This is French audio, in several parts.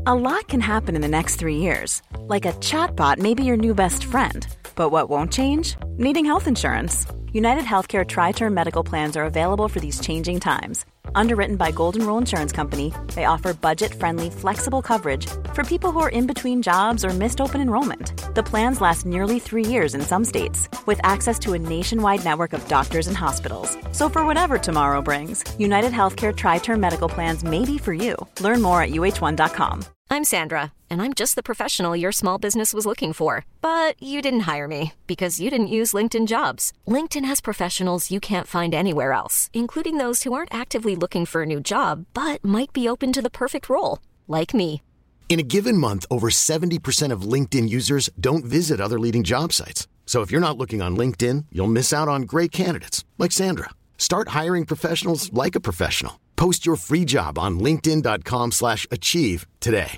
A lot can happen in the next 3 years. Like a chatbot may be your new best friend. But what won't change? Needing health insurance. United Healthcare Tri-Term Medical Plans are available for these changing times. Underwritten by Golden Rule Insurance Company, they offer budget-friendly, flexible coverage for people who are in between jobs or missed open enrollment. The plans last nearly 3 years in some states, with access to a nationwide network of doctors and hospitals. So for whatever tomorrow brings, United Healthcare Tri-Term Medical Plans may be for you. Learn more at uh1.com. I'm Sandra, and I'm just the professional your small business was looking for. But you didn't hire me because you didn't use LinkedIn Jobs. LinkedIn has professionals you can't find anywhere else, including those who aren't actively looking for a new job, but might be open to the perfect role, like me. In a given month, over 70% of LinkedIn users don't visit other leading job sites. So if you're not looking on LinkedIn, you'll miss out on great candidates like Sandra. Start hiring professionals like a professional. Post your free job on linkedin.com/achieve today.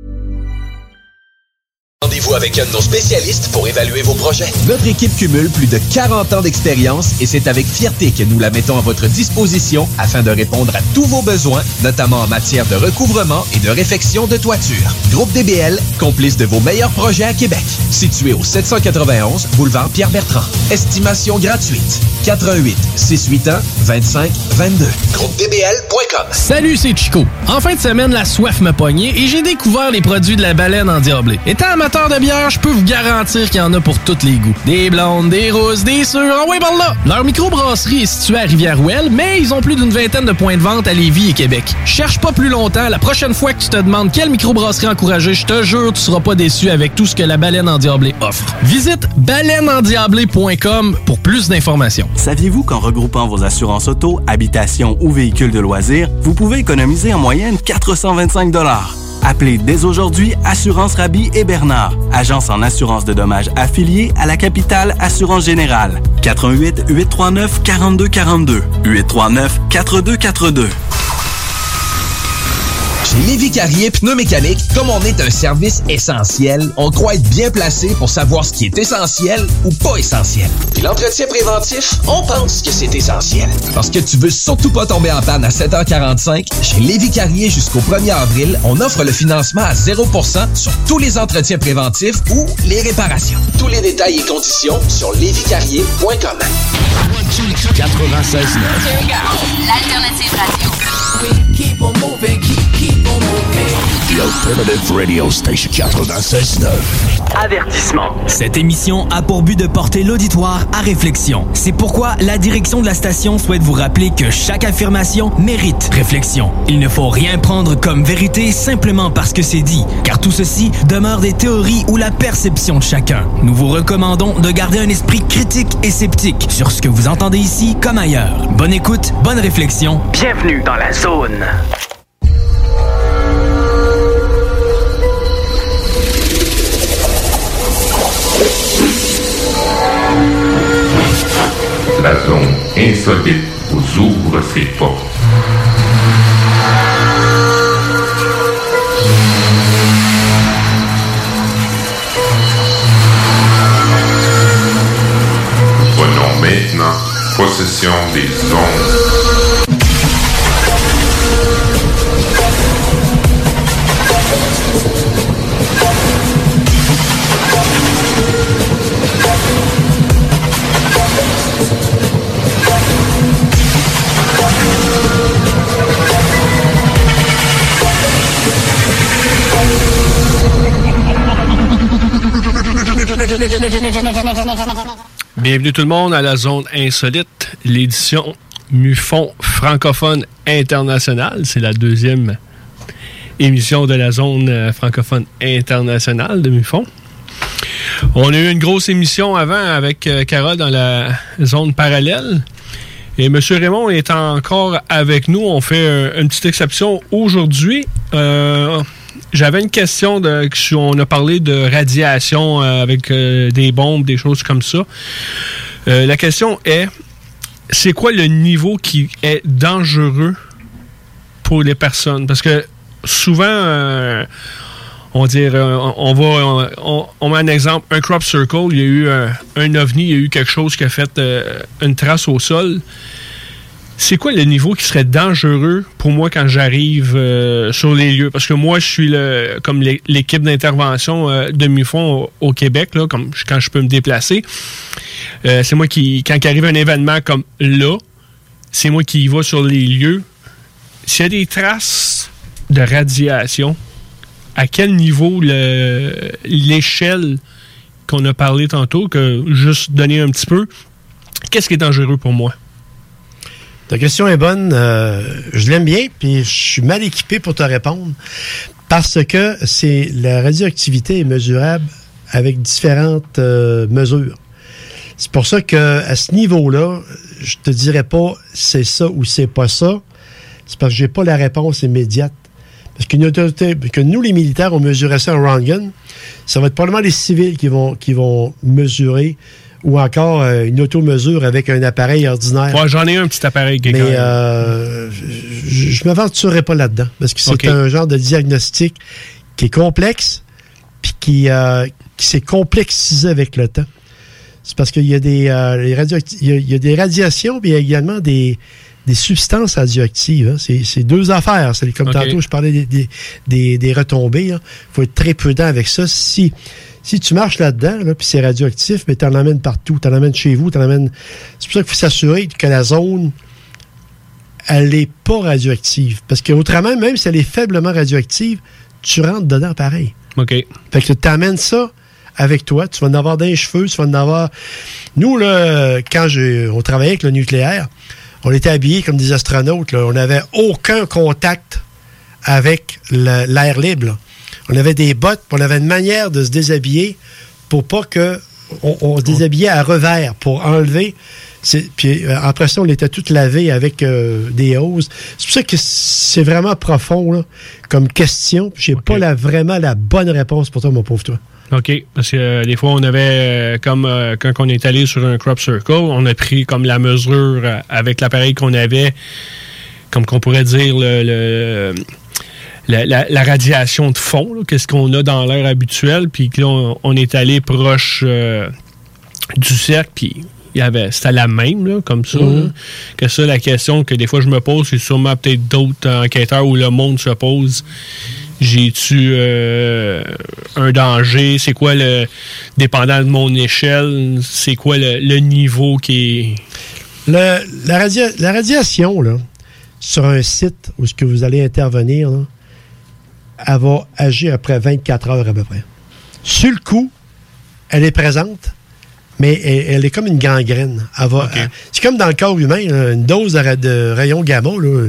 Rendez-vous avec un de nos spécialistes pour évaluer vos projets. Notre équipe cumule plus de 40 ans d'expérience et c'est avec fierté que nous la mettons à votre disposition afin de répondre à tous vos besoins, notamment en matière de recouvrement et de réfection de toiture. Groupe DBL, complice de vos meilleurs projets à Québec. Situé au 791 boulevard Pierre-Bertrand. Estimation gratuite. 88 681 25 22. GroupeDBL.com. Salut, c'est Chico. En fin de semaine, la soif m'a pogné et j'ai découvert les produits de la Baleine Endiablée. Étant amateur de bière, je peux vous garantir qu'il y en a pour tous les goûts. Des blondes, des rousses, des sûres, en ouais, par là! Leur microbrasserie est située à Rivière-Ouelle, mais ils ont plus d'une vingtaine de points de vente à Lévis et Québec. Cherche pas plus longtemps, la prochaine fois que tu te demandes quelle microbrasserie encourager, je te jure, tu seras pas déçu avec tout ce que la Baleine Endiablée offre. Visite baleineendiablée.com pour plus d'informations. Saviez-vous qu'en regroupant vos assurances auto, habitation ou véhicules de loisirs, vous pouvez économiser en moyenne 425 $? Appelez dès aujourd'hui Assurance Rabi et Bernard, agence en assurance de dommages affiliée à la Capitale Assurance Générale. 88 839 42 42 839 42 42. Chez Lévis Carrier Pneumécanique, comme on est un service essentiel, on croit être bien placé pour savoir ce qui est essentiel ou pas essentiel. Puis l'entretien préventif, on pense que c'est essentiel. Parce que tu veux surtout pas tomber en panne à 7h45, chez Lévis Carrier jusqu'au 1er avril, on offre le financement à 0% sur tous les entretiens préventifs ou les réparations. Tous les détails et conditions sur léviscarrier.com. 96.9. L'alternative radio. Keep on moving, keep on moving. The Alternative Radio Station 96.9. Avertissement. Cette émission a pour but de porter l'auditoire à réflexion. C'est pourquoi la direction de la station souhaite vous rappeler que chaque affirmation mérite réflexion. Il ne faut rien prendre comme vérité simplement parce que c'est dit, car tout ceci demeure des théories ou la perception de chacun. Nous vous recommandons de garder un esprit critique et sceptique sur ce que vous entendez ici comme ailleurs. Bonne écoute, bonne réflexion. Bienvenue dans la zone. La zone insolite vous ouvre ses portes. Prenons maintenant possession des ondes. Bienvenue tout le monde à la zone insolite, l'édition MUFON francophone internationale. C'est la deuxième émission de la zone francophone internationale de MUFON. On a eu une grosse émission avant avec Carole dans la zone parallèle. Et M. Raymond est encore avec nous. On fait une petite exception aujourd'hui. J'avais une question. On a parlé de radiation avec des bombes, des choses comme ça. La question est, c'est quoi le niveau qui est dangereux pour les personnes? Parce que souvent, on met un exemple, un crop circle, il y a eu un ovni, il y a eu quelque chose qui a fait une trace au sol. c'est quoi le niveau qui serait dangereux pour moi quand j'arrive sur les lieux? Parce que moi, je suis comme l'équipe d'intervention de MUFON au Québec, là, comme quand je peux me déplacer. C'est moi qui, quand il arrive un événement comme là, c'est moi qui y va sur les lieux. S'il y a des traces de radiation, à quel niveau l'échelle qu'on a parlé tantôt, que juste donner un petit peu, qu'est-ce qui est dangereux pour moi? Ta question est bonne. Je l'aime bien, puis je suis mal équipé pour te répondre parce que la radioactivité est mesurable avec différentes mesures. C'est pour ça qu'à ce niveau-là, je te dirais pas c'est ça ou c'est pas ça. C'est parce que j'ai pas la réponse immédiate. Parce que nous, les militaires, on mesurait ça en Röntgen. Ça va être probablement les civils qui vont mesurer, ou encore une automesure avec un appareil ordinaire. Ouais, j'en ai un petit appareil. Mais je m'aventurerai pas là-dedans. Parce que c'est un genre de diagnostic qui est complexe, puis qui s'est complexisé avec le temps. C'est parce qu'il y a des radiations, puis il y a également des substances radioactives. Hein. C'est deux affaires. C'est comme tantôt, je parlais des retombées. Il faut être très prudent avec ça. Si tu marches là-dedans, là, puis c'est radioactif, mais tu en emmènes partout. Tu en emmènes chez vous. C'est pour ça qu'il faut s'assurer que la zone, elle n'est pas radioactive. Parce qu'autrement, même si elle est faiblement radioactive, tu rentres dedans pareil. OK. Fait que tu amènes ça avec toi. Tu vas en avoir dans les cheveux. Tu vas en avoir... Nous, là, quand on travaillait avec le nucléaire, on était habillés comme des astronautes. Là. On n'avait aucun contact avec l'air libre. Là. On avait des bottes, on avait une manière de se déshabiller pour pas que... On se déshabillait à revers pour enlever... Puis après ça, on était tout lavé avec des hoses. C'est pour ça que c'est vraiment profond là, comme question. J'ai pas vraiment la bonne réponse pour toi, mon pauvre toi. OK. Parce que des fois, on avait, comme quand on est allé sur un crop circle, on a pris comme la mesure avec l'appareil qu'on avait, comme qu'on pourrait dire, la radiation de fond, là, qu'est-ce qu'on a dans l'air habituel, puis là, on est allé proche du cercle, puis c'était la même, là, comme ça. Là, que ça, la question que des fois je me pose, c'est sûrement peut-être d'autres enquêteurs où le monde se pose. J'ai-tu un danger? C'est quoi dépendant de mon échelle, c'est quoi le niveau qui est... La radiation, là, sur un site où ce que vous allez intervenir, là, elle va agir après 24 heures à peu près. Sur le coup, elle est présente, mais elle est comme une gangrène. C'est comme dans le corps humain, là, une dose de rayon gamma, là,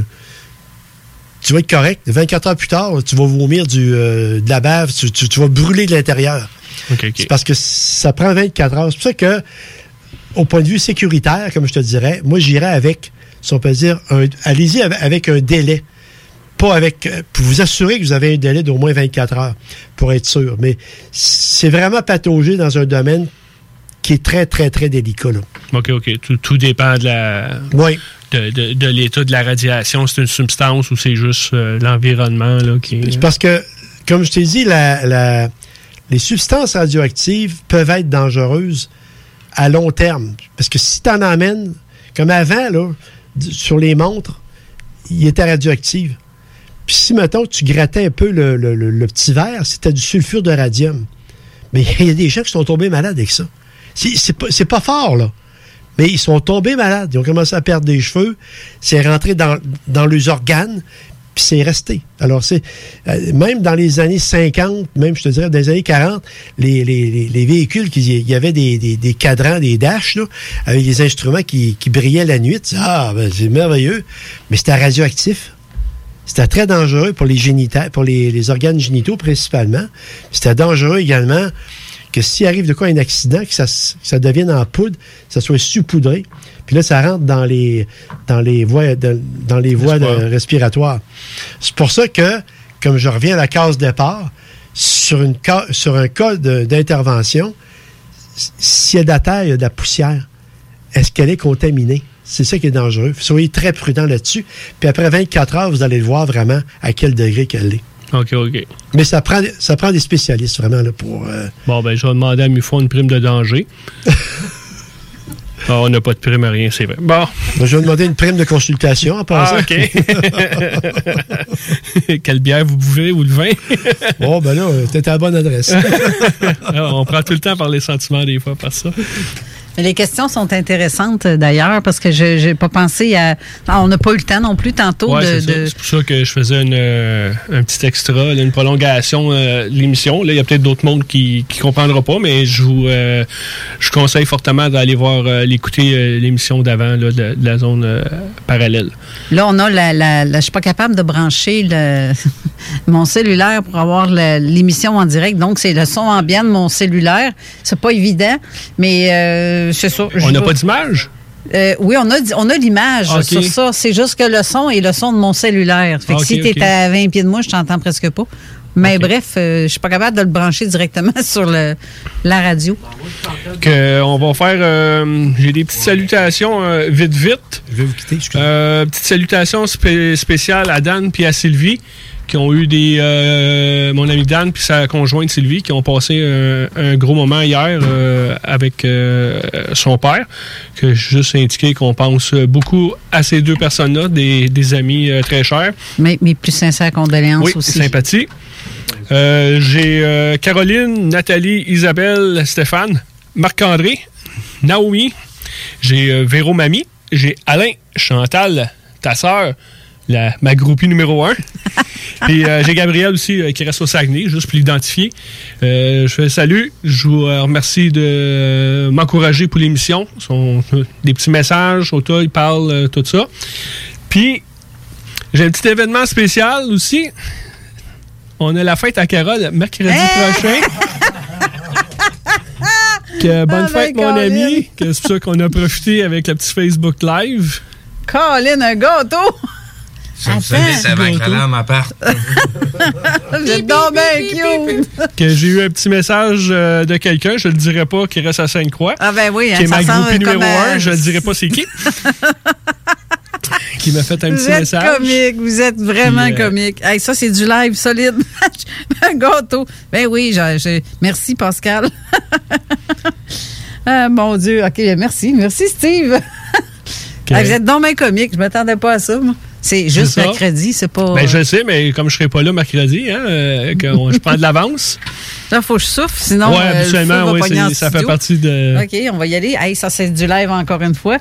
tu vas être correct. 24 heures plus tard, tu vas vomir de la bave, tu vas brûler de l'intérieur. C'est parce que ça prend 24 heures. C'est pour ça que, au point de vue sécuritaire, comme je te dirais, moi, j'irais avec, si on peut dire, allez-y avec un délai. Pas avec... Pour vous assurer que vous avez un délai d'au moins 24 heures, pour être sûr. Mais c'est vraiment pataugé dans un domaine qui est très, très, très délicat. Là. OK. Tout dépend de la... Oui. De l'état de la radiation. C'est une substance ou c'est juste l'environnement là, qui... C'est parce que, comme je t'ai dit, les substances radioactives peuvent être dangereuses à long terme. Parce que si tu en emmènes, comme avant, là, sur les montres, ils étaient radioactifs. Puis si, mettons, tu grattais un peu le petit verre, c'était du sulfure de radium. Mais il y a des gens qui sont tombés malades avec ça. C'est pas fort, là. Mais ils sont tombés malades. Ils ont commencé à perdre des cheveux. C'est rentré dans leurs organes, puis c'est resté. Alors, même dans les années 50, même, je te dirais, dans les années 40, les véhicules, il y avait des cadrans, des dashs, là, avec des instruments qui brillaient la nuit. C'est merveilleux. Mais c'était radioactif. C'était très dangereux pour les génitaux, pour les organes génitaux principalement. C'était dangereux également que s'il arrive de quoi un accident, que ça devienne en poudre, que ça soit saupoudré, puis là, ça rentre dans les voies respiratoires. C'est pour ça que, comme je reviens à la case départ, sur un cas d'intervention, s'il y a de la terre, il y a de la poussière, est-ce qu'elle est contaminée? C'est ça qui est dangereux. Soyez très prudents là-dessus. Puis après 24 heures, vous allez le voir vraiment à quel degré qu'elle est. OK. Mais ça prend des spécialistes, vraiment, là, pour... Bon, ben, je vais demander à MUFON une prime de danger. On n'a pas de prime à rien, c'est vrai. Bon. Je vais demander une prime de consultation en passant. OK. Quelle bière vous buvez ou le vin? Oh, ben là, t'es à la bonne adresse. On prend tout le temps par les sentiments des fois, par ça. Mais les questions sont intéressantes d'ailleurs parce que je n'ai pas pensé à... on n'a pas eu le temps non plus tantôt de... C'est pour ça que je faisais un petit extra, là, une prolongation de l'émission. Là, il y a peut-être d'autres mondes qui ne comprendront pas, mais je conseille fortement d'aller voir, l'écouter l'émission d'avant là, de la zone parallèle. Là, on a je suis pas capable de brancher mon cellulaire pour avoir l'émission en direct. Donc, c'est le son ambiant de mon cellulaire. C'est pas évident, mais... c'est ça. On n'a pas d'image? Oui, on a l'image sur ça. C'est juste que le son est le son de mon cellulaire. Fait que si tu es à 20 pieds de moi, je t'entends presque pas. Mais bref, je suis pas capable de le brancher directement sur la radio. On va faire... j'ai des petites salutations vite. Je vais vous quitter. Petites salutations spéciales à Dan puis à Sylvie, qui ont eu mon ami Dan puis sa conjointe Sylvie, qui ont passé un gros moment hier avec son père, que j'ai juste indiqué qu'on pense beaucoup à ces deux personnes-là, des amis très chers. Mes plus sincères condoléances aussi. Oui, sympathie. J'ai Caroline, Nathalie, Isabelle, Stéphane, Marc-André, Naomi, j'ai Véro Mamie, j'ai Alain, Chantal, ta sœur, ma groupie numéro 1. Puis j'ai Gabriel aussi qui reste au Saguenay, juste pour l'identifier. Je fais salut. Je vous remercie de m'encourager pour l'émission. Des petits messages, il parle, tout ça. Puis j'ai un petit événement spécial aussi. On a la fête à Carole mercredi prochain. Bonne fête, mon ami. C'est pour ça qu'on a profité avec le petit Facebook Live. Colin, un gâteau! Ça avant que l'alarme apparte. Vous êtes donc bien cute! Que j'ai eu un petit message de quelqu'un, je le dirai pas, qui reste à Sainte-Croix. Ah ben oui, qui est ma groupie numéro 1, je le dirai pas c'est qui. Qui m'a fait un petit message. Vous êtes vraiment comique. Hey, ça, c'est du live solide. Un gâteau. Ben oui, merci Pascal. Mon Dieu, OK, merci. Merci Steve. Hey, vous êtes donc bien comique, je m'attendais pas à ça, moi. C'est juste mercredi, c'est pas... Ben, je sais, mais comme je serai pas là mercredi, je prends de l'avance. Là, il faut que je souffle, sinon habituellement, ça fait partie de... OK, on va y aller. Hey, ça, c'est du live encore une fois.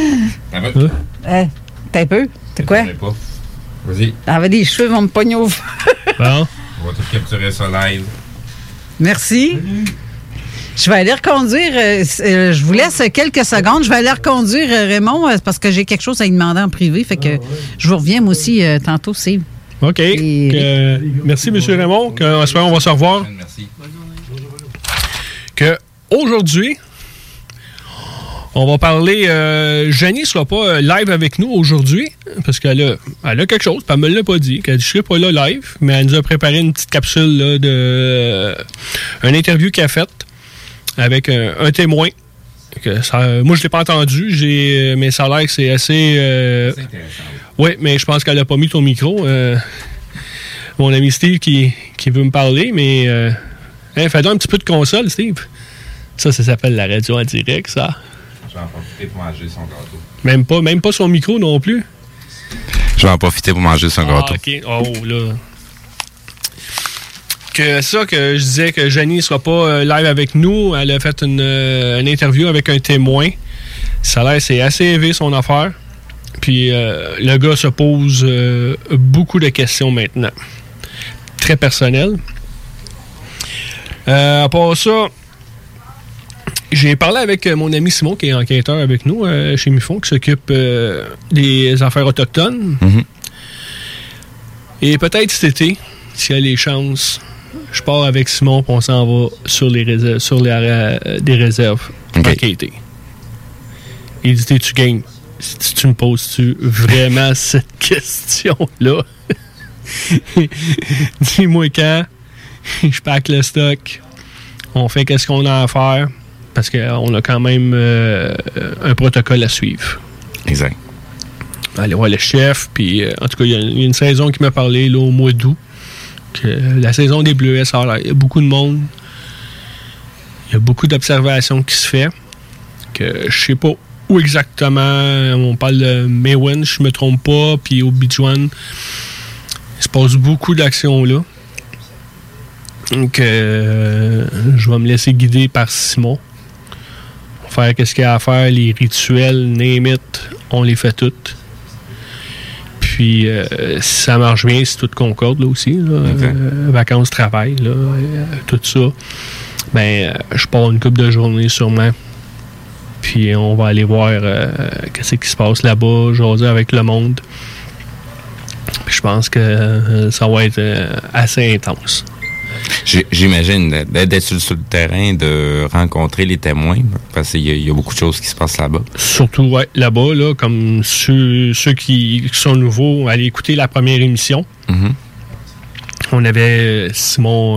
T'as un peu? T'as quoi? Pas. Vas-y. Avec des cheveux vont me pogner au feu. Bon. On va tout capturer ça live. Merci. Je vais aller reconduire. Je vous laisse quelques secondes. Je vais aller reconduire Raymond parce que j'ai quelque chose à lui demander en privé. Fait que je vous reviens moi aussi tantôt, Steve. OK. Merci, M. Raymond. On va se revoir. Merci. Aujourd'hui, on va parler... Janie ne sera pas live avec nous aujourd'hui parce qu'elle a quelque chose. Elle ne me l'a pas dit. Elle dit, je ne serai pas là live, mais elle nous a préparé une petite capsule là, une interview qu'elle a faite avec un témoin. Moi, je ne l'ai pas entendu, mais ça a l'air que c'est assez... C'est intéressant. Oui, mais je pense qu'elle n'a pas mis ton micro. Mon ami Steve qui veut me parler, mais... fais-donc un petit peu de console, Steve. Ça s'appelle la radio en direct, ça. Je vais en profiter pour manger son gâteau. Même pas son micro non plus? Je vais en profiter pour manger son gâteau. OK. Oh, là... Que je disais que Janie ne soit pas live avec nous. Elle a fait une interview avec un témoin. Ça a l'air, c'est assez élevé son affaire. Puis le gars se pose beaucoup de questions maintenant. Très personnelles. À part ça, j'ai parlé avec mon ami Simon, qui est enquêteur avec nous chez MUFON, qui s'occupe des affaires autochtones. Mm-hmm. Et peut-être cet été, s'il y a les chances... Je pars avec Simon, puis on s'en va sur des réserves enquêtées. Il dit, tu gagnes. Si tu me poses-tu vraiment cette question-là? Dis-moi quand. Je pack le stock. On fait qu'est-ce qu'on a à faire. Parce qu'on a quand même un protocole à suivre. Exact. Aller voir le chef. Puis, en tout cas, il y a une saison qui m'a parlé là, au mois d'août. La saison des Bleuets, il y a beaucoup de monde. Il y a beaucoup d'observations qui se fait. que je sais pas où exactement. On parle de Maywin, je me trompe pas, puis Obi-Wan. Il se passe beaucoup d'actions là. Donc, je vais me laisser guider par Simon. Faire qu'est-ce qu'il y a à faire, les rituels, name it, on les fait toutes. Puis, si ça marche bien, si tout concorde là aussi, là, vacances, travail, là, tout ça, ben, je pars une couple de journées sûrement. Puis, on va aller voir qu'est-ce qui se passe là-bas, jaser avec le monde. Puis, je pense que ça va être assez intense. J'imagine d'être sur le terrain, de rencontrer les témoins, parce qu'il y a beaucoup de choses qui se passent là-bas. Surtout ouais, là-bas, là, comme ceux qui sont nouveaux, aller écouter la première émission. Mm-hmm. On avait Simon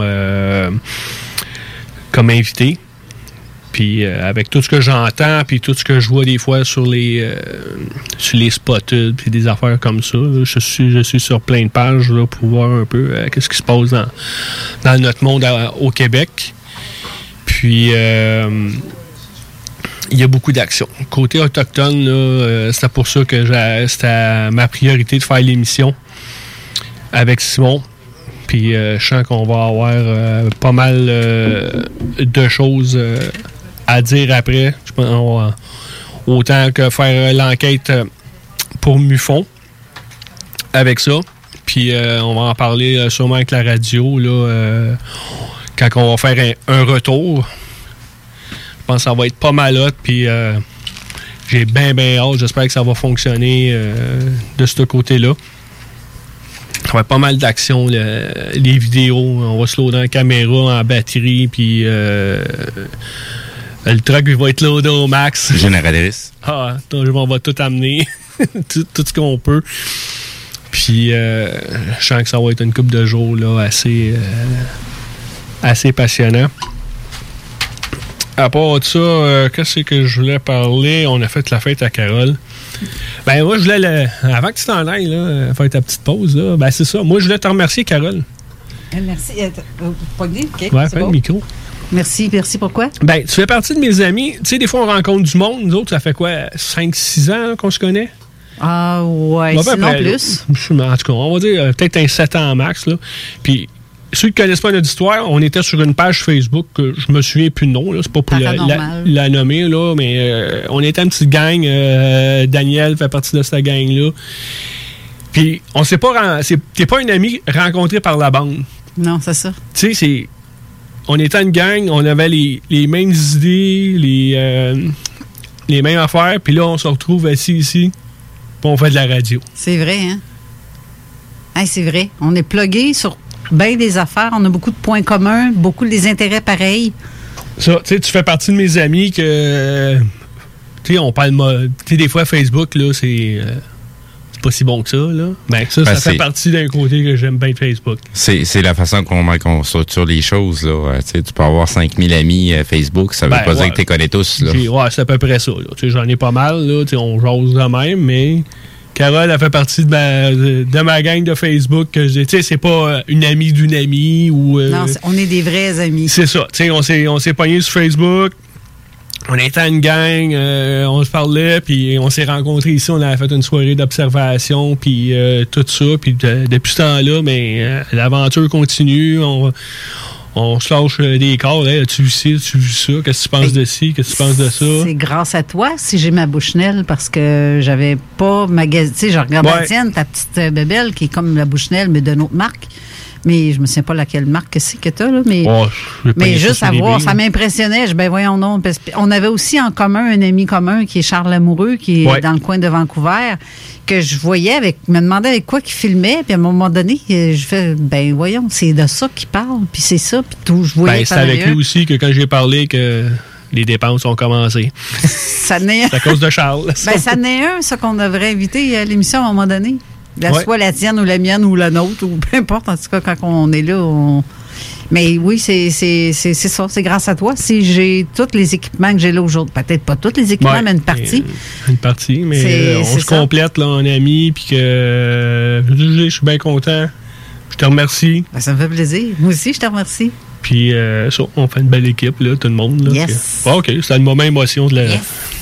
comme invité. Puis avec tout ce que j'entends, puis tout ce que je vois des fois sur les Spotted, puis des affaires comme ça, là, je suis sur plein de pages là, pour voir un peu qu'est-ce qui se passe dans notre monde au Québec. Puis il y a beaucoup d'actions. Côté autochtone, là, c'était pour ça que c'était ma priorité de faire l'émission avec Simon. Puis je sens qu'on va avoir pas mal de choses à dire après. Je pense, autant que faire l'enquête pour MUFON avec ça. Puis on va en parler sûrement avec la radio là, quand on va faire un retour. Je pense que ça va être pas mal hot. Puis j'ai bien hâte. J'espère que ça va fonctionner de ce côté-là. Ça va être pas mal d'actions, les vidéos. On va se loader en caméra, en batterie, puis le truck il va être loadé au max. Généraliste. On va tout amener, tout ce qu'on peut. Puis je sens que ça va être une couple de jours là, assez passionnant. À part de ça, qu'est-ce que je voulais parler? On a fait la fête à Carole. Ben moi, je voulais, avant que tu t'en ailles, là, faire ta petite pause, là, ben c'est ça. Moi, je voulais te remercier, Carole. Merci. Pogné, OK. Ouais, fais le micro. Merci pourquoi? Ben, tu fais partie de mes amis. Tu sais, des fois, on rencontre du monde. Nous autres, ça fait quoi, 5-6 ans qu'on se connaît? Ah, ouais, ben, sinon plus. En tout cas, on va dire peut-être un 7 ans max, là. Puis, ceux qui ne connaissent pas notre histoire, on était sur une page Facebook que je me souviens plus de nom, là. C'est pas pour la nommer, là, mais on était une petite gang. Daniel fait partie de cette gang-là. Puis, on s'est pas... T'es pas un ami rencontré par la bande. Non, c'est ça. Tu sais, on était une gang, on avait les mêmes idées, les mêmes affaires, puis là, on se retrouve assis ici, puis on fait de la radio. C'est vrai, hein? Hey, c'est vrai. On est plugués sur bien des affaires, on a beaucoup de points communs, beaucoup des intérêts pareils. Ça, tu sais, tu fais partie de mes amis que... Tu sais, on parle... Tu sais, des fois, Facebook, là, c'est pas si bon que ça, là. Ben, ça fait partie d'un côté que j'aime bien de Facebook. C'est la façon qu'on structure les choses, là. Tu peux avoir 5000 amis Facebook, ça veut pas dire que tu les connais tous, là. Ouais, c'est à peu près ça, là. Tu sais, j'en ai pas mal, là. Tu sais, on jase de même, mais... Carole, elle fait partie de ma gang de Facebook. Tu sais, c'est pas une amie d'une amie ou... non, on est des vrais amis. C'est ça. Tu sais, on s'est pognés sur Facebook. On était une gang, on se parlait, puis on s'est rencontrés ici. On avait fait une soirée d'observation, puis tout ça. Puis depuis ce temps-là, mais l'aventure continue. On se lâche des corps. Hey, as-tu vu ci, as-tu vu ça? Qu'est-ce que tu penses de ci? Qu'est-ce que tu penses de ça? C'est grâce à toi si j'ai ma Bushnell parce que j'avais pas magasiné. Tu sais, je regarde la tienne, ta petite bébelle qui est comme la Bushnell, mais d'une autre marque. Mais je me souviens pas laquelle marque que t'as, là. Mais juste à voir, ça m'impressionnait. Ben voyons non. On avait aussi en commun un ami commun qui est Charles Lamoureux, qui est dans le coin de Vancouver, que je voyais me demandait avec quoi qu'il filmait. Puis à un moment donné, je fais, ben voyons, c'est de ça qu'il parle. Puis c'est ça. Puis tout, je voyais. C'est avec lui aussi que quand j'ai parlé que les dépenses ont commencé. C'est à cause de Charles. Ben ça n'est ça qu'on devrait inviter à l'émission à un moment donné. Soit la tienne ou la mienne ou la nôtre, ou peu importe. En tout cas, quand on est là, Mais oui, c'est ça. C'est grâce à toi. Si j'ai tous les équipements que j'ai là aujourd'hui, peut-être pas tous les équipements, mais une partie. Une partie, mais on se complète là, en amis, puis que je suis bien content. Je te remercie. Ben, ça me fait plaisir. Moi aussi, je te remercie. Puis ça, on fait une belle équipe, là, tout le monde. Là, yes. OK, c'est le moment émotion de la... Yes.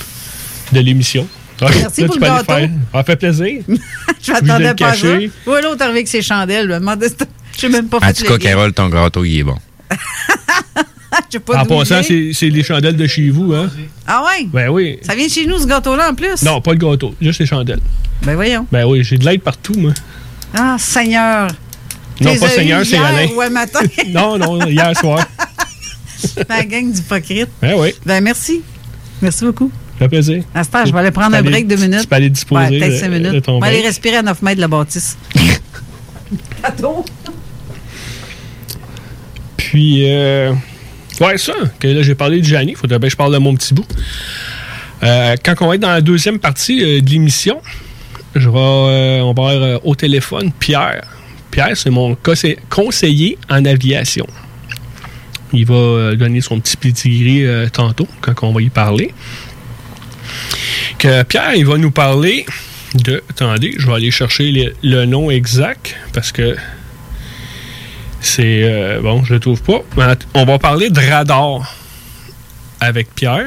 de l'émission. Merci là, pour le gâteau. Ça fait plaisir. Je m'attendais pas à ça. Ouais, l'autre arrivé avec ses chandelles. Je n'ai même pas fait. En tout cas, Carole, ton gâteau, il est bon. En passant, c'est les chandelles de chez vous, hein? Ah ouais? Ben oui. Ça vient de chez nous, ce gâteau-là, en plus? Non, pas le gâteau, juste les chandelles. Ben voyons. Ben oui, j'ai de l'aide partout, moi. Ah, Seigneur. Non, pas Seigneur, c'est Alain. Ouais, matin. non, hier soir. La gang d'hypocrites. Ben oui. Ben merci. Merci beaucoup. Ça fait plaisir. À ce temps, je vais aller prendre un break 2 minutes. Tu peux aller disposer peut-être 5 minutes. de ton break. Je vais aller respirer à 9 mètres de la bâtisse. Cadeau. Puis, ouais, ça, que là, j'ai parlé de Gianni. Il faudrait bien que je parle de mon petit bout. Quand on va être dans la deuxième partie de l'émission, on va avoir au téléphone Pierre. Pierre, c'est mon conseiller en aviation. Il va donner son petit pédigré tantôt, quand on va y parler. Que Pierre, il va nous parler de... Attendez, je vais aller chercher le nom exact, parce que c'est... bon, je le trouve pas. On va parler de radar avec Pierre.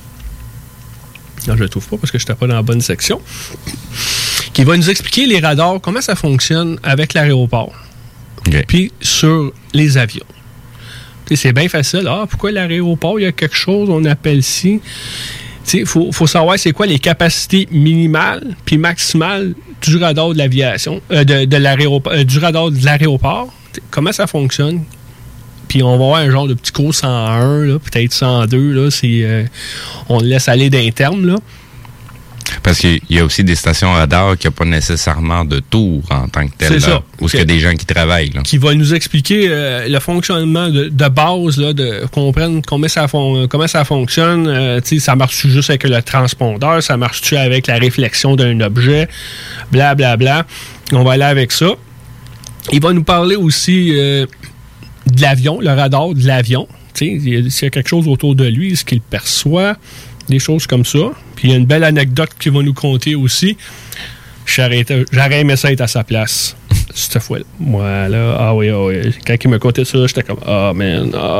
Non, je le trouve pas, parce que je n'étais pas dans la bonne section. Qui va nous expliquer les radars, comment ça fonctionne avec l'aéroport. Okay. Puis sur les avions. C'est bien facile. Ah, pourquoi l'aéroport, il y a quelque chose, on appelle ci. Il faut savoir c'est quoi les capacités minimales puis maximales du radar de l'aviation, du radar de l'aéroport. Comment ça fonctionne. Puis on va avoir un genre de petit cours 101, là, peut-être 102. Là, on le laisse aller d'un terme, là. Parce qu'il y a aussi des stations radar qui n'ont pas nécessairement de tour en tant que tel. C'est ça. Où il y a des gens qui travaillent. Là. Qui va nous expliquer le fonctionnement de base, là, de comprendre comment ça fonctionne. Ça marche-tu juste avec le transpondeur? Ça marche-tu avec la réflexion d'un objet? Blablabla. Bla, bla. On va aller avec ça. Il va nous parler aussi de l'avion, le radar de l'avion. S'il y a quelque chose autour de lui, ce qu'il perçoit, des choses comme ça. Puis il y a une belle anecdote qu'il va nous conter aussi. J'aurais aimé ça être à sa place cette fois-là. Voilà. Ah oui. Quand il me contait ça, j'étais comme « Ah, man, ah. »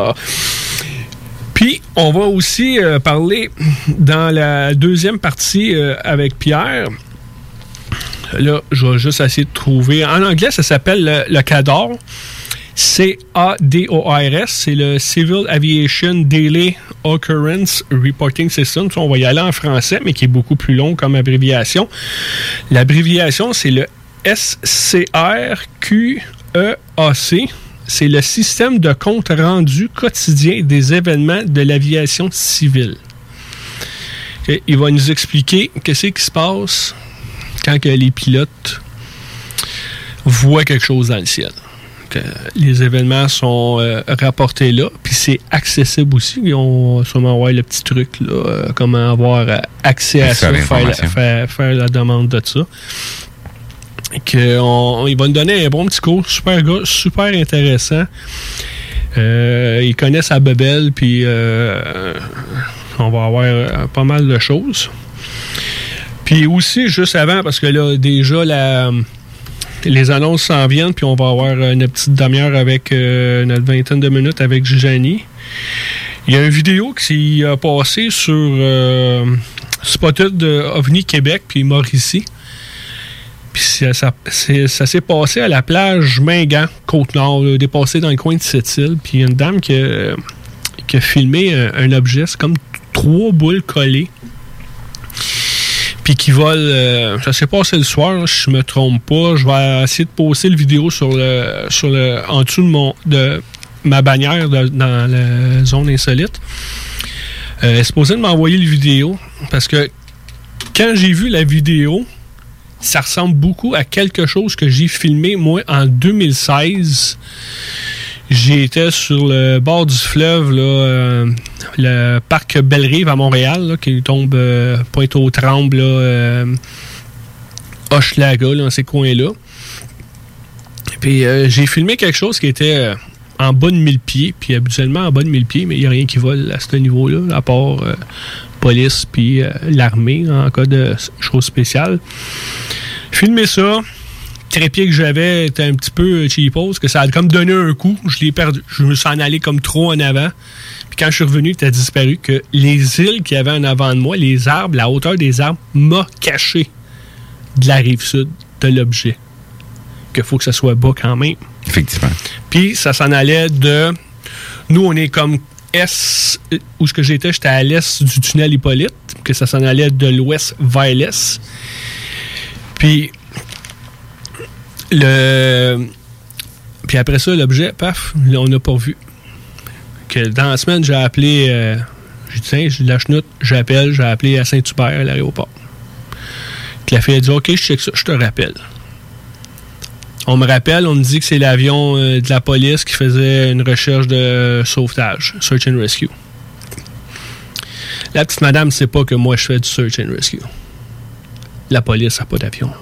Puis, on va aussi parler dans la deuxième partie avec Pierre. Là, je vais juste essayer de trouver... En anglais, ça s'appelle le CADOR. CADORS, c'est le Civil Aviation Daily Occurrence Reporting System. On va y aller en français, mais qui est beaucoup plus long comme abréviation. L'abréviation, c'est le SCRQEAC. C'est le système de compte rendu quotidien des événements de l'aviation civile. Okay. Il va nous expliquer qu'est-ce qui se passe quand que les pilotes voient quelque chose dans le ciel. Les événements sont rapportés là, puis c'est accessible aussi. On va sûrement avoir le petit truc, là, comment avoir accès à ça, faire la demande de ça. Il va nous donner un bon petit cours, super intéressant. Il connaît sa bebelle, puis on va avoir pas mal de choses. Puis aussi, juste avant, parce que là, déjà, les annonces s'en viennent, puis on va avoir une petite demi-heure avec notre vingtaine de minutes avec Gianni. Il y a une vidéo qui a passé sur Spotted de OVNI Québec puis Mauricie. Puis ça s'est passé à la plage Mingan, Côte-Nord, dépassé dans le coin de Sept-Îles. Puis il y a une dame qui a filmé un objet, c'est comme 3 boules collées. Puis qui vole, ça s'est passé le soir, là, si je me trompe pas. Je vais essayer de poster le vidéo en dessous de ma bannière dans la zone insolite. Elle est supposée de m'envoyer le vidéo parce que quand j'ai vu la vidéo, ça ressemble beaucoup à quelque chose que j'ai filmé, moi, en 2016. J'étais sur le bord du fleuve, là, le parc Belle-Rive à Montréal, là, qui tombe Pointe-aux-Trembles, Hochelaga, dans ces coins-là. Puis j'ai filmé quelque chose qui était en bas de 1000 pieds, puis habituellement en bas de 1000 pieds, mais il n'y a rien qui vole à ce niveau-là, à part police puis l'armée, en cas de choses spéciales. Filmé ça. trépied que j'avais était un petit peu cheapos, que ça a comme donné un coup. Je l'ai perdu. Je me suis en allé comme trop en avant. Puis quand je suis revenu, il a disparu. Que les îles qu'il y avait en avant de moi, les arbres, la hauteur des arbres, m'a caché de la rive sud de l'objet. Qu'il faut que ça soit bas quand même. Effectivement. Puis ça s'en allait de... Nous, on est comme est, où j'étais à l'est du tunnel Hippolyte, que ça s'en allait de l'ouest vers l'est. Puis puis après ça, l'objet, paf, on n'a pas vu. Que dans la semaine, j'ai appelé, j'ai dit, tiens, j'ai de la chenoute, j'ai appelé à Saint-Hubert, à l'aéroport. Puis la fille a dit, OK, je check ça, je te rappelle. On me rappelle, on me dit que c'est l'avion de la police qui faisait une recherche de sauvetage, Search and Rescue. La petite madame ne sait pas que moi, je fais du Search and Rescue. La police n'a pas d'avion.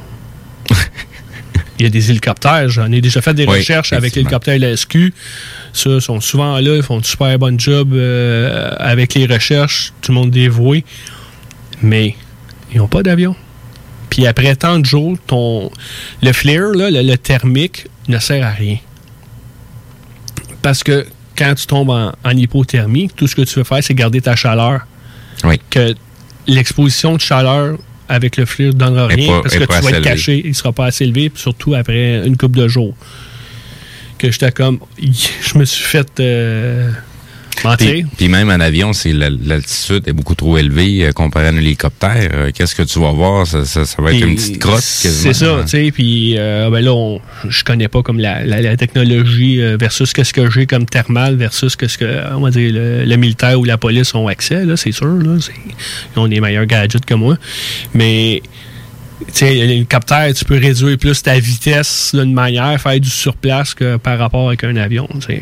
Il y a des hélicoptères. J'en ai déjà fait des recherches avec l'hélicoptère et la SQ. Ça, ils sont souvent là. Ils font un super bon job avec les recherches. Tout le monde dévoué. Mais ils n'ont pas d'avion. Puis après tant de jours, le flare, là, le thermique, ne sert à rien. Parce que quand tu tombes en hypothermie, tout ce que tu veux faire, c'est garder ta chaleur. Oui. Que l'exposition de chaleur avec le flare ne donnera rien parce que tu vas être caché, il ne sera pas assez élevé, puis surtout après une couple de jours. Que j'étais comme... Je me suis fait mentir. Puis même en avion, l'altitude est beaucoup trop élevée comparé à un hélicoptère. Qu'est-ce que tu vas voir? Ça va être une petite grotte quasiment. C'est ça, tu sais. Puis là, je connais pas comme la technologie versus qu'est-ce que j'ai comme thermal versus qu'est-ce que, on va dire, le militaire ou la police ont accès, là, c'est sûr. Là, ils ont des meilleurs gadgets que moi. Mais... Tu sais, l'hélicoptère, tu peux réduire plus ta vitesse d'une manière, faire du surplace que par rapport avec un avion. C'est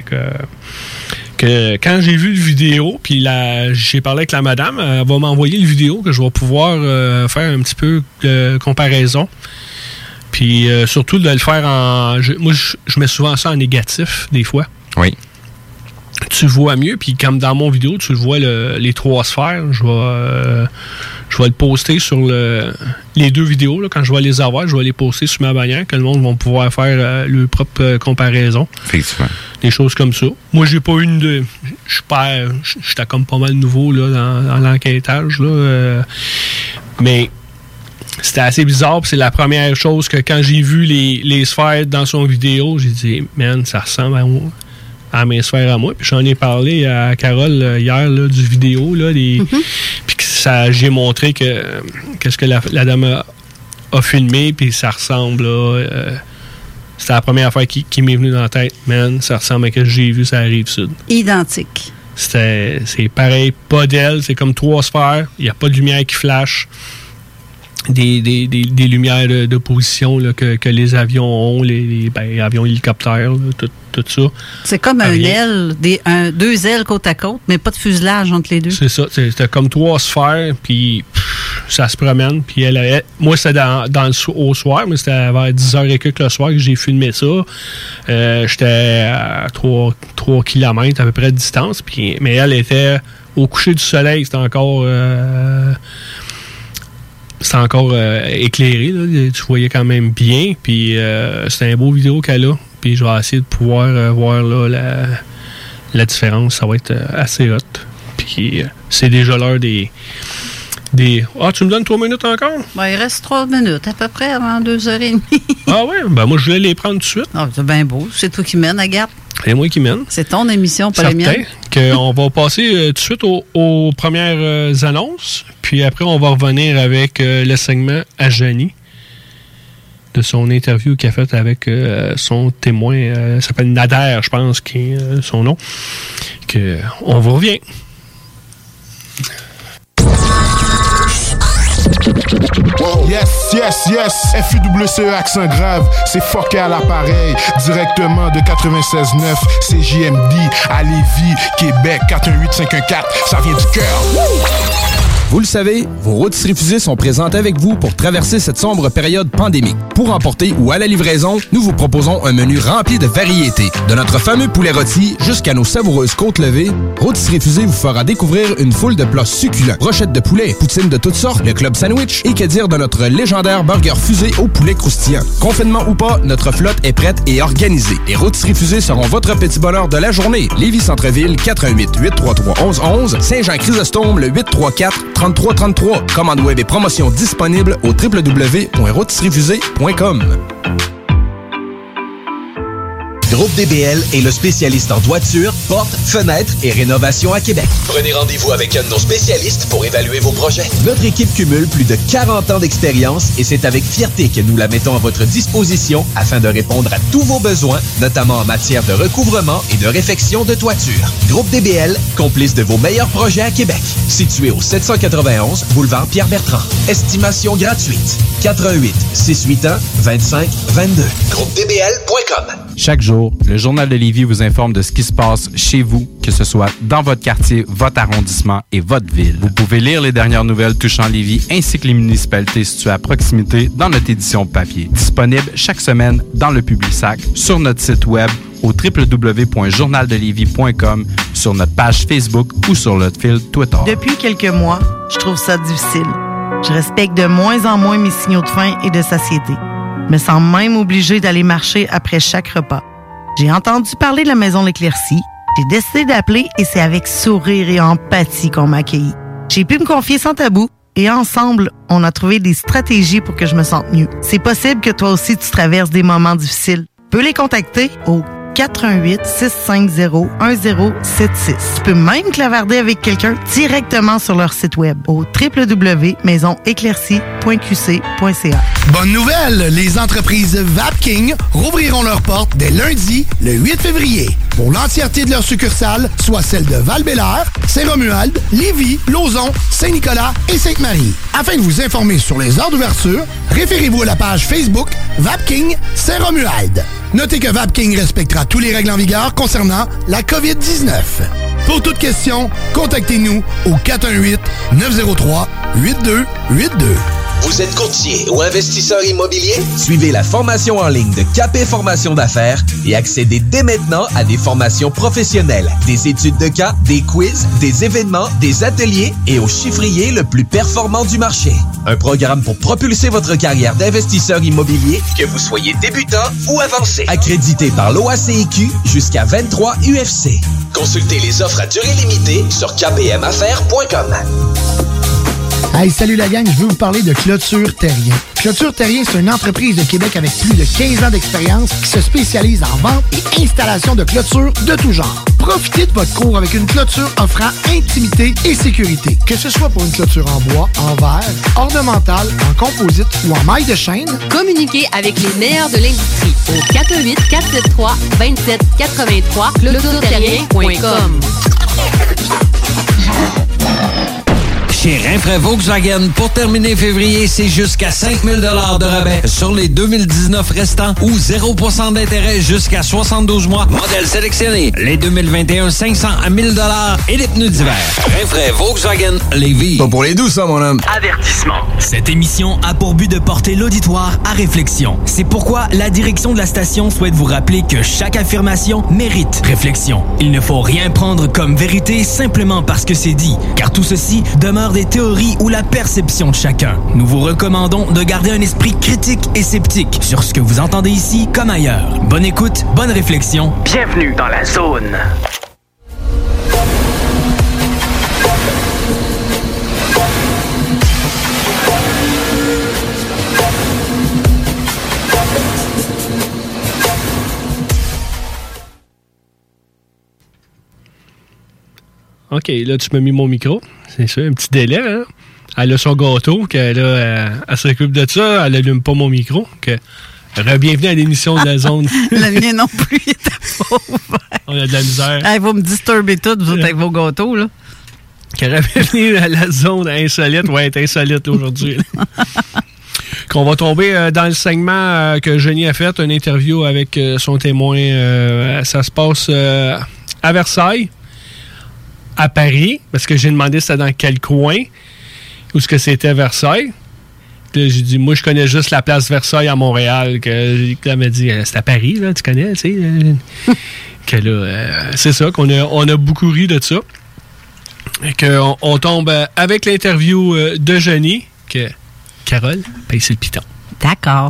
que quand j'ai vu le vidéo, puis j'ai parlé avec la madame, elle va m'envoyer le vidéo que je vais pouvoir faire un petit peu de comparaison. Puis surtout de le faire moi, je mets souvent ça en négatif, des fois. Oui. Tu vois mieux, puis comme dans mon vidéo, tu vois les 3 sphères, je vais le poster sur les 2 vidéos. Là, quand je vais les avoir, je vais les poster sur ma bannière, que le monde va pouvoir faire leur propre comparaison. Effectivement. Des choses comme ça. Moi, j'ai pas eu j'étais comme pas mal nouveau là, dans l'enquêtage. Là, mais c'était assez bizarre. C'est la première chose que quand j'ai vu les sphères dans son vidéo, j'ai dit, man, ça ressemble à mes sphères à moi. Puis j'en ai parlé à Carole hier là, du vidéo. Là, puis j'ai montré qu'est-ce que la dame a filmé, puis ça ressemble. Là, c'était la première affaire qui m'est venue dans la tête. Man, ça ressemble à ce que j'ai vu sur la Rive-Sud. Identique. C'est pareil, pas d'aile. C'est comme 3 sphères. Il n'y a pas de lumière qui flash. Des lumières de position là, que les avions ont, les avions hélicoptères, là, tout ça. C'est comme deux ailes côte à côte, mais pas de fuselage entre les deux. C'est ça. C'était comme 3 sphères, puis ça se promène. Puis moi, c'était au soir, mais c'était vers 10h et quelques le soir que j'ai filmé ça. J'étais à 3 km à peu près de distance, mais elle était au coucher du soleil. C'était encore... C'était encore éclairé, là. Tu voyais quand même bien. Puis c'était un beau vidéo qu'elle a. Puis je vais essayer de pouvoir voir là, la différence. Ça va être assez hot. Puis c'est déjà l'heure des... Ah, tu me donnes 3 minutes encore? Ben, il reste 3 minutes à peu près avant 2h30. Ah ouais? Ben moi, je vais les prendre tout de suite. Ah, c'est bien beau. C'est toi qui mène, Agathe. C'est moi qui mène. C'est ton émission, pas la mienne. On va passer tout de suite aux premières annonces. Puis après, on va revenir avec le segment à Janie de son interview qu'il a faite avec son témoin. Ça s'appelle Nader, je pense, qui est son nom. On vous revient. Yes, FUWCE accent grave, c'est fucké à l'appareil, directement de 96.9, CJMD, à Lévis, Québec, 418-514, ça vient du cœur. Vous le savez, vos rôtisseries fusées sont présentes avec vous pour traverser cette sombre période pandémique. Pour emporter ou à la livraison, nous vous proposons un menu rempli de variétés. De notre fameux poulet rôti jusqu'à nos savoureuses côtes levées, Rôtisseries fusées vous fera découvrir une foule de plats succulents. Brochettes de poulet, poutines de toutes sortes, le club sandwich et que dire de notre légendaire burger fusé au poulet croustillant. Confinement ou pas, notre flotte est prête et organisée. Les Rôtisseries fusées seront votre petit bonheur de la journée. Lévis Centreville, 418-833-1111. Saint-Jean-Chrysostome, le 834-3333. Commande web et promotion disponible au www.rôtisseriesfusées.com. Groupe DBL est le spécialiste en toiture, portes, fenêtres et rénovation à Québec. Prenez rendez-vous avec un de nos spécialistes pour évaluer vos projets. Notre équipe cumule plus de 40 ans d'expérience et c'est avec fierté que nous la mettons à votre disposition afin de répondre à tous vos besoins, notamment en matière de recouvrement et de réfection de toiture. Groupe DBL, complice de vos meilleurs projets à Québec. Situé au 791 boulevard Pierre-Bertrand. Estimation gratuite. 88 681 25 22. GroupeDBL.com. Chaque jour, le Journal de Lévis vous informe de ce qui se passe chez vous, que ce soit dans votre quartier, votre arrondissement et votre ville. Vous pouvez lire les dernières nouvelles touchant Lévis ainsi que les municipalités situées à proximité dans notre édition papier. Disponible chaque semaine dans le Publisac, sur notre site web au www.journaldelevis.com, sur notre page Facebook ou sur notre fil Twitter. Depuis quelques mois, je trouve ça difficile. Je respecte de moins en moins mes signaux de faim et de satiété. Je me sens même obligée d'aller marcher après chaque repas. J'ai entendu parler de la Maison L'Éclaircie. J'ai décidé d'appeler et c'est avec sourire et empathie qu'on m'a accueilli. J'ai pu me confier sans tabou et ensemble, on a trouvé des stratégies pour que je me sente mieux. C'est possible que toi aussi tu traverses des moments difficiles. Tu peux les contacter au 418-650-1076. Tu peux même clavarder avec quelqu'un directement sur leur site web au www.maisonéclaircie.qc.ca. Bonne nouvelle! Les entreprises Vapking rouvriront leurs portes dès lundi, le 8 février. Pour l'entièreté de leurs succursales, soit celles de Val-Bélair, Saint-Romuald, Lévis, Lauson, Saint-Nicolas et Sainte-Marie. Afin de vous informer sur les heures d'ouverture, référez-vous à la page Facebook Vapking Saint-Romuald. Notez que Vapking respectera tous les règles en vigueur concernant la COVID-19. Pour toute question, contactez-nous au 418-903-8282. Vous êtes courtier ou investisseur immobilier? Suivez la formation en ligne de Capé Formation d'affaires et accédez dès maintenant à des formations professionnelles, des études de cas, des quiz, des événements, des ateliers et au chiffrier le plus performant du marché. Un programme pour propulser votre carrière d'investisseur immobilier, que vous soyez débutant ou avancé. Accrédité par l'OACIQ jusqu'à 23 UFC. Consultez les offres à durée limitée sur kpmaffaires.com. Hey, salut la gang, je veux vous parler de Clôture Terrien. Clôture Terrien, c'est une entreprise de Québec avec plus de 15 ans d'expérience qui se spécialise en vente et installation de clôtures de tout genre. Profitez de votre cour avec une clôture offrant intimité et sécurité. Que ce soit pour une clôture en bois, en verre, ornementale, en composite ou en maille de chaîne, communiquez avec les meilleurs de l'industrie au 418-473-2783 clôtureterrien.com. Chez Rinfraie Volkswagen, pour terminer février, c'est jusqu'à 5 000 $ de rabais sur les 2019 restants ou 0% d'intérêt jusqu'à 72 mois. Modèle sélectionné, les 2021 500 à 1 000 $ et les pneus d'hiver. Rinfraie Volkswagen Lévis. Pas pour les doux, ça, mon homme. Avertissement. Cette émission a pour but de porter l'auditoire à réflexion. C'est pourquoi la direction de la station souhaite vous rappeler que chaque affirmation mérite réflexion. Il ne faut rien prendre comme vérité simplement parce que c'est dit, car tout ceci demeure des théories ou la perception de chacun. Nous vous recommandons de garder un esprit critique et sceptique sur ce que vous entendez ici comme ailleurs. Bonne écoute, bonne réflexion. Bienvenue dans la zone. OK, là, tu m'as mis mon micro. C'est ça, un petit délai, hein? Elle a son gâteau, qu'elle elle s'occupe de ça, elle allume pas mon micro. Bienvenue à l'émission de la zone. La mienne non plus, il était pauvre. On a de la misère. Elle va me disturber tout, vous autres, avec vos gâteaux, là. Bienvenue à la zone insolite. Ouais, elle est insolite aujourd'hui. Qu'on va tomber dans le segment que Jenny a fait, une interview avec son témoin. Ça se passe à Versailles, à Paris, parce que j'ai demandé c'était dans quel coin. où ce que c'était Versailles. J'ai dit, moi, je connais juste la place Versailles à Montréal. Elle m'a dit, c'est à Paris, là, tu connais, tu sais. Que là, c'est ça, on a beaucoup ri de ça. Et qu'on tombe avec l'interview de Johnny, que Carole paye sur le piton. D'accord.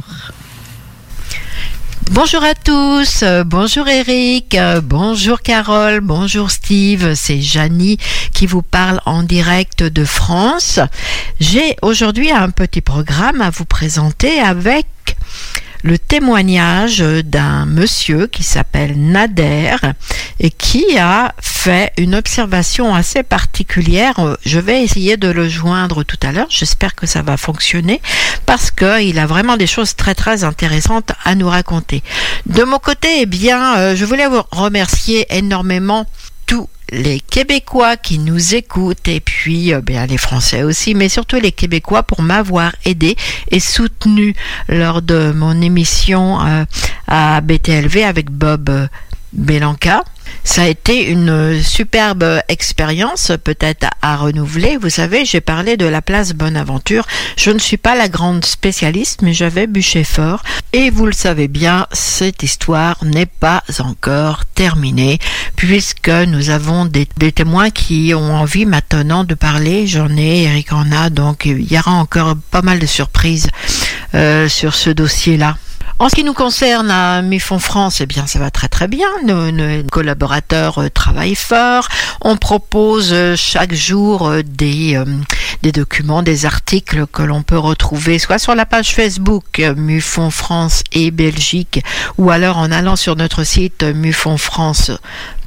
Bonjour à tous, bonjour Eric, bonjour Carole, bonjour Steve, c'est Janie qui vous parle en direct de France. J'ai aujourd'hui un petit programme à vous présenter avec le témoignage d'un monsieur qui s'appelle Nader et qui a fait une observation assez particulière. Je vais essayer de le joindre tout à l'heure. J'espère que ça va fonctionner parce qu'il a vraiment des choses très très intéressantes à nous raconter. De mon côté, eh bien, je voulais vous remercier énormément tous les Québécois qui nous écoutent et puis bien les Français aussi, mais surtout les Québécois pour m'avoir aidé et soutenu lors de mon émission à BTLV avec Bob Belanca. Ça a été une superbe expérience, peut-être à renouveler. Vous savez, j'ai parlé de la place Bonaventure. Je ne suis pas la grande spécialiste, mais j'avais bûché fort. Et vous le savez bien, cette histoire n'est pas encore terminée, puisque nous avons des témoins qui ont envie maintenant de parler. J'en ai, Eric en a, donc il y aura encore pas mal de surprises sur ce dossier-là. En ce qui nous concerne à MUFON France, eh bien, ça va très très bien. Nos collaborateurs travaillent fort. On propose chaque jour des documents, des articles que l'on peut retrouver soit sur la page Facebook MUFON France et Belgique ou alors en allant sur notre site mufonfrance.fr.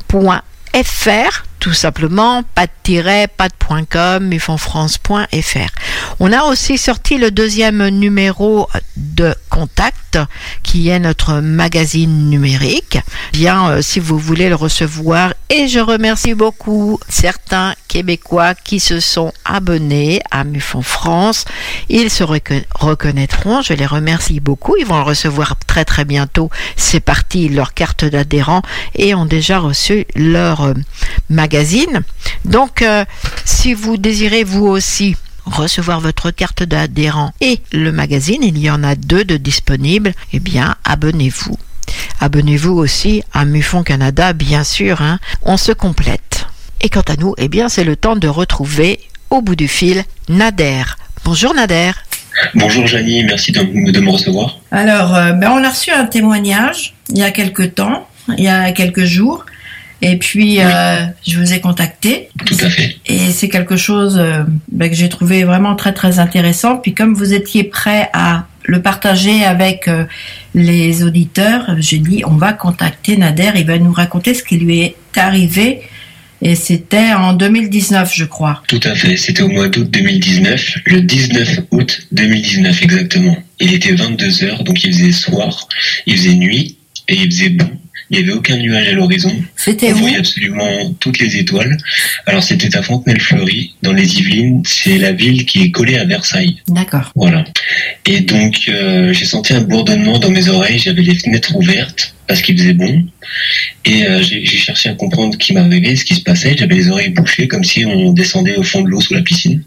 Tout simplement, pas de tiret, pas de .com, mufonfrance.fr. On a aussi sorti le deuxième numéro de Contact, qui est notre magazine numérique. Bien, si vous voulez le recevoir, et je remercie beaucoup certains Québécois qui se sont abonnés à MUFON France. Ils se reconnaîtront, je les remercie beaucoup. Ils vont le recevoir très très bientôt. C'est parti, leur carte d'adhérent, et ont déjà reçu leur magazine. Donc, si vous désirez vous aussi recevoir votre carte d'adhérent et le magazine, il y en a 2 de disponibles, eh bien, abonnez-vous. Abonnez-vous aussi à MUFON Canada, bien sûr, hein. On se complète. Et quant à nous, eh bien, c'est le temps de retrouver au bout du fil Nader. Bonjour Nader. Bonjour Janie, merci de me recevoir. Alors, on a reçu un témoignage il y a quelques temps, il y a quelques jours. Et puis, je vous ai contacté. Tout à fait. Et c'est quelque chose que j'ai trouvé vraiment très, très intéressant. Puis comme vous étiez prêt à le partager avec les auditeurs, j'ai dit, on va contacter Nader. Il va nous raconter ce qui lui est arrivé. Et c'était en 2019, je crois. Tout à fait. C'était au mois d'août 2019. Le 19 août 2019, exactement. Il était 22h, donc il faisait soir, il faisait nuit et il faisait beau. Il n'y avait aucun nuage à l'horizon. C'était où ? On voyait absolument toutes les étoiles. Alors c'était à Fontenay-le-Fleury, dans les Yvelines. C'est la ville qui est collée à Versailles. D'accord. Voilà. Et donc j'ai senti un bourdonnement dans mes oreilles. J'avais les fenêtres ouvertes parce qu'il faisait bon. Et j'ai cherché à comprendre ce qui m'arrivait, ce qui se passait. J'avais les oreilles bouchées comme si on descendait au fond de l'eau sous la piscine.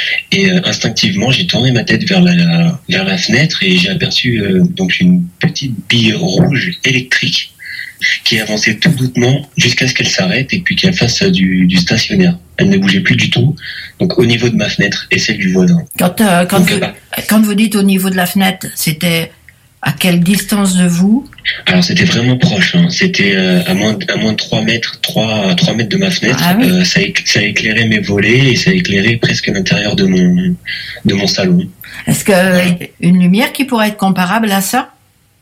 Et instinctivement, j'ai tourné ma tête vers la fenêtre et j'ai aperçu donc une petite bille rouge électrique qui avançait tout doucement jusqu'à ce qu'elle s'arrête et puis qu'elle fasse du stationnaire. Elle ne bougeait plus du tout, donc au niveau de ma fenêtre et celle du voisin. Quand vous dites au niveau de la fenêtre, c'était à quelle distance de vous ? Alors c'était vraiment proche, hein. C'était à moins de 3 mètres de ma fenêtre. Ah oui. Ça éclairait mes volets et ça éclairait presque l'intérieur de mon salon. Est-ce une lumière qui pourrait être comparable à ça ?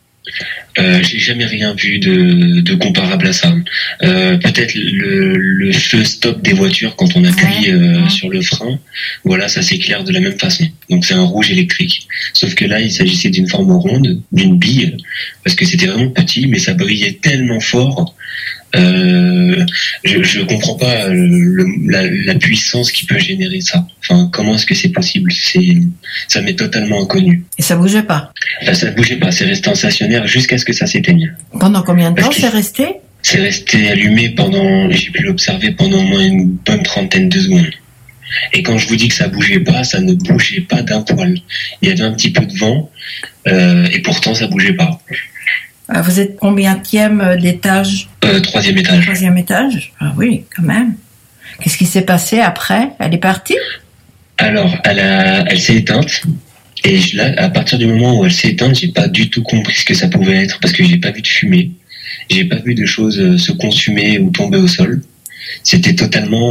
J'ai jamais rien vu de comparable à ça. Peut-être le feu stop des voitures quand on appuie sur le frein. Voilà, ça s'éclaire de la même façon. Donc c'est un rouge électrique. Sauf que là, il s'agissait d'une forme ronde, d'une bille, parce que c'était vraiment petit, mais ça brillait tellement fort. Je comprends pas la puissance qui peut générer ça. Enfin, comment est-ce que c'est possible ? Ça m'est totalement inconnu. Et ça bougeait pas ? Enfin, ça bougeait pas. C'est resté en stationnaire jusqu'à ce que ça s'éteigne. Pendant combien de temps c'est resté ? C'est resté allumé j'ai pu l'observer pendant au moins une bonne trentaine de secondes. Et quand je vous dis que ça bougeait pas, ça ne bougeait pas d'un poil. Il y avait un petit peu de vent, et pourtant ça bougeait pas. Vous êtes combienième d'étage? 3e étage. 3e étage? Ah oui, quand même. Qu'est-ce qui s'est passé après? Elle est partie? Alors, elle s'est éteinte. Et là, à partir du moment où elle s'est éteinte, j'ai pas du tout compris ce que ça pouvait être parce que j'ai pas vu de fumée. J'ai pas vu de choses se consumer ou tomber au sol. C'était totalement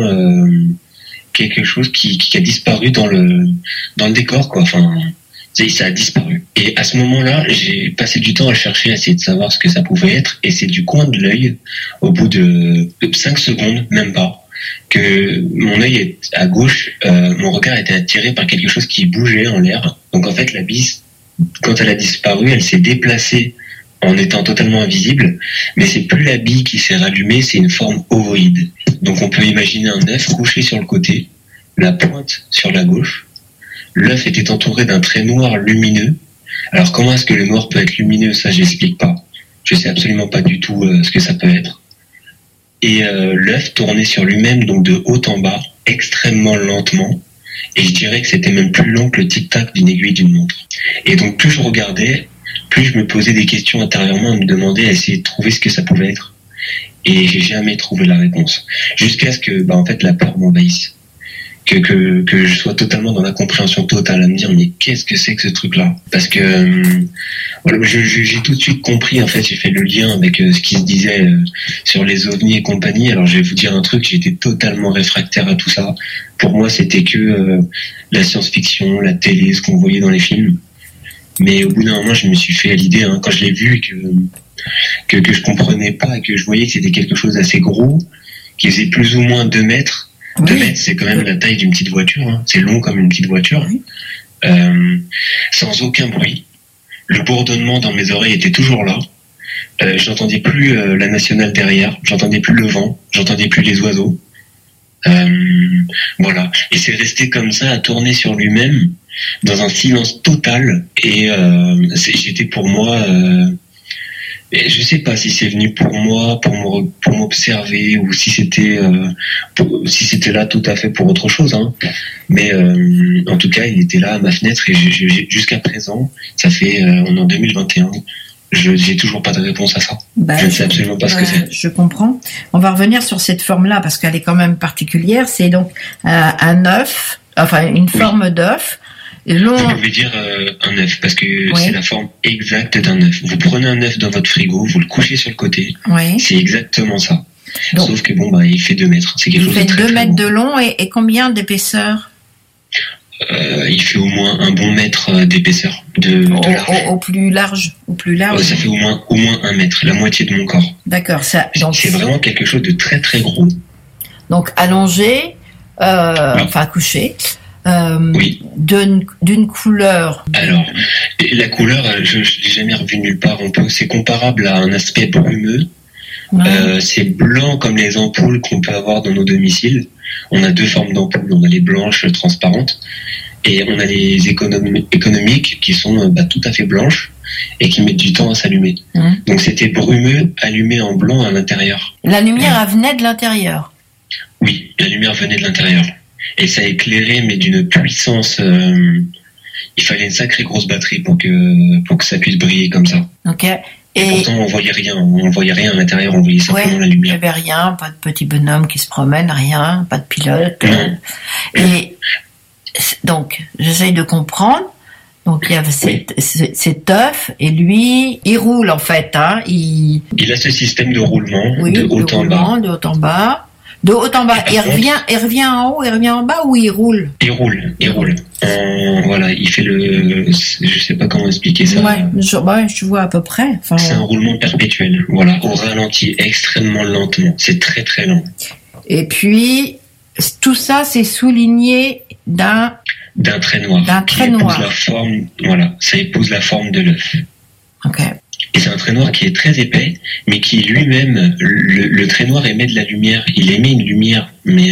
quelque chose qui a disparu dans le décor, quoi. Enfin, ça a disparu. Et à ce moment-là, j'ai passé du temps à chercher, à essayer de savoir ce que ça pouvait être. Et c'est du coin de l'œil, au bout de 5 secondes, même pas, que mon œil est à gauche, mon regard était attiré par quelque chose qui bougeait en l'air. Donc en fait, la bille, quand elle a disparu, elle s'est déplacée en étant totalement invisible, mais c'est plus la bille qui s'est rallumée, c'est une forme ovoïde. Donc on peut imaginer un œuf couché sur le côté, la pointe sur la gauche. L'œuf était entouré d'un trait noir lumineux. Alors comment est-ce que le noir peut être lumineux? Ça, j'explique pas. Je sais absolument pas du tout ce que ça peut être. Et l'œuf tournait sur lui-même, donc de haut en bas, extrêmement lentement. Et je dirais que c'était même plus lent que le tic-tac d'une aiguille d'une montre. Et donc plus je regardais, plus je me posais des questions intérieurement, à me demander, à essayer de trouver ce que ça pouvait être. Et j'ai jamais trouvé la réponse. Jusqu'à ce que, en fait, la peur m'envahisse. Que je sois totalement dans l'incompréhension totale, à me dire, mais qu'est-ce que c'est que ce truc-là? Parce que voilà, j'ai tout de suite compris, en fait, j'ai fait le lien avec ce qui se disait sur les ovnis et compagnie. Alors je vais vous dire un truc, j'étais totalement réfractaire à tout ça. Pour moi, c'était que la science-fiction, la télé, ce qu'on voyait dans les films. Mais au bout d'un moment, je me suis fait à l'idée, quand je l'ai vu et que je comprenais pas, et que je voyais que c'était quelque chose d'assez gros, qui faisait plus ou moins 2 mètres. 2 mètres, c'est quand même la taille d'une petite voiture. Hein. C'est long comme une petite voiture. Sans aucun bruit. Le bourdonnement dans mes oreilles était toujours là. J'entendais plus la nationale derrière. J'entendais plus le vent. J'entendais plus les oiseaux. Voilà. Et c'est resté comme ça, à tourner sur lui-même, dans un silence total. Et j'étais pour moi... Et je sais pas si c'est venu pour moi, pour m'observer, ou si c'était là tout à fait pour autre chose. Hein. Mais en tout cas, il était là à ma fenêtre et jusqu'à présent, ça fait on est en 2021. J'ai toujours pas de réponse à ça. Je ne sais absolument pas ce que c'est. Je comprends. On va revenir sur cette forme-là parce qu'elle est quand même particulière. C'est donc un œuf, enfin une forme d'œuf. Vous pouvez dire un œuf, parce que c'est la forme exacte d'un œuf. Vous prenez un œuf dans votre frigo, vous le couchez sur le côté. Oui. C'est exactement ça. Donc, sauf que il fait 2 mètres. C'est quelque chose de très, Il fait 2 mètres de long et combien d'épaisseur? Il fait au moins un bon mètre d'épaisseur. De large. Au plus large. Ça fait au moins 1 mètre, la moitié de mon corps. D'accord. C'est vraiment quelque chose de très très gros. Donc allongé, enfin couché. Oui. D'une couleur. Alors, la couleur, je l'ai jamais revue nulle part. C'est comparable à un aspect brumeux. Ouais. C'est blanc comme les ampoules qu'on peut avoir dans nos domiciles. On a 2 formes d'ampoules. On a les blanches transparentes et on a les économiques qui sont tout à fait blanches et qui mettent du temps à s'allumer. Donc c'était brumeux, allumé en blanc à l'intérieur. La lumière venait de l'intérieur. Oui, la lumière venait de l'intérieur. Et ça éclairait, mais d'une puissance... il fallait une sacrée grosse batterie pour que ça puisse briller comme ça. Ok. Et pourtant, on voyait rien à l'intérieur, on voyait simplement la lumière. Il n'y avait rien, pas de petit bonhomme qui se promène, rien, pas de pilote. Et donc, j'essaye de comprendre. Donc, il y avait cet œuf, et lui, il roule en fait. Hein, il a ce système de roulement, de haut en bas. De haut en bas. De haut en bas, il revient en haut, il revient en bas, ou il roule? Il roule. Voilà, il fait je sais pas comment expliquer ça. Je vois à peu près. Enfin, c'est un roulement perpétuel, voilà, au ralenti, extrêmement lentement. C'est très très lent. Et puis, tout ça, c'est souligné d'un trait noir. Épouse la forme, voilà, ça épouse la forme de l'œuf. Ok. Et c'est un trait noir qui est très épais, mais qui lui-même, le trait noir émet de la lumière. Il émet une lumière, mais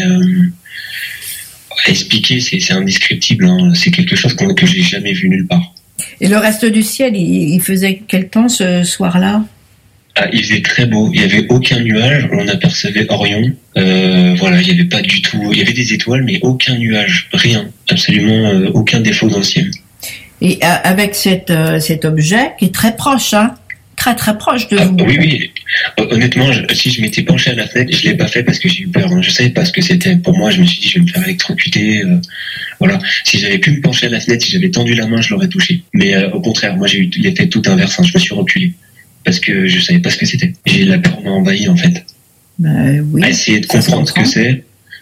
à expliquer, c'est indescriptible. Hein. C'est quelque chose que j'ai jamais vu nulle part. Et le reste du ciel, il faisait quel temps ce soir-là? Ah, il faisait très beau, il n'y avait aucun nuage, on apercevait Orion, voilà, il n'y avait pas du tout, il y avait des étoiles, mais aucun nuage, rien, absolument aucun défaut dans le ciel. Et avec cet objet qui est très proche, hein, très très proche de vous. Oui. Honnêtement, si je m'étais penché à la fenêtre, je l'ai pas fait parce que j'ai eu peur. Hein. Je savais pas ce que c'était. Pour moi, je me suis dit, je vais me faire électrocuter. Voilà. Si j'avais pu me pencher à la fenêtre, si j'avais tendu la main, je l'aurais touché. Mais au contraire, moi, j'ai eu l'effet tout inverse. Hein. Je me suis reculé parce que je savais pas ce que c'était. La peur m'a envahi en fait. Oui. À essayer de comprendre ce que c'est.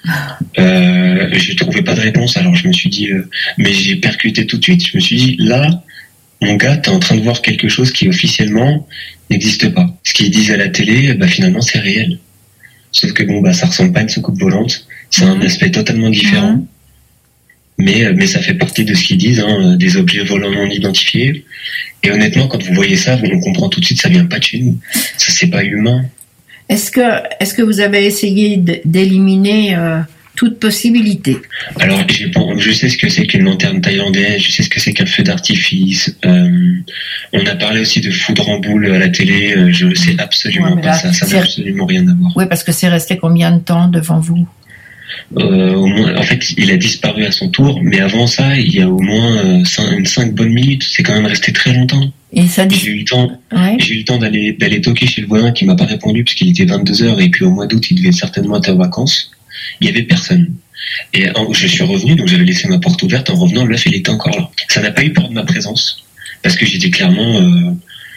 Je trouvais pas de réponse. Alors je me suis dit, mais j'ai percuté tout de suite. Je me suis dit, là, mon gars, t'es en train de voir quelque chose qui officiellement n'existe pas. Ce qu'ils disent à la télé, finalement, c'est réel. Sauf que ça ressemble pas à une soucoupe volante. C'est un aspect totalement différent. Mais ça fait partie de ce qu'ils disent, hein, des objets volants non identifiés. Et honnêtement, quand vous voyez ça, on comprend tout de suite, ça vient pas de chez nous. Ça, c'est pas humain. Est-ce que vous avez essayé d'éliminer toute possibilité? Alors, je sais ce que c'est qu'une lanterne thaïlandaise, je sais ce que c'est qu'un feu d'artifice. On a parlé aussi de foudre en boule à la télé. Je sais absolument pas ça. Ça n'a absolument rien à voir. Oui, parce que c'est resté combien de temps devant vous? Au moins, en fait, il a disparu à son tour, mais avant ça, il y a au moins 5 bonnes minutes. C'est quand même resté très longtemps. Et ça J'ai eu le temps d'aller toquer chez le voisin qui m'a pas répondu puisqu'il était 22h et puis au mois d'août, il devait certainement être en vacances. Il y avait personne. Et je suis revenu, donc j'avais laissé ma porte ouverte. En revenant, l'œuf, il était encore là. Ça n'a pas eu peur de ma présence parce que j'étais clairement...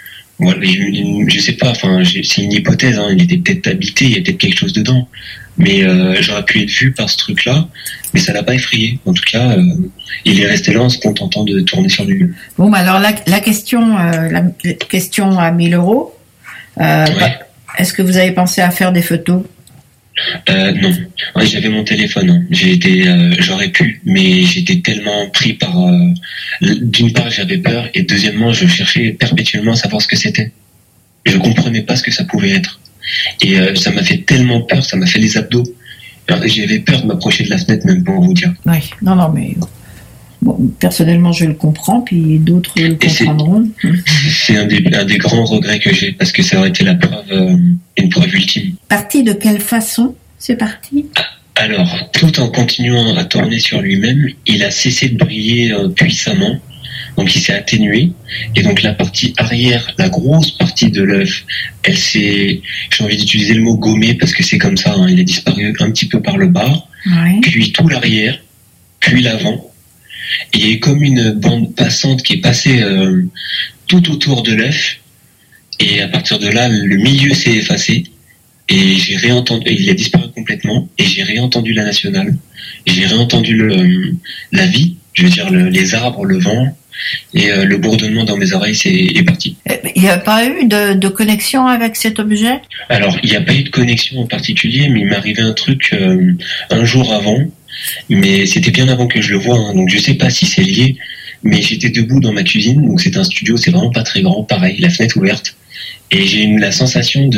je sais pas, c'est une hypothèse, hein, il était peut-être habité, il y a peut-être quelque chose dedans. Mais j'aurais pu être vu par ce truc-là, mais ça l'a pas effrayé. En tout cas, il est resté là en se contentant de tourner sur lui. Bon, alors la question à 1 000 €, est-ce que vous avez pensé à faire des photos? Non, j'avais mon téléphone. Hein. J'aurais pu, mais j'étais tellement pris par. D'une part, j'avais peur, et deuxièmement, je cherchais perpétuellement à savoir ce que c'était. Je comprenais pas ce que ça pouvait être, et ça m'a fait tellement peur, ça m'a fait les abdos. Alors, j'avais peur de m'approcher de la fenêtre, même pour vous dire. Oui, non, mais personnellement, je le comprends, puis d'autres le comprendront. C'est un des grands regrets que j'ai, parce que ça aurait été une preuve ultime. Parti de quelle façon c'est parti? Alors, tout en continuant à tourner sur lui-même, il a cessé de briller puissamment, donc il s'est atténué, et donc la partie arrière, la grosse partie de l'œuf, elle s'est, j'ai envie d'utiliser le mot gommé parce que c'est comme ça, hein, il a disparu un petit peu par le bas, puis tout l'arrière, puis l'avant. Et il y a eu comme une bande passante qui est passée tout autour de l'œuf, et à partir de là, le milieu s'est effacé, et j'ai réentendu, il a disparu complètement, et j'ai réentendu la nationale, et j'ai réentendu la vie, je veux dire les arbres, le vent, et le bourdonnement dans mes oreilles est parti. Il n'y a pas eu de connexion avec cet objet? Alors, il n'y a pas eu de connexion en particulier, mais il m'est arrivé un truc un jour avant, mais c'était bien avant que je le voie, hein, donc je sais pas si c'est lié, mais j'étais debout dans ma cuisine, donc c'est un studio, c'est vraiment pas très grand, pareil, la fenêtre ouverte, et j'ai eu la sensation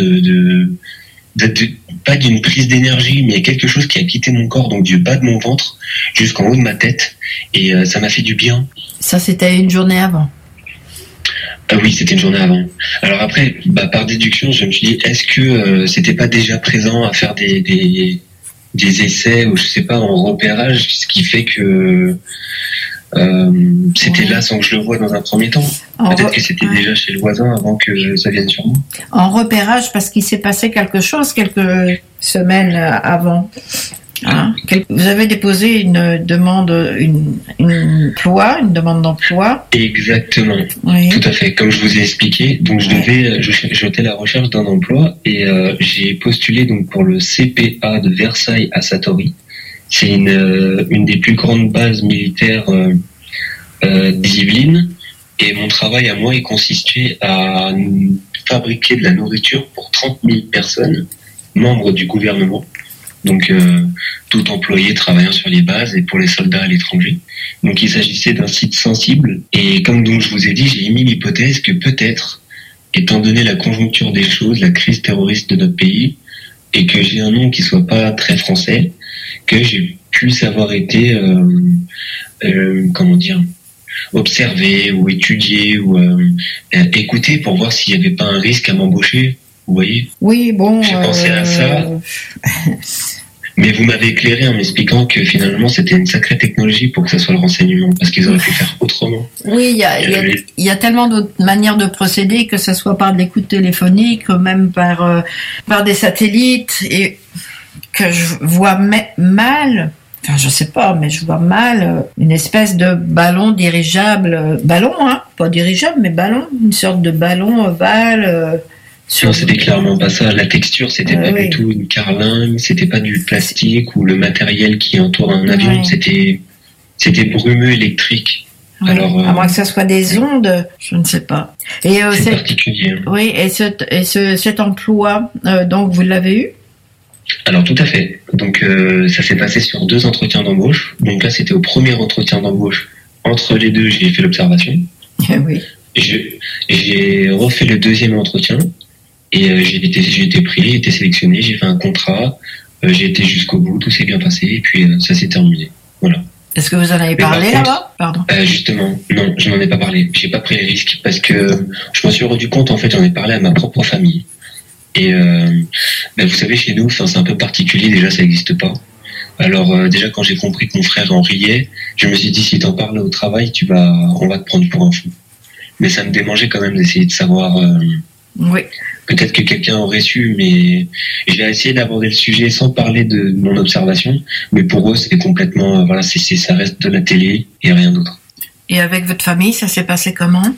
pas d'une prise d'énergie, mais quelque chose qui a quitté mon corps, donc du bas de mon ventre jusqu'en haut de ma tête, et ça m'a fait du bien. Ça, c'était une journée avant? Oui, c'était une journée avant. Alors après, par déduction, je me suis dit, est-ce que c'était pas déjà présent à faire des essais, ou je sais pas, en repérage, ce qui fait que c'était là sans que je le voie dans un premier temps. Peut-être que c'était déjà chez le voisin avant que ça vienne sur moi. En repérage, parce qu'il s'est passé quelque chose quelques semaines avant. Hein? Vous avez déposé une demande, une demande d'emploi. Exactement. Oui. Tout à fait. Comme je vous ai expliqué, donc j'étais à la recherche d'un emploi, et j'ai postulé donc pour le CPA de Versailles à Satori. C'est une des plus grandes bases militaires des Yvelines, et mon travail à moi, il consistait à fabriquer de la nourriture pour 30 000 personnes, membres du gouvernement, donc tout employé travaillant sur les bases et pour les soldats à l'étranger. Donc il s'agissait d'un site sensible, et comme donc je vous ai dit, j'ai émis l'hypothèse que peut-être, étant donné la conjoncture des choses, la crise terroriste de notre pays, et que j'ai un nom qui soit pas très français, que j'ai pu avoir été observé ou étudié ou écouté pour voir s'il n'y avait pas un risque à m'embaucher vous voyez. Oui, bon. J'ai pensé à ça. Mais vous m'avez éclairé en m'expliquant que finalement c'était une sacrée technologie pour que ça soit le renseignement, parce qu'ils auraient pu faire autrement. Oui, il y a tellement d'autres manières de procéder, que ce soit par de l'écoute téléphonique, même par des satellites, et que je vois mal, enfin je sais pas, mais je vois mal une espèce de ballon dirigeable, pas dirigeable, mais ballon, une sorte de ballon ovale. Non, c'était clairement pas ça. La texture, c'était pas du tout une carlingue, c'était pas du plastique ou le matériel qui entoure un avion, c'était brumeux électrique. Ouais. Alors, à moins que ça soit des ondes, je ne sais pas. Et c'est particulier. Oui, et cet emploi, donc vous l'avez eu? Alors tout à fait. Donc ça s'est passé sur 2 entretiens d'embauche. Donc là, c'était au premier entretien d'embauche. Entre les deux, j'ai fait l'observation. Oui. J'ai refait le deuxième entretien. Et j'ai été pris, j'ai été sélectionné, j'ai fait un contrat, j'ai été jusqu'au bout, tout s'est bien passé, et puis ça s'est terminé. Voilà. Est-ce que vous en avez parlé là-bas? Pardon. Justement, non, je n'en ai pas parlé. J'ai pas pris les risques parce que je m'en suis rendu compte, en fait, j'en ai parlé à ma propre famille. Et vous savez, chez nous, c'est un peu particulier, déjà, ça n'existe pas. Alors déjà, quand j'ai compris que mon frère en riait, je me suis dit, si t'en parles au travail, on va te prendre pour un fou. Mais ça me démangeait quand même d'essayer de savoir... Oui. Peut-être que quelqu'un aurait su, mais j'ai essayé d'aborder le sujet sans parler de mon observation. Mais pour eux, c'est complètement, ça reste de la télé et rien d'autre. Et avec votre famille, ça s'est passé comment?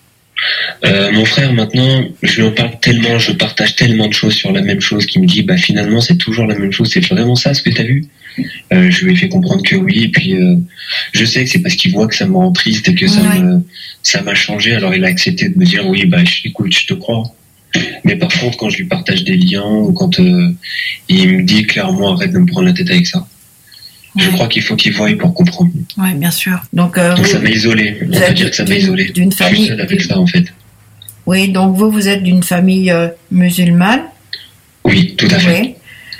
Mon frère, maintenant, je lui en parle tellement, je partage tellement de choses sur la même chose qu'il me dit, finalement, c'est toujours la même chose. C'est vraiment ça ce que t'as vu? Je lui ai fait comprendre que oui, et puis je sais que c'est parce qu'il voit que ça me rend triste et que ça m'a changé. Alors il a accepté de me dire oui, écoute, je te crois. Mais par contre, quand je lui partage des liens ou quand il me dit clairement arrête de me prendre la tête avec ça, je crois qu'il faut qu'il voie pour comprendre. Oui, bien sûr. Donc ça m'a isolé. On peut dire que ça m'a isolé. D'une famille. Je suis seul avec ça en fait. Oui, donc vous êtes d'une famille musulmane. Oui, tout à fait.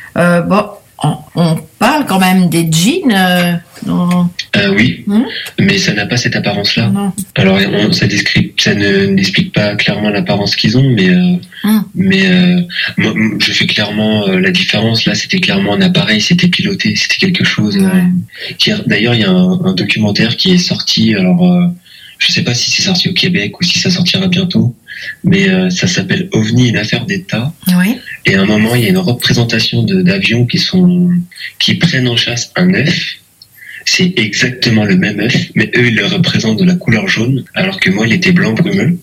On parle quand même des djinns. Oui, mais ça n'a pas cette apparence-là. Non. Alors, ça n'explique pas clairement l'apparence qu'ils ont, mais moi, je fais clairement la différence. Là, c'était clairement un appareil, c'était piloté, c'était quelque chose. D'ailleurs, il y a un documentaire qui est sorti. Alors, je sais pas si c'est sorti au Québec ou si ça sortira bientôt, mais ça s'appelle OVNI, une affaire d'État. Oui. Et à un moment, il y a une représentation d'avions qui prennent en chasse un œuf. C'est exactement le même œuf, mais eux, ils le représentent de la couleur jaune, alors que moi, il était blanc brumeux.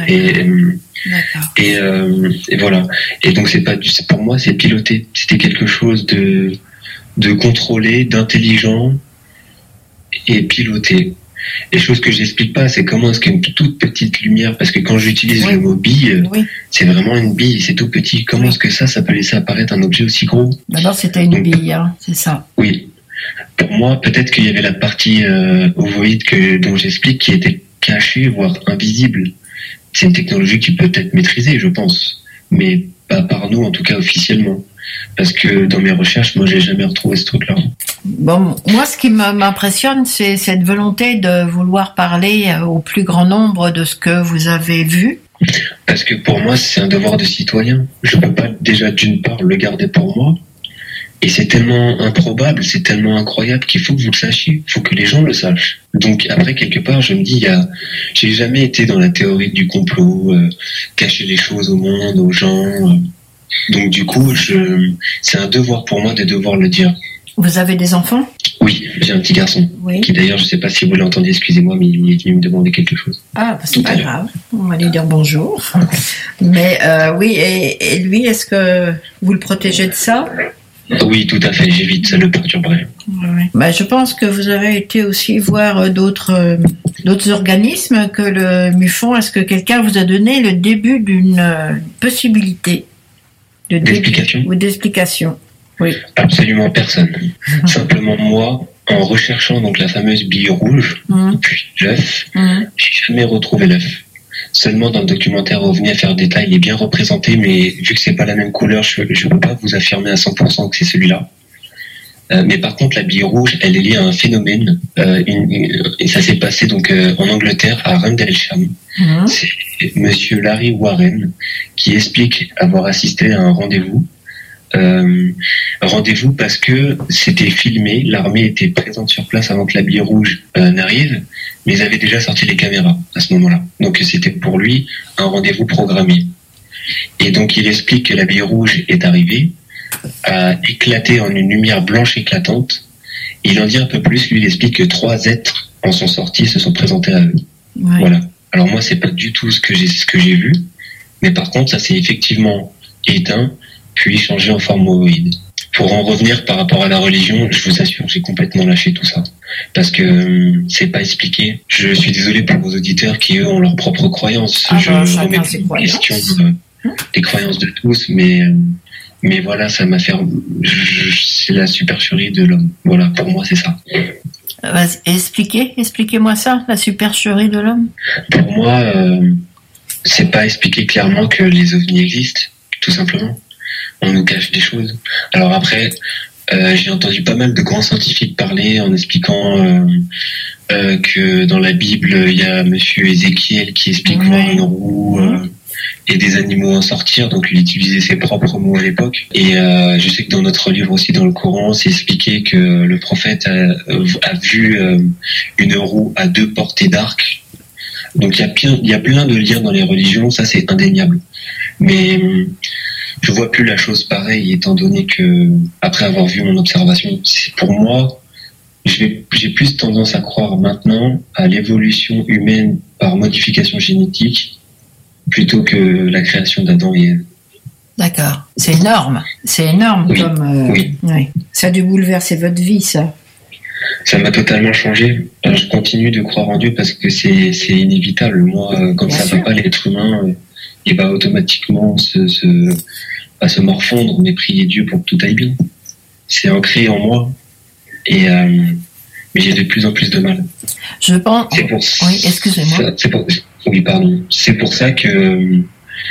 Et voilà. Et donc, pour moi, c'est piloté. C'était quelque chose de contrôlé, d'intelligent et piloté. Les choses que j'explique pas, c'est comment est-ce qu'une toute petite lumière, parce que quand j'utilise le mot bille, c'est vraiment une bille, c'est tout petit. Comment est-ce que ça peut laisser apparaître un objet aussi gros? D'abord, c'était une bille, c'est ça. Oui. Pour moi, peut-être qu'il y avait la partie ovoïde dont j'explique qui était cachée, voire invisible. C'est une technologie qui peut être maîtrisée, je pense, mais pas par nous, en tout cas officiellement. Parce que dans mes recherches, moi, j'ai jamais retrouvé ce truc-là. Bon, moi, ce qui m'impressionne, c'est cette volonté de vouloir parler au plus grand nombre de ce que vous avez vu. Parce que pour moi, c'est un devoir de citoyen. Je peux pas déjà, d'une part, le garder pour moi. Et c'est tellement improbable, c'est tellement incroyable qu'il faut que vous le sachiez. Il faut que les gens le sachent. Donc après, quelque part, je me dis, j'ai jamais été dans la théorie du complot, cacher les choses au monde, aux gens. Donc du coup, c'est un devoir pour moi de devoir le dire. Vous avez des enfants? Oui, j'ai un petit garçon. Oui. Qui d'ailleurs, je sais pas si vous l'entendez, excusez-moi, mais il est venu me demander quelque chose. Ah, c'est pas grave. On va lui dire bonjour. Mais oui, et lui, est-ce que vous le protégez de ça? Oui, tout à fait, j'évite, ça le perturberait. Ouais. Je pense que vous avez été aussi voir d'autres organismes que le MUFON. Est-ce que quelqu'un vous a donné le début d'une possibilité d'explication? Oui. Absolument personne. Simplement moi, en recherchant donc la fameuse bille rouge, puis l'œuf, j'ai jamais retrouvé l'œuf. Seulement dans le documentaire OVNI Affaire d'État, il est bien représenté, mais vu que c'est pas la même couleur, je peux pas vous affirmer à 100% que c'est celui-là. Mais par contre, la bille rouge, elle est liée à un phénomène. Et ça s'est passé donc en Angleterre, à Rendlesham. C'est Monsieur Larry Warren qui explique avoir assisté à un rendez-vous. Rendez-vous parce que c'était filmé, l'armée était présente sur place avant que la bille rouge n'arrive, mais ils avaient déjà sorti les caméras à ce moment-là. Donc c'était pour lui un rendez-vous programmé. Et donc il explique que la bille rouge est arrivée, a éclaté en une lumière blanche éclatante. Il en dit un peu plus, lui il explique que 3 êtres en sont sortis, se sont présentés à eux. Ouais. Voilà. Alors moi c'est pas du tout ce que j'ai vu, mais par contre ça s'est effectivement éteint, puis changé en forme ovoïde. Pour en revenir par rapport à la religion, je vous assure, j'ai complètement lâché tout ça. Parce que c'est pas expliqué. Je suis désolé pour vos auditeurs qui, eux, ont leurs propres croyances. Je remets en question les croyances de tous, mais voilà, ça m'a fait... c'est la supercherie de l'homme. Voilà, pour moi, c'est ça. Expliquez-moi ça, la supercherie de l'homme. Pour moi, c'est pas expliqué clairement que les ovnis existent, tout simplement. On nous cache des choses. Alors après, j'ai entendu pas mal de grands scientifiques parler en expliquant que dans la Bible, il y a Monsieur Ézéchiel qui explique voir une roue et des animaux en sortir. Donc il utilisait ses propres mots à l'époque. Et je sais que dans notre livre aussi, dans le Coran, c'est expliqué que le prophète a vu une roue à 2 portées d'arc. Donc il y a plein de liens dans les religions, ça c'est indéniable. Mais je vois plus la chose pareille, étant donné que, après avoir vu mon observation, pour moi, j'ai plus tendance à croire maintenant à l'évolution humaine par modification génétique plutôt que la création d'Adam et Ève. D'accord. C'est énorme. Oui. Comme. Oui. Ouais. Ça a dû bouleverser votre vie, ça. Ça m'a totalement changé. Alors, je continue de croire en Dieu parce que c'est inévitable. Moi, quand ça va pas, l'être humain, il va automatiquement se morfondre, mais prier Dieu pour que tout aille bien. C'est ancré en moi. Mais j'ai de plus en plus de mal. Je pense. Oui, excusez-moi. Oui, pardon. C'est pour ça que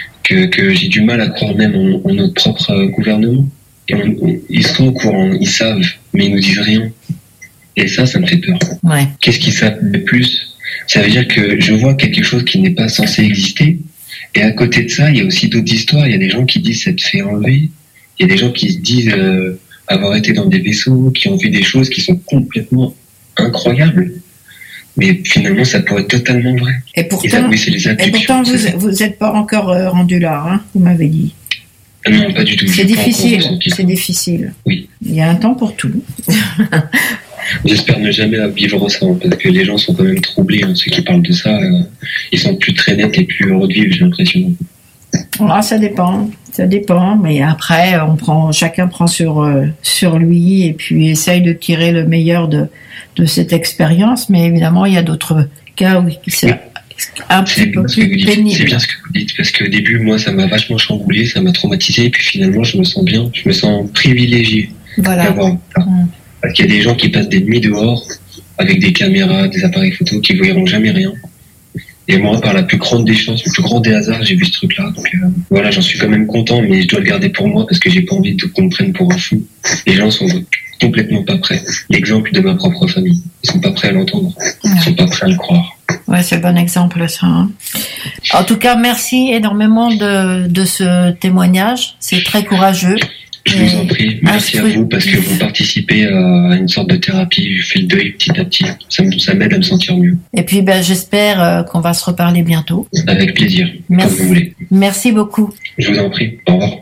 j'ai du mal à croire même en notre propre gouvernement. Et ils sont au courant, ils savent, mais ils nous disent rien. Et ça me fait peur. Ouais. Qu'est-ce qu'ils savent de plus? Ça veut dire que je vois quelque chose qui n'est pas censé exister. Et à côté de ça, il y a aussi d'autres histoires. Il y a des gens qui disent s'être fait enlever. Il y a des gens qui se disent avoir été dans des vaisseaux, qui ont vu des choses qui sont complètement incroyables. Mais finalement, ça pourrait être totalement vrai. Et pourtant, vous n'êtes pas encore rendu là, hein, vous m'avez dit. Non, pas du tout. C'est difficile. C'est difficile. Oui. Il y a un temps pour tout. J'espère ne jamais vivre ça, parce que les gens sont quand même troublés. Ceux qui parlent de ça, ils sont plus très nets et plus heureux de vivre, j'ai l'impression. Ah, ça dépend, mais après, chacun prend sur lui et puis essaye de tirer le meilleur de cette expérience. Mais évidemment, il y a d'autres cas où c'est un petit peu plus pénible. C'est bien ce que vous dites, parce qu'au début, moi, ça m'a vachement chamboulé, ça m'a traumatisé, et puis finalement, je me sens bien, je me sens privilégié. Voilà. Parce qu'il y a des gens qui passent des nuits dehors avec des caméras, des appareils photo qui ne verront jamais rien. Et moi, par la plus grande des chances, le plus grand des hasards, j'ai vu ce truc-là. Donc voilà, j'en suis quand même content, mais je dois le garder pour moi parce que j'ai pas envie qu'on me prenne pour un fou. Les gens sont complètement pas prêts. L'exemple de ma propre famille, ils sont pas prêts à l'entendre, ils sont pas prêts à le croire. Ouais, c'est le bon exemple, ça. Hein. En tout cas, merci énormément de ce témoignage. C'est très courageux. Je vous en prie, merci à vous parce que vous participez à une sorte de thérapie. Je fais le deuil petit à petit. Ça m'aide à me sentir mieux. Et puis, j'espère qu'on va se reparler bientôt. Avec plaisir, merci. Comme vous voulez. Merci beaucoup. Je vous en prie. Au revoir.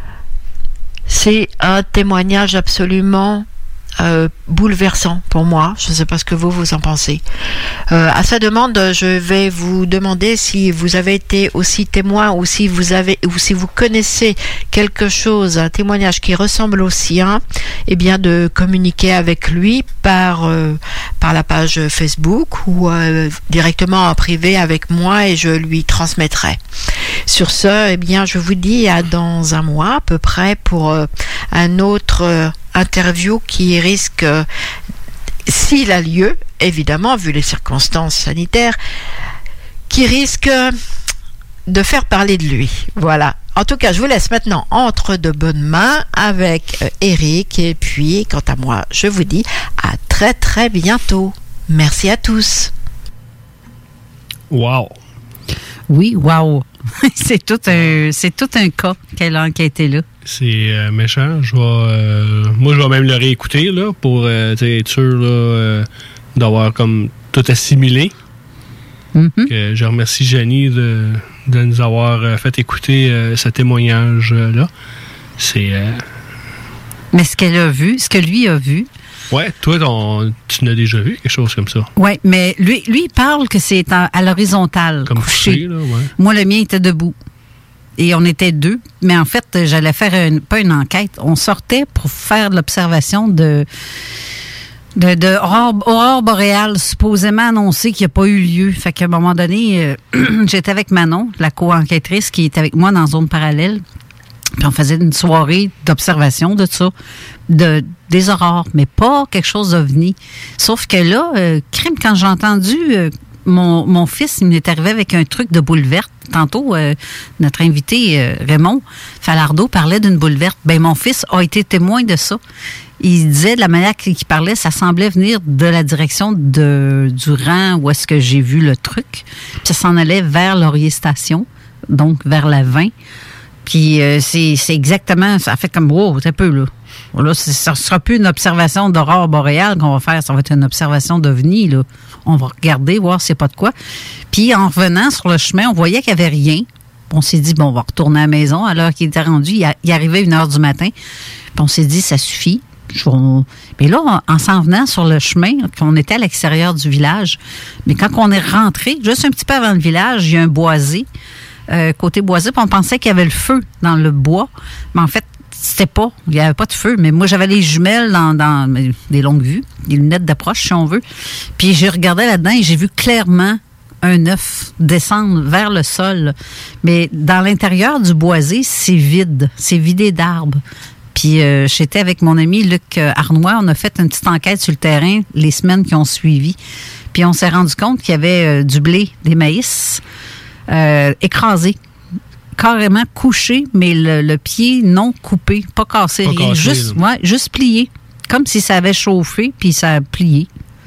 C'est un témoignage absolument bouleversant pour moi. Je ne sais pas ce que vous en pensez. À sa demande, je vais vous demander si vous avez été aussi témoin ou si vous connaissez quelque chose, un témoignage qui ressemble au sien, eh bien de communiquer avec lui par la page Facebook ou directement en privé avec moi et je lui transmettrai. Sur ce, eh bien, je vous dis à dans un mois à peu près pour un autre interview qui risque, s'il a lieu, évidemment, vu les circonstances sanitaires, qui risque de faire parler de lui. Voilà. En tout cas, je vous laisse maintenant entre de bonnes mains avec Éric. Et puis, quant à moi, je vous dis à très, très bientôt. Merci à tous. Wow. Oui, wow. C'est tout un cas qu'elle a enquêté là. C'est méchant. Moi, je vais même le réécouter là, pour être sûr là, d'avoir comme tout assimilé. Que je remercie Janie de nous avoir fait écouter ce témoignage-là. Mais ce qu'elle a vu, ce que lui a vu... Ouais, toi, tu n'as déjà vu quelque chose comme ça. Oui, mais lui, il parle que c'est à l'horizontale, comme couché. Là, ouais. Moi, le mien était debout. Et on était deux. Mais en fait, j'allais faire pas une enquête. On sortait pour faire de l'observation de aurore boréale, supposément annoncée qui n'a pas eu lieu. Fait qu'à un moment donné, j'étais avec Manon, la co-enquêtrice, qui était avec moi dans Zone Parallèle. Puis on faisait une soirée d'observation de ça, des aurores, mais pas quelque chose d'ovni. Sauf que là, crime, quand j'ai entendu mon fils, il m'est arrivé avec un truc de boule verte. Tantôt, notre invité, Raymond Falardeau, parlait d'une boule verte. Ben, mon fils a été témoin de ça. Il disait, de la manière qu'il parlait, ça semblait venir de la direction du rang où est-ce que j'ai vu le truc. Puis ça s'en allait vers Laurier Station, donc vers la 20. Puis c'est exactement, ça fait comme, wow, c'est un peu, là. Là, ça ne sera plus une observation d'aurore boréale qu'on va faire, ça va être une observation d'OVNI, là. On va regarder, voir s'il n'y a pas de quoi. Puis en revenant sur le chemin, on voyait qu'il n'y avait rien. On s'est dit, bon, on va retourner à la maison. À l'heure qu'il était rendu, il arrivait 1h du matin. Puis on s'est dit, ça suffit. Mais là, en s'en venant sur le chemin, on était à l'extérieur du village. Mais quand on est rentré, juste un petit peu avant le village, il y a un boisé. Côté boisé, puis on pensait qu'il y avait le feu dans le bois. Mais en fait, c'était pas. Il n'y avait pas de feu. Mais moi, j'avais les jumelles dans des longues vues, des lunettes d'approche, si on veut. Puis j'ai regardé là-dedans et j'ai vu clairement un œuf descendre vers le sol. Mais dans l'intérieur du boisé, c'est vide. C'est vidé d'arbres. Puis j'étais avec mon ami Luc Arnois. On a fait une petite enquête sur le terrain les semaines qui ont suivi. Puis on s'est rendu compte qu'il y avait du blé, des maïs, écrasé, carrément couché, mais le pied non coupé, pas cassé, rien, juste plié, comme si ça avait chauffé, puis ça a plié.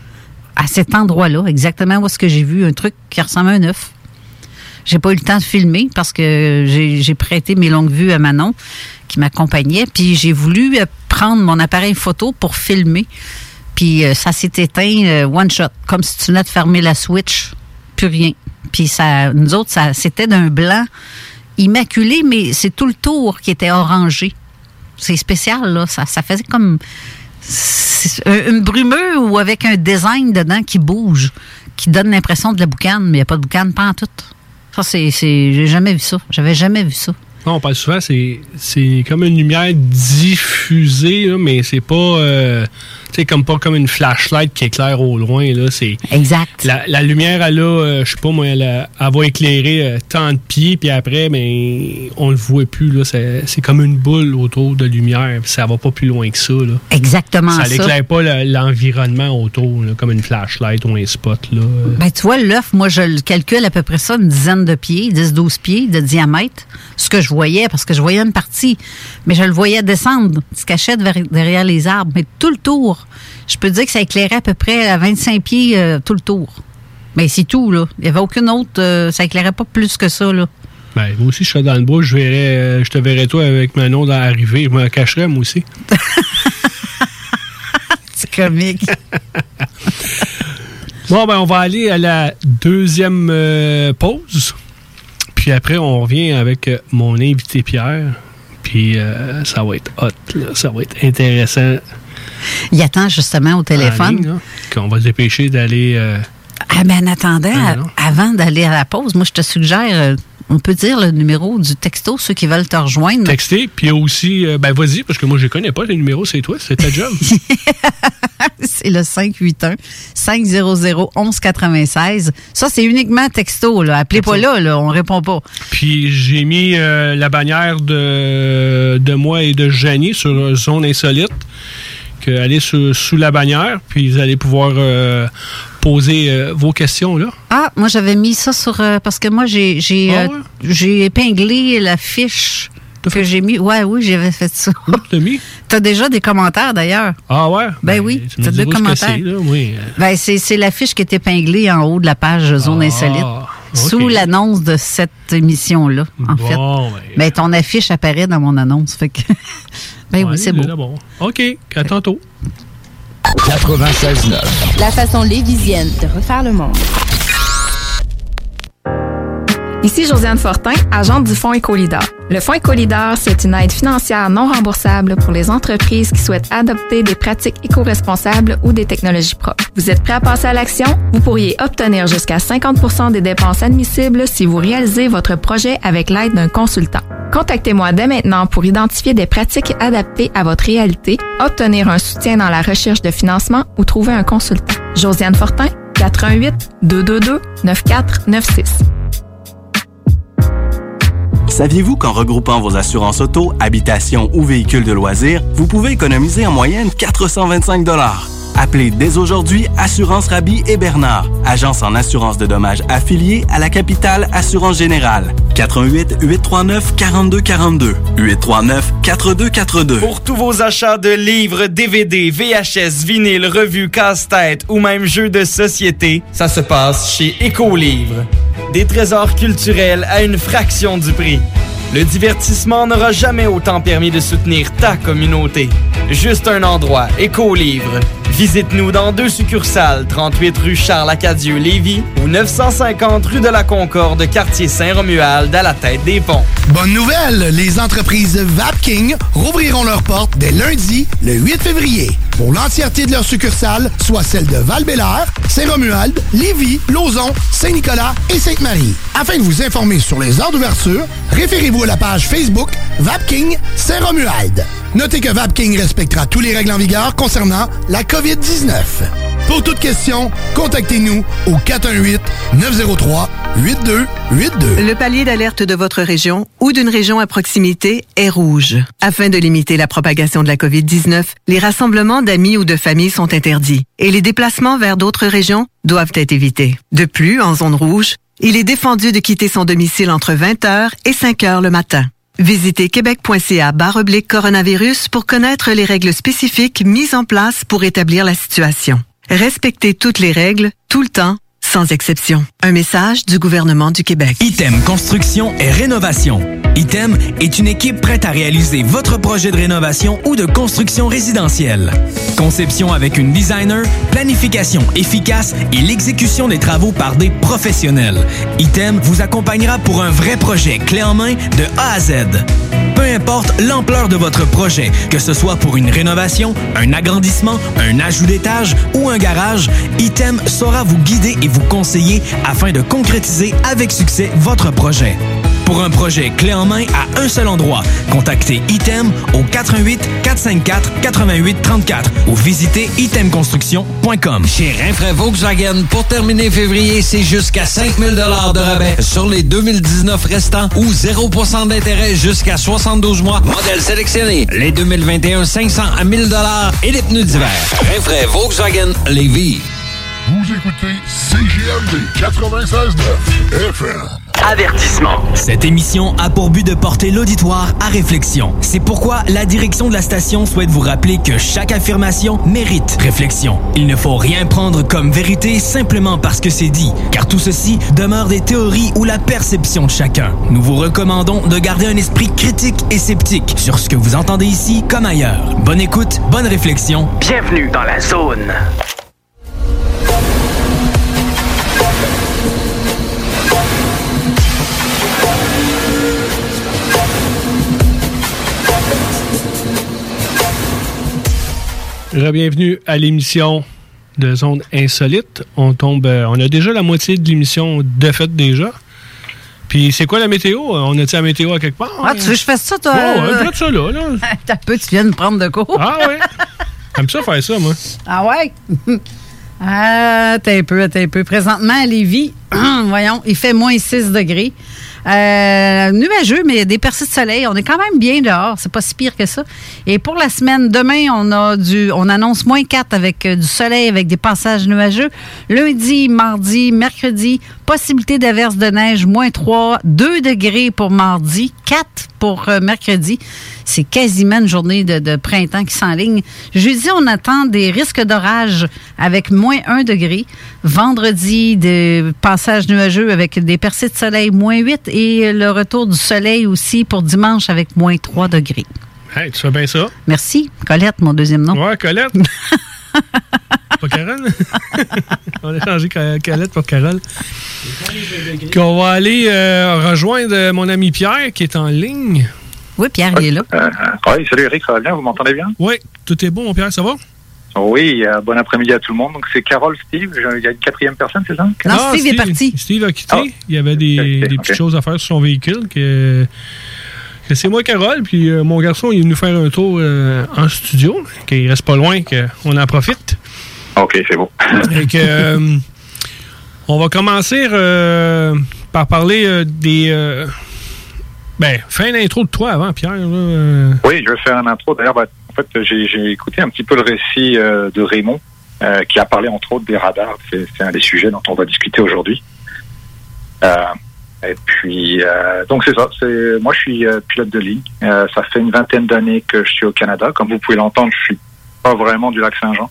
À cet endroit-là, exactement où est-ce que j'ai vu un truc qui ressemble à un œuf. J'ai pas eu le temps de filmer parce que j'ai prêté mes longues vues à Manon, qui m'accompagnait, puis j'ai voulu prendre mon appareil photo pour filmer, puis ça s'est éteint one shot, comme si tu venais de fermer la switch, plus rien. Puis ça, nous autres, c'était d'un blanc immaculé, mais c'est tout le tour qui était orangé. C'est spécial, là. Ça faisait comme une brumeux ou avec un design dedans qui bouge, qui donne l'impression de la boucane, mais il n'y a pas de boucane, pas en tout. Ça, j'ai jamais vu ça. J'avais jamais vu ça. Non, on parle souvent, c'est comme une lumière diffusée, là, mais c'est pas... c'est pas comme une flashlight qui éclaire au loin. Là, exact. La lumière, elle a, je sais pas moi, elle va éclairer tant de pieds, puis après, mais on le voit plus. Là, c'est comme une boule autour de lumière, puis ça va pas plus loin que ça. Là. Exactement ça. Ça n'éclaire pas l'environnement autour, là, comme une flashlight ou un spot. Là. Ben, tu vois, l'œuf, moi, je le calcule à peu près ça, une dizaine de pieds, 10-12 pieds de diamètre. Ce que je voyais, parce que je voyais une partie, mais je le voyais descendre, se cachait derrière les arbres. Mais tout le tour, je peux dire que ça éclairait à peu près à 25 pieds tout le tour. Mais c'est tout, là. Il n'y avait aucune autre... ça éclairait pas plus que ça, là. Ben, moi aussi, je serais dans le bois, je te verrais toi avec Manon dans l'arrivée. Je me cacherais, moi aussi. C'est comique. Bon, ben, on va aller à la deuxième pause. Puis après, on revient avec mon invité Pierre. Puis ça va être hot, là. Ça va être intéressant. Il attend justement au téléphone. Ligne, qu'on va se dépêcher d'aller... Ah, mais en attendant, avant d'aller à la pause, moi, je te suggère... on peut dire le numéro du texto, ceux qui veulent te rejoindre. Texter, puis aussi, ben vas-y, parce que moi, je ne connais pas les numéros, c'est toi, c'est ta job. C'est le 581-500-1196. Ça, c'est uniquement texto, là. Appelez pas là, on répond pas. Puis j'ai mis la bannière de moi et de Janie sur Zone Insolite, allez sous la bannière, puis vous allez pouvoir poser vos questions là. Ah, moi j'avais mis ça sur parce que moi j'ai épinglé la fiche que j'ai mis. Ouais, oui, j'avais fait ça. T'as mis? T'as déjà des commentaires d'ailleurs. Ah ouais? Ben oui, t'as deux commentaires. Là, oui. Ben c'est la fiche qui est épinglée en haut de la page Zone Insolite. Okay. Sous l'annonce de cette émission-là, en fait. Ben, ton affiche apparaît dans mon annonce. Fait que ben oui, c'est beau. Bon. OK, à tantôt. 96.9. La façon lévisienne de refaire le monde. Ici Josiane Fortin, agente du Fonds Écolidar. Le Fonds Écolidar, c'est une aide financière non remboursable pour les entreprises qui souhaitent adopter des pratiques éco-responsables ou des technologies propres. Vous êtes prêt à passer à l'action? Vous pourriez obtenir jusqu'à 50% des dépenses admissibles si vous réalisez votre projet avec l'aide d'un consultant. Contactez-moi dès maintenant pour identifier des pratiques adaptées à votre réalité, obtenir un soutien dans la recherche de financement ou trouver un consultant. Josiane Fortin, 418-222-9496. Saviez-vous qu'en regroupant vos assurances auto, habitation ou véhicules de loisirs, vous pouvez économiser en moyenne 425 $? Appelez dès aujourd'hui Assurance Rabi et Bernard, agence en assurance de dommages affiliée à la Capitale Assurance Générale. 88 839 4242 839 4242. Pour tous vos achats de livres, DVD, VHS, vinyle, revues, casse-tête ou même jeux de société, ça se passe chez Écolivre. Des trésors culturels à une fraction du prix. Le divertissement n'aura jamais autant permis de soutenir ta communauté. Juste un endroit, Écolivre. Visite-nous dans 2 succursales, 38 rue Charles-Acadieux-Lévis ou 950 rue de la Concorde, quartier Saint-Romuald, à la tête des ponts. Bonne nouvelle, les entreprises Vapking rouvriront leurs portes dès lundi, le 8 février. Pour l'entièreté de leurs succursales, soit celles de Val-Bélair, Saint-Romuald, Lévis, Lauson, Saint-Nicolas et Sainte-Marie. Afin de vous informer sur les heures d'ouverture, référez-vous à la page Facebook Vapking Saint-Romuald. Notez que Vapking respectera tous les règles en vigueur concernant la COVID-19. Pour toute question, contactez-nous au 418-903-8282. Le palier d'alerte de votre région ou d'une région à proximité est rouge. Afin de limiter la propagation de la COVID-19, les rassemblements d'amis ou de familles sont interdits et les déplacements vers d'autres régions doivent être évités. De plus, en zone rouge, il est défendu de quitter son domicile entre 20h et 5h le matin. Visitez québec.ca/coronavirus pour connaître les règles spécifiques mises en place pour établir la situation. Respectez toutes les règles, tout le temps, sans exception. Un message du gouvernement du Québec. Item Construction et Rénovation. Item est une équipe prête à réaliser votre projet de rénovation ou de construction résidentielle. Conception avec une designer, planification efficace et l'exécution des travaux par des professionnels. Item vous accompagnera pour un vrai projet clé en main de A à Z. Peu importe l'ampleur de votre projet, que ce soit pour une rénovation, un agrandissement, un ajout d'étage ou un garage, Item saura vous guider et vous conseiller afin de concrétiser avec succès votre projet. Pour un projet clé en main à un seul endroit, contactez Item au 88 454 88 34 ou visitez itemconstruction.com. Chez Rinfraie Volkswagen, pour terminer février, c'est jusqu'à 5 000 $ de rabais sur les 2019 restants ou 0% d'intérêt jusqu'à 72 mois. Modèle sélectionné. Les 2021, 500 à 1000 $ et les pneus d'hiver. Rinfraie Volkswagen Lévis. Vous écoutez CJMD 96.9 FM. Avertissement. Cette émission a pour but de porter l'auditoire à réflexion. C'est pourquoi la direction de la station souhaite vous rappeler que chaque affirmation mérite réflexion. Il ne faut rien prendre comme vérité simplement parce que c'est dit, car tout ceci demeure des théories ou la perception de chacun. Nous vous recommandons de garder un esprit critique et sceptique sur ce que vous entendez ici comme ailleurs. Bonne écoute, bonne réflexion. Bienvenue dans la zone. Bienvenue à l'émission de Zone Insolite. On a déjà la moitié de l'émission de fait déjà. Puis c'est quoi la météo? On a-tu la météo à quelque part? Ah, tu veux que je fasse ça, toi? Ouais, ça là. T'as peu, tu viens de me prendre de cours. Ah ouais? J'aime ça faire ça, moi. Ah ouais? T'as un peu. Présentement, à Lévis, voyons, il fait moins 6 degrés. Nuageux, mais des percées de soleil. On est quand même bien dehors. C'est pas si pire que ça. Et pour la semaine, demain, on annonce -4 avec du soleil, avec des passages nuageux. Lundi, mardi, mercredi, possibilité d'averse de neige, -3, 2 degrés pour mardi, 4 pour mercredi. C'est quasiment une journée de printemps qui s'enligne. Jeudi, on attend des risques d'orage avec -1 degré. Vendredi, des passages nuageux avec des percées de soleil, -8. Et le retour du soleil aussi pour dimanche avec -3 degrés. Hey, tu fais bien ça. Merci. Colette, mon deuxième nom. Ouais, Colette. Pas Carole? On a changé Colette pour Carole. On va aller rejoindre mon ami Pierre qui est en ligne. Oui, Pierre, il est là. Oui, salut Eric, ça va bien? Vous m'entendez bien? Oui, tout est bon, mon Pierre, ça va? Oui, bon après-midi à tout le monde. Donc, c'est Carole, Steve. Il y a une 4e personne, c'est ça? Non, Steve est parti. Steve a quitté. Il y avait des petites choses à faire sur son véhicule que c'est moi, Carole, puis mon garçon, il est venu faire un tour en studio, qu'il reste pas loin, qu'on en profite. OK, c'est beau. Et que, on va commencer par parler des... fais une intro de toi avant, Pierre. Oui, je vais faire une intro. D'ailleurs, en fait, j'ai écouté un petit peu le récit de Raymond, qui a parlé entre autres des radars. C'est un des sujets dont on va discuter aujourd'hui. Et puis, donc c'est ça. Moi, je suis pilote de ligne. Ça fait une 20aine d'années que je suis au Canada. Comme vous pouvez l'entendre, je suis pas vraiment du Lac-Saint-Jean.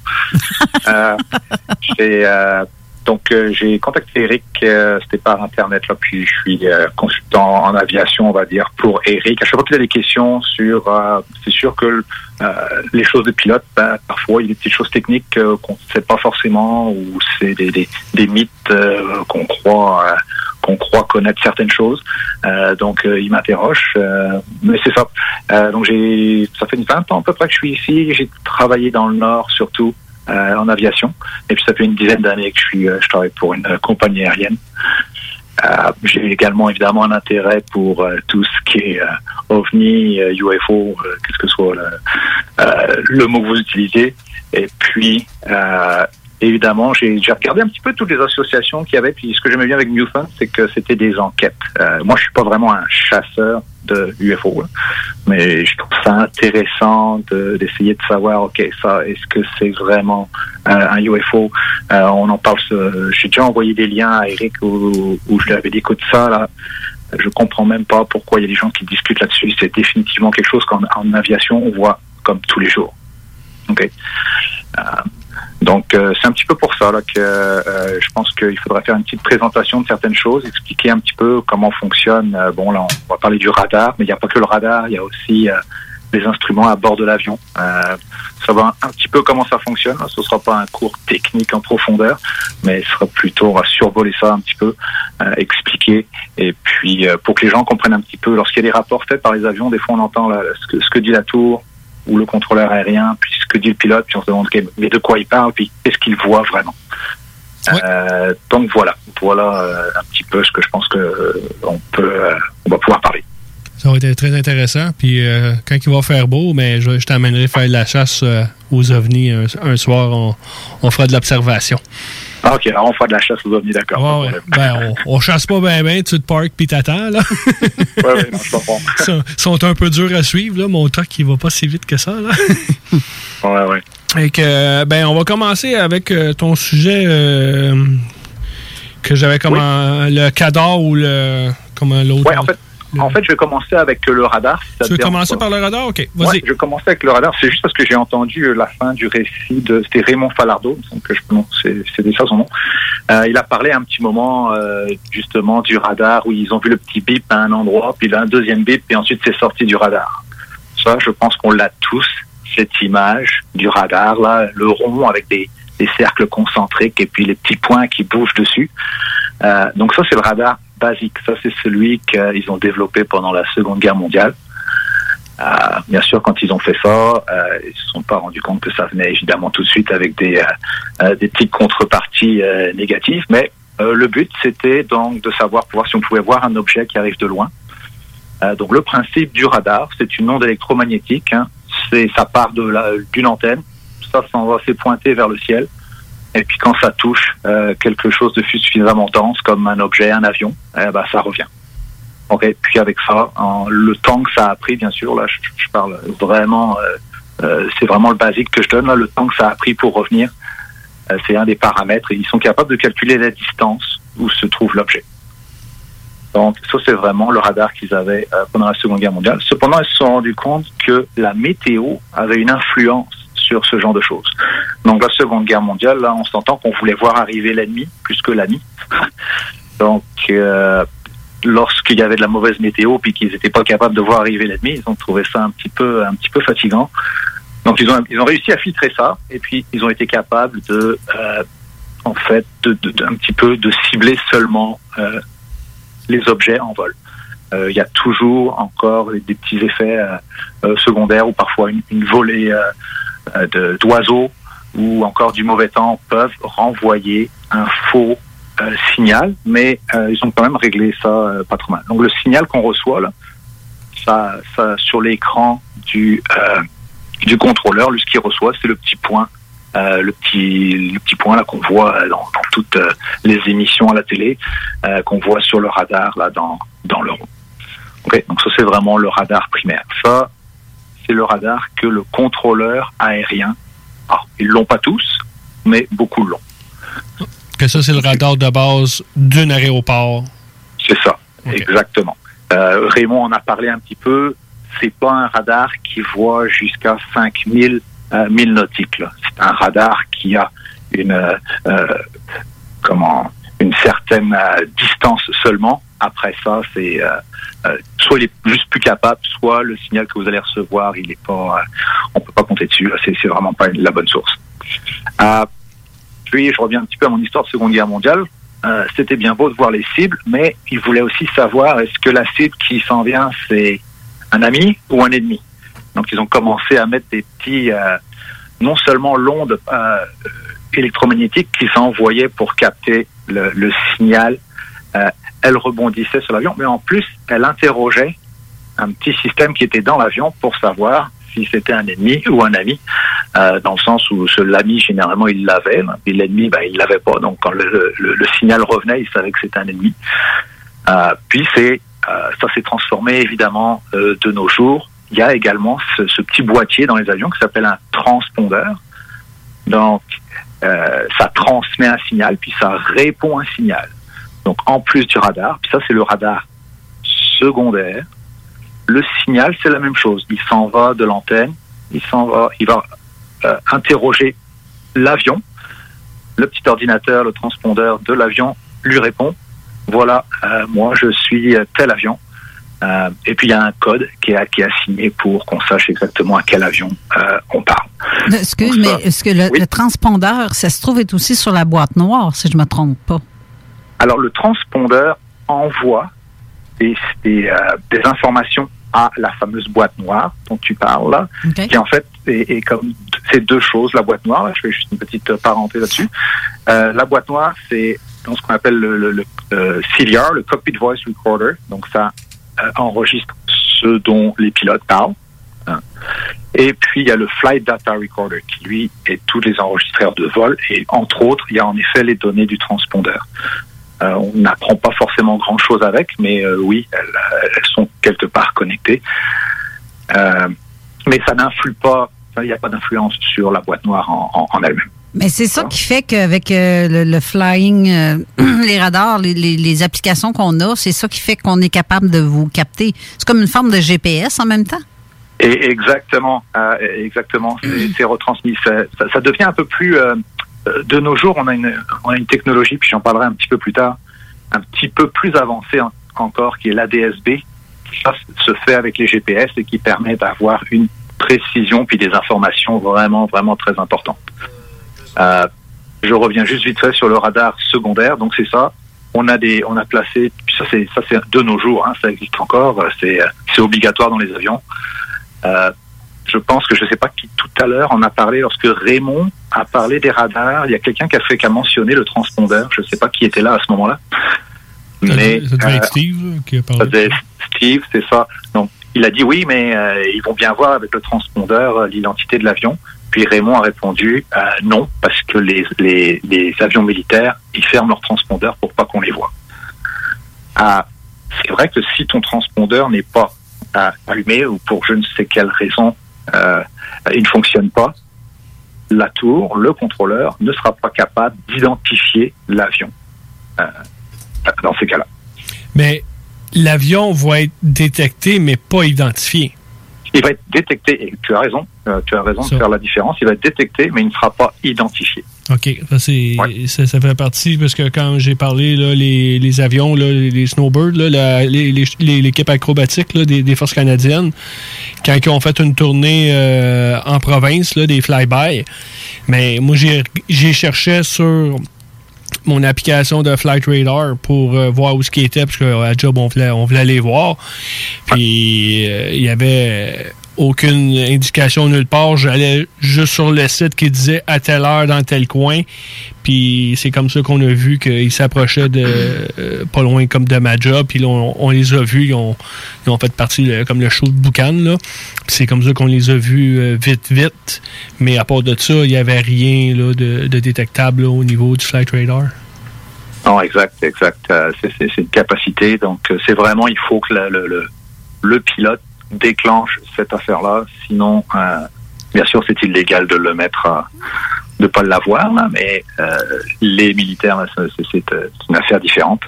Donc, j'ai contacté Eric, c'était par Internet, là, puis je suis consultant en aviation, on va dire, pour Eric. À chaque fois qu'il a des questions sur... c'est sûr que les choses de pilote, parfois, il y a des petites choses techniques qu'on ne sait pas forcément, ou c'est des mythes qu'on croit connaître certaines choses. Donc, il m'interroge. Mais c'est ça. Donc, ça fait 20 ans à peu près que je suis ici. J'ai travaillé dans le Nord, surtout. En aviation. Et puis ça fait une dizaine d'années que je travaille pour une compagnie aérienne. J'ai également évidemment un intérêt pour tout ce qui est OVNI, UFO, qu'est-ce que soit le mot que vous utilisez. Et puis évidemment, j'ai regardé un petit peu toutes les associations qu'il y avait. Puis ce que j'aimais bien avec MUFON, c'est que c'était des enquêtes. Moi, je suis pas vraiment un chasseur de UFO, là. Mais je trouve ça intéressant d'essayer de savoir, OK, ça, est-ce que c'est vraiment un UFO? On en parle, j'ai déjà envoyé des liens à Eric où je lui avais dit, écoute ça, là, je comprends même pas pourquoi il y a des gens qui discutent là-dessus. C'est définitivement quelque chose qu'en aviation, on voit comme tous les jours. OK? Donc, c'est un petit peu pour ça là que je pense qu'il faudrait faire une petite présentation de certaines choses, expliquer un petit peu comment fonctionne. Bon, là, on va parler du radar, mais il n'y a pas que le radar, il y a aussi les instruments à bord de l'avion. Savoir un petit peu comment ça fonctionne. Ce ne sera pas un cours technique en profondeur, mais ce sera plutôt à survoler ça un petit peu, expliquer. Et puis, pour que les gens comprennent un petit peu, lorsqu'il y a des rapports faits par les avions, des fois on entend là, ce que dit la tour, ou le contrôleur aérien, puis ce que dit le pilote, puis on se demande mais de quoi il parle, puis qu'est-ce qu'il voit vraiment. Ouais. Donc voilà un petit peu ce que je pense que on va pouvoir parler. Ça va être très intéressant, puis quand il va faire beau, mais je t'amènerai faire de la chasse aux ovnis un soir, on fera de l'observation. Ah, OK, alors on fera de la chasse aux ovnis, d'accord. Ouais. On chasse pas bien, tu te parques puis t'attends, là. Oui, non, je comprends. Ils sont un peu durs à suivre, là. Mon truck, il va pas si vite que ça, là. Ouais. Et que, on va commencer avec ton sujet que j'avais comme le cadavre ou l'autre. Ouais, en fait, je vais commencer avec le radar. Si tu veux commencer par le radar? OK, vas-y. Ouais, je vais commencer avec le radar. C'est juste parce que j'ai entendu la fin du récit c'était Raymond Falardeau, que je prononce, c'est ça son nom. Il a parlé un petit moment, justement, du radar, où ils ont vu le petit bip à un endroit, puis un deuxième bip, et ensuite c'est sorti du radar. Ça, je pense qu'on l'a tous, cette image du radar, là, le rond avec des cercles concentriques, et puis les petits points qui bougent dessus. Donc ça, c'est le radar basique. Ça, c'est celui qu'ils ont développé pendant la Seconde Guerre mondiale. Bien sûr, quand ils ont fait ça, ils se sont pas rendus compte que ça venait évidemment tout de suite avec des petites contreparties négatives. Mais le but, c'était donc de voir si on pouvait voir un objet qui arrive de loin. Donc le principe du radar, c'est une onde électromagnétique. Ça part d'une antenne. Ça s'en va, c'est pointé vers le ciel. Et puis quand ça touche quelque chose de suffisamment dense, comme un objet, un avion, ça revient. Okay. Puis avec ça, le temps que ça a pris, bien sûr, là, je parle vraiment, c'est vraiment le basique que je donne, là, le temps que ça a pris pour revenir, c'est un des paramètres. Et ils sont capables de calculer la distance où se trouve l'objet. Donc, ça, c'est vraiment le radar qu'ils avaient pendant la Seconde Guerre mondiale. Cependant, ils se sont rendus compte que la météo avait une influence sur ce genre de choses. Donc, la Seconde Guerre mondiale, là, on s'entend qu'on voulait voir arriver l'ennemi plus que l'ami. Donc, lorsqu'il y avait de la mauvaise météo puis qu'ils n'étaient pas capables de voir arriver l'ennemi, ils ont trouvé ça un petit peu fatigant. Donc, ils ont réussi à filtrer ça et puis ils ont été capables de, en fait, un petit peu de cibler seulement les objets en vol. Il y a toujours encore des petits effets secondaires ou parfois une volée d'oiseaux ou encore du mauvais temps peuvent renvoyer un faux signal, mais ils ont quand même réglé ça pas trop mal. Donc le signal qu'on reçoit là, ça sur l'écran du contrôleur, ce qu'il reçoit, c'est le petit point. Le petit point là qu'on voit dans toutes les émissions à la télé, qu'on voit sur le radar là dans le rond. Okay, donc ça c'est vraiment le radar primaire. Ça c'est le radar que le contrôleur aérien. Alors, ils l'ont pas tous, mais beaucoup l'ont. Que ça c'est le radar de base d'un aéroport. C'est ça, okay. Exactement. Raymond en a parlé un petit peu. C'est pas un radar qui voit jusqu'à 5000 milles nautiques. Là. C'est un radar qui a une certaine distance seulement. Après ça, c'est soit il est juste plus capable, soit le signal que vous allez recevoir, il est pas, on peut pas compter dessus. Là. C'est vraiment pas la bonne source. Puis je reviens un petit peu à mon histoire de Seconde Guerre mondiale. C'était bien beau de voir les cibles, mais ils voulaient aussi savoir est-ce que la cible qui s'en vient, c'est un ami ou un ennemi. Donc, ils ont commencé à mettre des petits, non seulement l'onde électromagnétique qui s'envoyait pour capter le signal, elle rebondissait sur l'avion, mais en plus, elle interrogeait un petit système qui était dans l'avion pour savoir si c'était un ennemi ou un ami, dans le sens où l'ami, généralement, il l'avait, et l'ennemi, il l'avait pas. Donc, quand le signal revenait, il savait que c'était un ennemi. Puis, ça s'est transformé, évidemment, de nos jours. Il y a également ce petit boîtier dans les avions qui s'appelle un transpondeur. Donc, ça transmet un signal, puis ça répond un signal. Donc, en plus du radar, puis ça, c'est le radar secondaire. Le signal, c'est la même chose. Il s'en va de l'antenne, il va interroger l'avion. Le petit ordinateur, le transpondeur de l'avion lui répond, voilà, moi, je suis tel avion. Et puis il y a un code qui est assigné pour qu'on sache exactement à quel avion on parle. Excuse, mais est-ce que le transpondeur, ça se trouve être aussi sur la boîte noire, si je ne me trompe pas? Alors le transpondeur envoie des informations à la fameuse boîte noire dont tu parles là, okay. Qui en fait est comme c'est deux choses. La boîte noire, là, je fais juste une petite parenthèse là-dessus. La boîte noire, c'est dans ce qu'on appelle le CVR, le Cockpit Voice Recorder. Donc ça enregistre ce dont les pilotes parlent. Hein. Et puis, il y a le Flight Data Recorder qui, lui, est tous les enregistreurs de vol. Et entre autres, il y a en effet les données du transpondeur. On n'apprend pas forcément grand-chose avec, mais oui, elles sont quelque part connectées. Mais ça n'influe pas, il n'y a pas d'influence sur la boîte noire en elle-même. Mais c'est ça qui fait qu'avec le flying, les radars, les applications qu'on a, c'est ça qui fait qu'on est capable de vous capter. C'est comme une forme de GPS en même temps? Et exactement. C'est retransmis. Ça devient un peu plus... de nos jours, on a une technologie, puis j'en parlerai un petit peu plus tard, un petit peu plus avancée encore, qui est l'ADS-B. Ça se fait avec les GPS et qui permet d'avoir une précision puis des informations vraiment, vraiment très importantes. Je reviens juste vite fait sur le radar secondaire. Donc c'est ça. On a placé. Puis ça c'est de nos jours. Hein, ça existe encore. C'est obligatoire dans les avions. Je pense que je sais pas qui tout à l'heure en a parlé lorsque Raymond a parlé des radars. Il y a quelqu'un qui a mentionné le transpondeur. Je sais pas qui était là à ce moment-là. Mais ça devait être Steve qui a parlé. Steve, c'est ça. Donc il a dit oui, mais ils vont bien voir avec le transpondeur l'identité de l'avion. Puis Raymond a répondu non, parce que les avions militaires, ils ferment leurs transpondeurs pour pas qu'on les voit. c'est vrai que si ton transpondeur n'est pas allumé ou pour je ne sais quelle raison il ne fonctionne pas, la tour, le contrôleur ne sera pas capable d'identifier l'avion dans ces cas-là. Mais l'avion va être détecté mais pas identifié. Il va être détecté, et tu as raison de faire la différence, il va être détecté mais il ne sera pas identifié. OK, ça fait partie, parce que quand j'ai parlé, là, les avions, là, les snowbirds, là, l'équipe acrobatique là, des forces canadiennes, quand ils ont fait une tournée en province, là, des fly-by, mais moi, j'ai cherché sur mon application de Flight Radar pour voir où ce qui était, parce qu'à job, on voulait aller voir. Puis, il y avait aucune indication nulle part. J'allais juste sur le site qui disait à telle heure dans tel coin. Puis, c'est comme ça qu'on a vu qu'ils s'approchaient de pas loin comme de ma job. Puis là, on les a vus. Ils ont fait partie comme le show de Boucan, là. Puis c'est comme ça qu'on les a vus vite. Mais à part de ça, il n'y avait rien là, de détectable là, au niveau du Flight Radar. Non, exact. C'est une capacité. Donc, c'est vraiment, il faut que le pilote déclenche cette affaire-là. Sinon, bien sûr, c'est illégal de le mettre, de pas l'avoir, là, mais les militaires, là, c'est une affaire différente.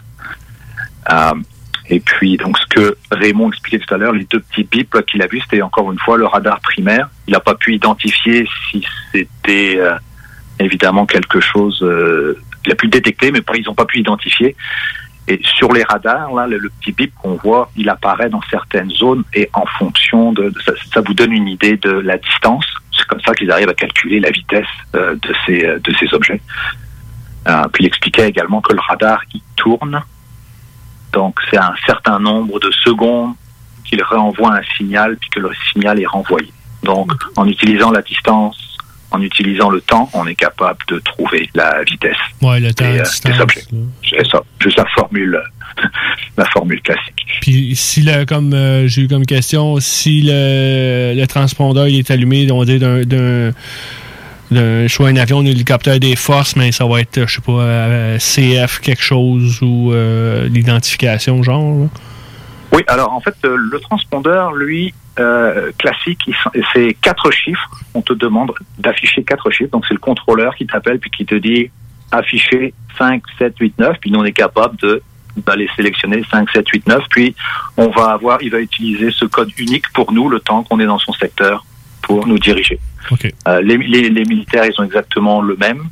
Et puis, donc, ce que Raymond expliquait tout à l'heure, les deux petits bips qu'il a vus, c'était encore une fois le radar primaire. Il n'a pas pu identifier si c'était évidemment quelque chose. Il a pu le détecter, mais ils n'ont pas pu identifier. Et sur les radars, là, le petit bip qu'on voit, il apparaît dans certaines zones et en fonction ça vous donne une idée de la distance. C'est comme ça qu'ils arrivent à calculer la vitesse de ces objets. Puis il expliquait également que le radar, il tourne. Donc c'est un certain nombre de secondes qu'il renvoie un signal, puis que le signal est renvoyé. Donc en utilisant la distance, en utilisant le temps, on est capable de trouver la vitesse des objets. C'est ça, juste la formule classique. Puis si comme j'ai eu comme question, si le transpondeur il est allumé, on dit d'un soit un avion, un hélicoptère des forces, mais ça va être, je sais pas, CF quelque chose ou l'identification genre. Là. Oui, alors en fait, le transpondeur, lui, classique, c'est 4 chiffres. On te demande d'afficher 4 chiffres. Donc c'est le contrôleur qui t'appelle puis qui te dit afficher 5, 7, 8, 9. Puis nous on est capable d'aller sélectionner 5, 7, 8, 9. Puis il va utiliser ce code unique pour nous le temps qu'on est dans son secteur pour nous diriger. Okay. Les militaires, ils ont exactement le même.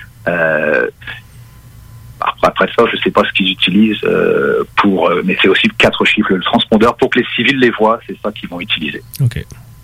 Après ça, je ne sais pas ce qu'ils utilisent mais c'est aussi 4 chiffres. Le transpondeur, pour que les civils les voient, c'est ça qu'ils vont utiliser. OK.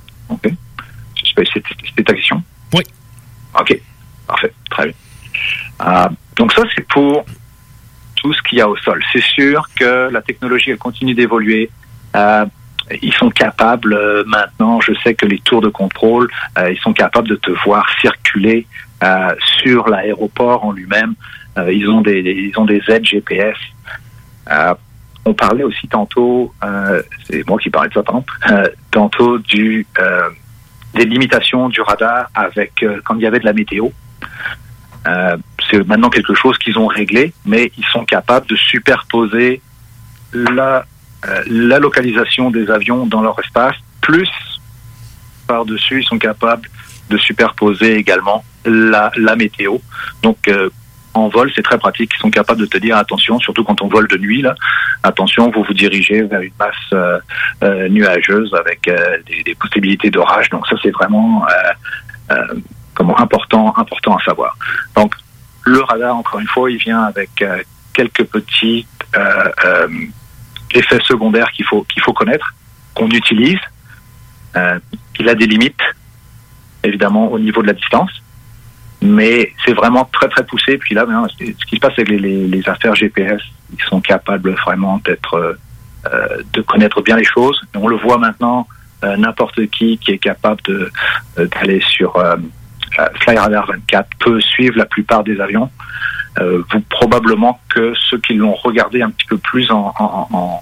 C'était ta question? Oui. OK. Parfait. Très bien. Donc ça, c'est pour tout ce qu'il y a au sol. C'est sûr que la technologie, elle continue d'évoluer. Ils sont capables, maintenant, je sais que les tours de contrôle, ils sont capables de te voir circuler sur l'aéroport en lui-même. Ils ont des aides GPS. On parlait aussi tantôt, c'est moi qui parlais de ça, pardon, tantôt des limitations du radar avec quand il y avait de la météo. C'est maintenant quelque chose qu'ils ont réglé, mais ils sont capables de superposer la localisation des avions dans leur espace, plus par-dessus, ils sont capables de superposer également la météo. Donc, en vol, c'est très pratique. Ils sont capables de te dire, attention, surtout quand on vole de nuit, là, attention, vous vous dirigez vers une masse nuageuse avec des possibilités d'orage. Donc ça, c'est vraiment important à savoir. Donc, le radar, encore une fois, il vient avec quelques petits effets secondaires qu'il faut connaître, qu'on utilise. Il a des limites, évidemment, au niveau de la distance. Mais c'est vraiment très, très poussé. Puis là, ce qui se passe avec les affaires GPS, ils sont capables vraiment de connaître bien les choses. Et on le voit maintenant, n'importe qui est capable d'aller sur FlyRadar 24 peut suivre la plupart des avions. Vous probablement que ceux qui l'ont regardé un petit peu plus en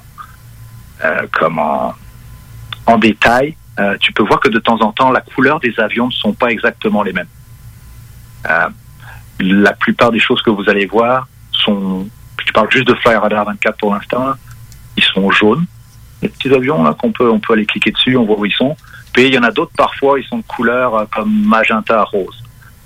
détail, tu peux voir que de temps en temps, la couleur des avions ne sont pas exactement les mêmes. La plupart des choses que vous allez voir je parle juste de FlyRadar 24 pour l'instant, ils sont jaunes. Les petits avions là on peut aller cliquer dessus, on voit où ils sont. Puis il y en a d'autres parfois, ils sont de couleur comme magenta rose.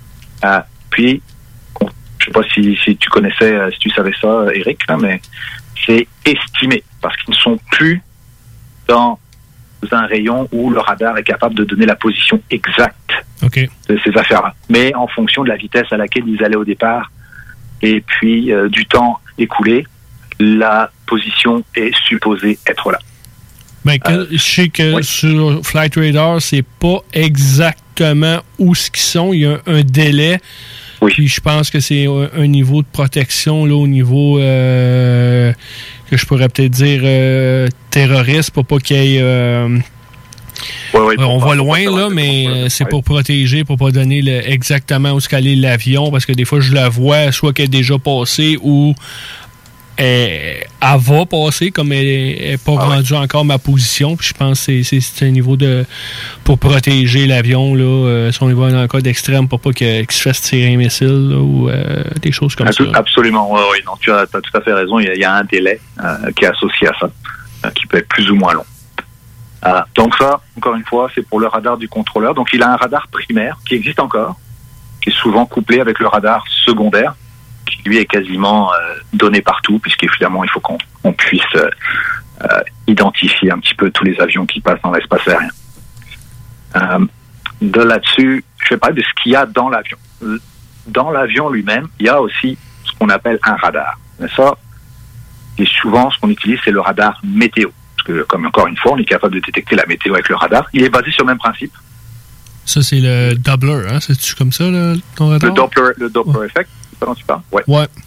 Puis je sais pas si tu connaissais, si tu savais ça, Eric, là, mais c'est estimé parce qu'ils ne sont plus dans un rayon où le radar est capable de donner la position exacte de ces affaires-là, mais en fonction de la vitesse à laquelle ils allaient au départ et puis du temps écoulé, la position est supposée être là. Ben, je sais que sur Flight Radar, c'est pas exactement où ce qu'ils sont. Il y a un délai. Oui. Puis je pense que c'est un niveau de protection là, au niveau que je pourrais peut-être dire terroriste, pour pas qu'il y ait... on va loin, là, mais c'est pour protéger, pour pas donner exactement où est l'avion, parce que des fois, je la vois, soit qu'elle est déjà passée ou elle va passer, comme elle n'est pas rendue encore ma position. Puis je pense que c'est un niveau pour protéger l'avion, là, si on y va dans un cas d'extrême, pour pas qu'il se fasse tirer un missile là, ou des choses comme ça. Absolument, oui. Non, tu as tout à fait raison. Il y a un délai qui est associé à ça, qui peut être plus ou moins long. Donc ça, encore une fois, c'est pour le radar du contrôleur. Donc il a un radar primaire qui existe encore, qui est souvent couplé avec le radar secondaire, qui lui est quasiment donné partout, puisqu'évidemment il faut qu'on puisse identifier un petit peu tous les avions qui passent dans l'espace aérien. De là-dessus, je vais parler de ce qu'il y a dans l'avion. Dans l'avion lui-même, il y a aussi ce qu'on appelle un radar. Mais ça, et souvent ce qu'on utilise, c'est le radar météo. Parce que, comme encore une fois, on est capable de détecter la météo avec le radar. Il est basé sur le même principe. Ça, c'est le Doppler, hein? C'est-tu comme ça, ton radar? Le Doppler effect. C'est pas dont tu parles? Ouais.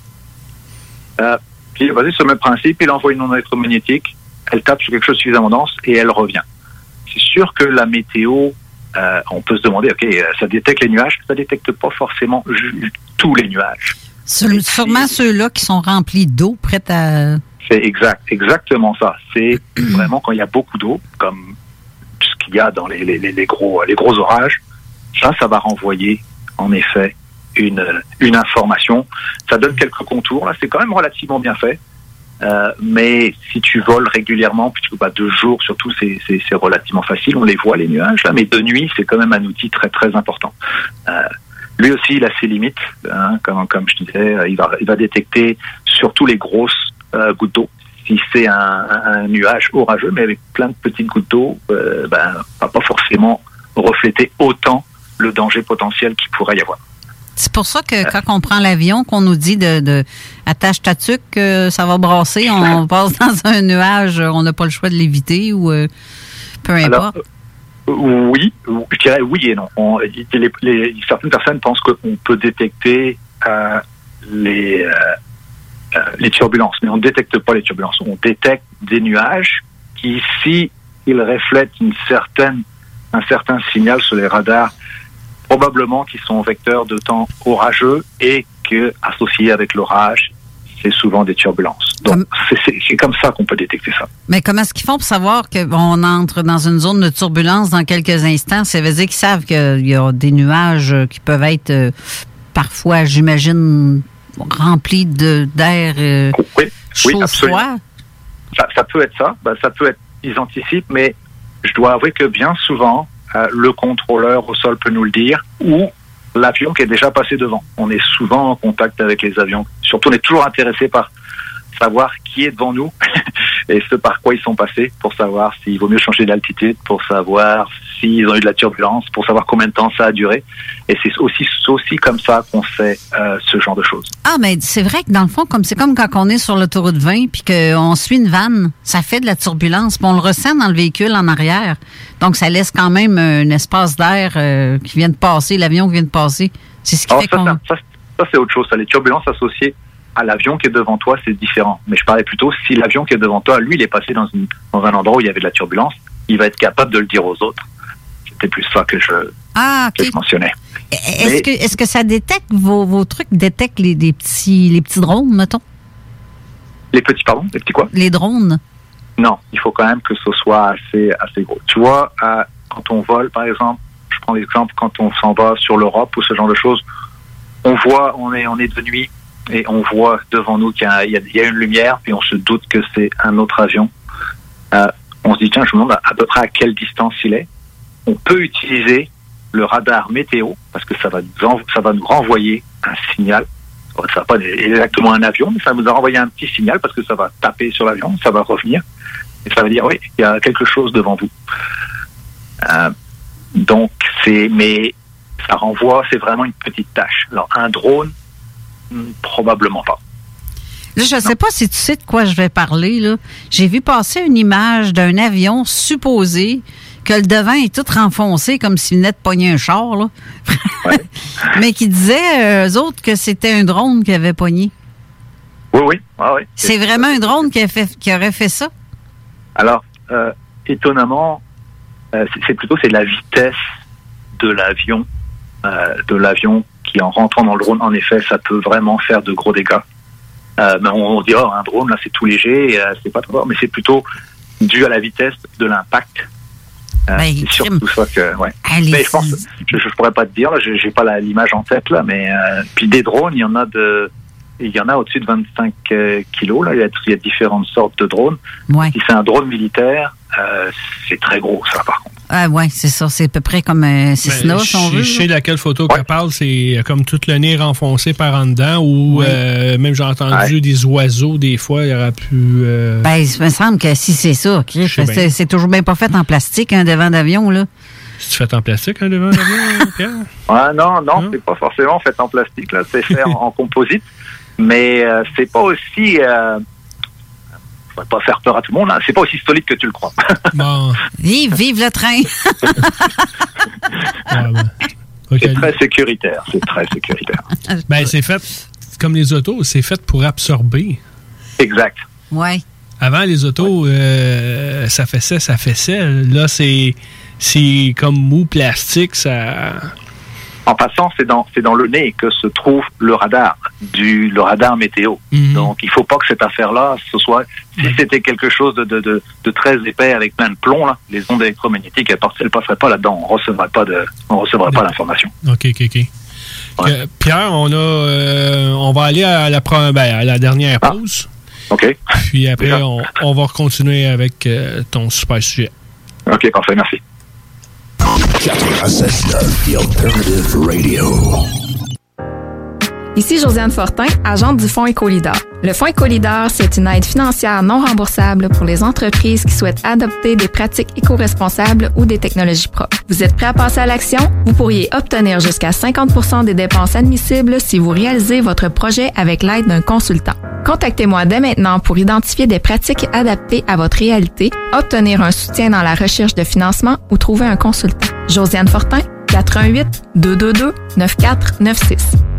Puis il est basé sur le même principe, il envoie une onde électromagnétique, elle tape sur quelque chose suffisamment dense et elle revient. C'est sûr que la météo, on peut se demander, ça détecte les nuages, ça détecte pas forcément tous les nuages. Sûrement ceux-là qui sont remplis d'eau, prêts à... C'est exactement ça. C'est vraiment quand il y a beaucoup d'eau, comme ce qu'il y a dans les gros orages, ça va renvoyer, en effet, une information. Ça donne quelques contours, là, c'est quand même relativement bien fait. Mais si tu voles régulièrement, puis tu vas 2 jours, surtout, c'est relativement facile. On les voit, les nuages, là, mais de nuit, c'est quand même un outil très, très important. Lui aussi, il a ses limites, hein, comme je disais, il va détecter surtout les grosses gouttes d'eau. Si c'est un nuage orageux, mais avec plein de petites gouttes d'eau, va pas forcément refléter autant le danger potentiel qu'il pourrait y avoir. C'est pour ça que quand on prend l'avion, qu'on nous dit de attache ta tuque, ça va brasser, on passe dans un nuage, on n'a pas le choix de l'éviter ou peu importe. Oui, je dirais oui et non. Certaines personnes pensent qu'on peut détecter les turbulences, mais on ne détecte pas les turbulences. On détecte des nuages qui, si ils reflètent un certain signal sur les radars, probablement qui sont vecteurs de temps orageux et que, associés avec l'orage, c'est souvent des turbulences. Donc, c'est comme ça qu'on peut détecter ça. Mais comment est-ce qu'ils font pour savoir qu'on entre dans une zone de turbulence dans quelques instants? Ça veut dire qu'ils savent qu'il y a des nuages qui peuvent être parfois, j'imagine, remplis d'air chaud, froid? Ça peut être ça. Ça peut être, ils anticipent, mais je dois avouer que bien souvent, le contrôleur au sol peut nous le dire, ou l'avion qui est déjà passé devant. On est souvent en contact avec les avions. Surtout, on est toujours intéressé par savoir qui est devant nous et ce par quoi ils sont passés, pour savoir s'il vaut mieux changer d'altitude, pour savoir s'ils ont eu de la turbulence, pour savoir combien de temps ça a duré. Et c'est aussi comme ça qu'on fait ce genre de choses. Ah, mais c'est vrai que dans le fond, c'est comme quand on est sur l'autoroute 20 puis qu'on suit une vanne, ça fait de la turbulence, puis on le ressent dans le véhicule en arrière. Donc, ça laisse quand même un espace d'air qui vient de passer, l'avion qui vient de passer. C'est ce qui fait qu'on... Ça, c'est autre chose. Ça, les turbulences associées à l'avion qui est devant toi, c'est différent. Mais je parlais plutôt, si l'avion qui est devant toi, lui, il est passé dans un endroit où il y avait de la turbulence, il va être capable de le dire aux autres. C'était plus ça que je mentionnais. Est-ce que ça détecte, vos trucs détectent les petits drones, mettons? Les petits, pardon? Les petits quoi? Les drones. Non, il faut quand même que ce soit assez gros. Tu vois, quand on vole, par exemple, je prends l'exemple, quand on s'en va sur l'Europe ou ce genre de choses, on est de nuit et on voit devant nous qu'il y a une lumière, puis on se doute que c'est un autre avion. on se dit, tiens, je me demande à peu près à quelle distance il est. On peut utiliser le radar météo, parce que ça va nous renvoyer un signal. Ça va pas exactement un avion, mais ça va nous renvoyer un petit signal, parce que ça va taper sur l'avion, ça va revenir, et ça va dire, oui, il y a quelque chose devant vous. Donc, mais ça renvoie, c'est vraiment une petite tâche. Alors, un drone, probablement pas. Là, je ne sais pas si tu sais de quoi je vais parler, là. J'ai vu passer une image d'un avion supposé que le devant est tout renfoncé comme s'il venait de pogner un char, là. Ouais. Mais qui disait, eux autres, que c'était un drone qui avait pogné. Oui. C'est vraiment un drone qui aurait fait ça? Alors, étonnamment, c'est la vitesse de l'avion qui, en rentrant dans le drone, en effet, ça peut vraiment faire de gros dégâts. Mais on dit, un drone, là, c'est tout léger, c'est pas trop fort, mais c'est plutôt dû à la vitesse de l'impact. C'est surtout ça que, ouais. Mais je pense, je pourrais pas te dire, là, j'ai pas l'image en tête, là, mais puis des drones, il y en a au-dessus de 25 kilos, là. Il y a différentes sortes de drones. Ouais. Si c'est un drone militaire, c'est très gros, ça, par contre. Ah ouais, c'est ça. C'est à peu près comme Cessna, si on veut. Je sais laquelle photo qu'elle parle, c'est comme tout le nez renfoncé par en dedans, ou même j'ai entendu des oiseaux, des fois, il y aurait pu... il me semble que si c'est ça, c'est toujours bien pas fait en plastique, un devant d'avion, là. C'est fait en plastique, un devant d'avion, Pierre? Ah non, c'est pas forcément fait en plastique, là. C'est fait en composite, mais c'est pas aussi... je ne vais pas faire peur à tout le monde, hein. C'est pas aussi solide que tu le crois. Bon. Vive le train! Okay. C'est très sécuritaire. C'est fait, comme les autos, c'est fait pour absorber. Exact. Ouais. Avant, les autos, ça fessait. Là, c'est comme mou plastique, ça... En passant, c'est dans le nez que se trouve le radar météo. Mm-hmm. Donc, il faut pas que cette affaire-là, si c'était quelque chose de très épais avec plein de plomb, là, les ondes électromagnétiques, elles passeraient pas là-dedans. On recevrait pas l'information. OK. Ouais. Pierre, on va aller à la dernière pause. OK. Puis après, on va continuer avec ton super sujet. OK, parfait, merci. 96.9, The Alternative Radio. Ici Josiane Fortin, agente du Fonds Écolidar. Le Fonds Écolidar, c'est une aide financière non remboursable pour les entreprises qui souhaitent adopter des pratiques éco-responsables ou des technologies propres. Vous êtes prêt à passer à l'action? Vous pourriez obtenir jusqu'à 50% des dépenses admissibles si vous réalisez votre projet avec l'aide d'un consultant. Contactez-moi dès maintenant pour identifier des pratiques adaptées à votre réalité, obtenir un soutien dans la recherche de financement ou trouver un consultant. Josiane Fortin, 418-222-9496.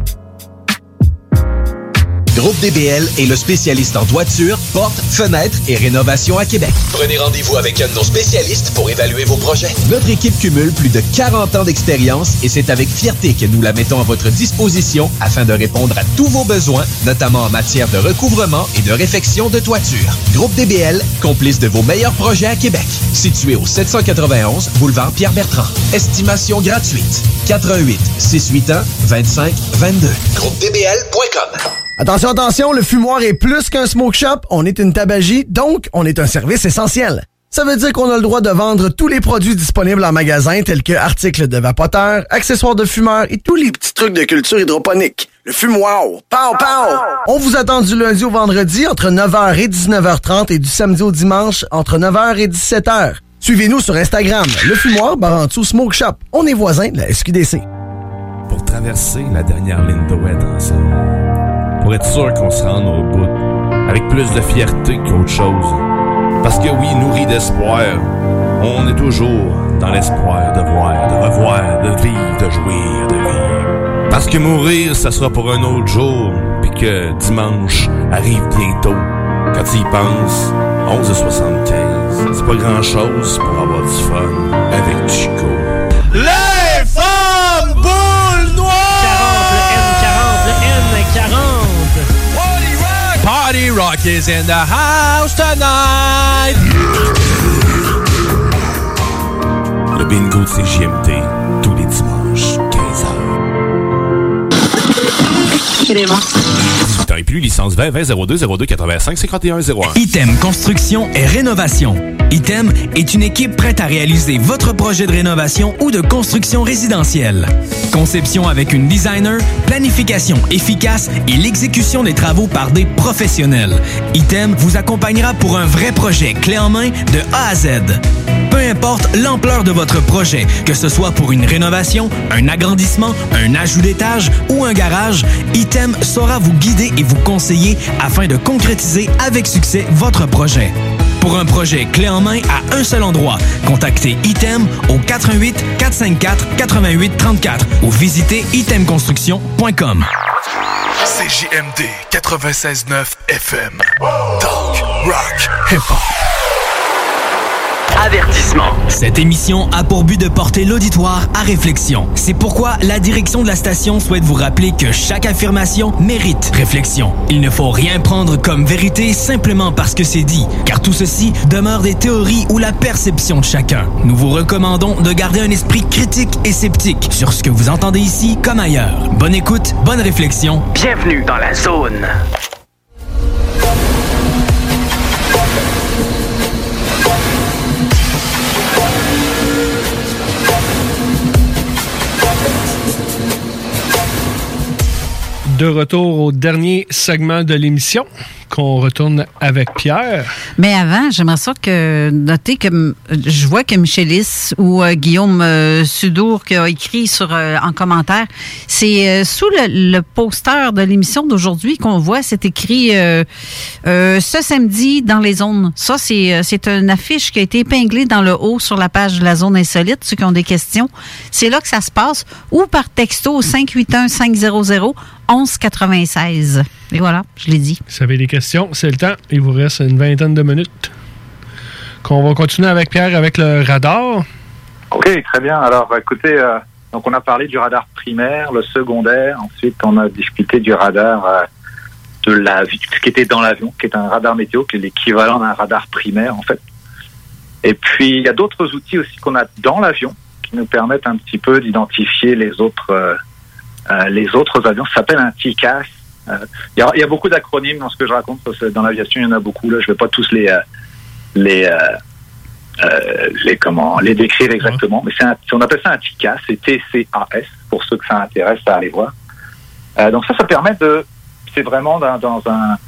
Groupe DBL est le spécialiste en toiture, portes, fenêtres et rénovation à Québec. Prenez rendez-vous avec un de nos spécialistes pour évaluer vos projets. Notre équipe cumule plus de 40 ans d'expérience et c'est avec fierté que nous la mettons à votre disposition afin de répondre à tous vos besoins, notamment en matière de recouvrement et de réfection de toiture. Groupe DBL, complice de vos meilleurs projets à Québec. Situé au 791 boulevard Pierre-Bertrand. Estimation gratuite. 88 681 25 22. GroupeDBL.com. Attention, le fumoir est plus qu'un smoke shop, on est une tabagie, donc on est un service essentiel. Ça veut dire qu'on a le droit de vendre tous les produits disponibles en magasin, tels que articles de vapoteurs, accessoires de fumeurs et tous les petits trucs de culture hydroponique. Le fumoir, pow! On vous attend du lundi au vendredi entre 9h et 19h30 et du samedi au dimanche entre 9h et 17h. Suivez-nous sur Instagram, le fumoir Barantou Smoke Shop. On est voisins de la SQDC. Pour traverser la dernière ligne de ouest ensemble. Pour être sûr qu'on se rende au bout, avec plus de fierté qu'autre chose. Parce que oui, nourri d'espoir, on est toujours dans l'espoir de voir, de revoir, de vivre, de jouir, de vivre. Parce que mourir, ça sera pour un autre jour, puis que dimanche arrive bientôt. Quand tu y penses, 11h75, c'est pas grand-chose pour avoir du fun avec Chico. Les femmes boules noires! 40, le N40. Party Rock is in the house tonight. Le bingo de CJMD, tous les dimanches, 15h. 18 ans et plus, licence 20-20-02-02-85-51-01. Item Construction et Rénovation. Item est une équipe prête à réaliser votre projet de rénovation ou de construction résidentielle. Conception avec une designer, planification efficace et l'exécution des travaux par des professionnels. Item vous accompagnera pour un vrai projet clé en main de A à Z. Peu importe l'ampleur de votre projet, que ce soit pour une rénovation, un agrandissement, un ajout d'étage ou un garage, Item saura vous guider et vous conseiller afin de concrétiser avec succès votre projet. Pour un projet clé en main à un seul endroit, contactez Item au 88 454 88 34 ou visitez itemconstruction.com. CJMD 96.9 FM. Talk, rock, hip-hop. Avertissement. Cette émission a pour but de porter l'auditoire à réflexion. C'est pourquoi la direction de la station souhaite vous rappeler que chaque affirmation mérite réflexion. Il ne faut rien prendre comme vérité simplement parce que c'est dit, car tout ceci demeure des théories ou la perception de chacun. Nous vous recommandons de garder un esprit critique et sceptique sur ce que vous entendez ici comme ailleurs. Bonne écoute, bonne réflexion. Bienvenue dans la zone. De retour au dernier segment de l'émission, qu'on retourne avec Pierre. Mais avant, j'aimerais ça noter que je vois que Michelis ou Guillaume Sudour qui a écrit en commentaire, c'est sous le poster de l'émission d'aujourd'hui qu'on voit, c'est écrit ce samedi dans les zones. Ça, c'est une affiche qui a été épinglée dans le haut sur la page de la zone insolite, ceux qui ont des questions. C'est là que ça se passe, ou par texto au 581-500-1196. Et voilà, je l'ai dit. Si vous avez des questions, c'est le temps. Il vous reste une vingtaine de minutes. On va continuer avec Pierre avec le radar. OK, très bien. Alors, écoutez, donc on a parlé du radar primaire, le secondaire. Ensuite, on a discuté du radar ce qui était dans l'avion, qui est un radar météo, qui est l'équivalent d'un radar primaire, en fait. Et puis, il y a d'autres outils aussi qu'on a dans l'avion qui nous permettent un petit peu d'identifier les autres avions. Ça s'appelle un TCAS. Il y a beaucoup d'acronymes dans ce que je raconte. Dans l'aviation, il y en a beaucoup. Là, je ne vais pas tous les décrire exactement. Mais on appelle ça un TCAS. C'est TCAS pour ceux que ça intéresse à aller voir. Donc ça permet c'est vraiment dans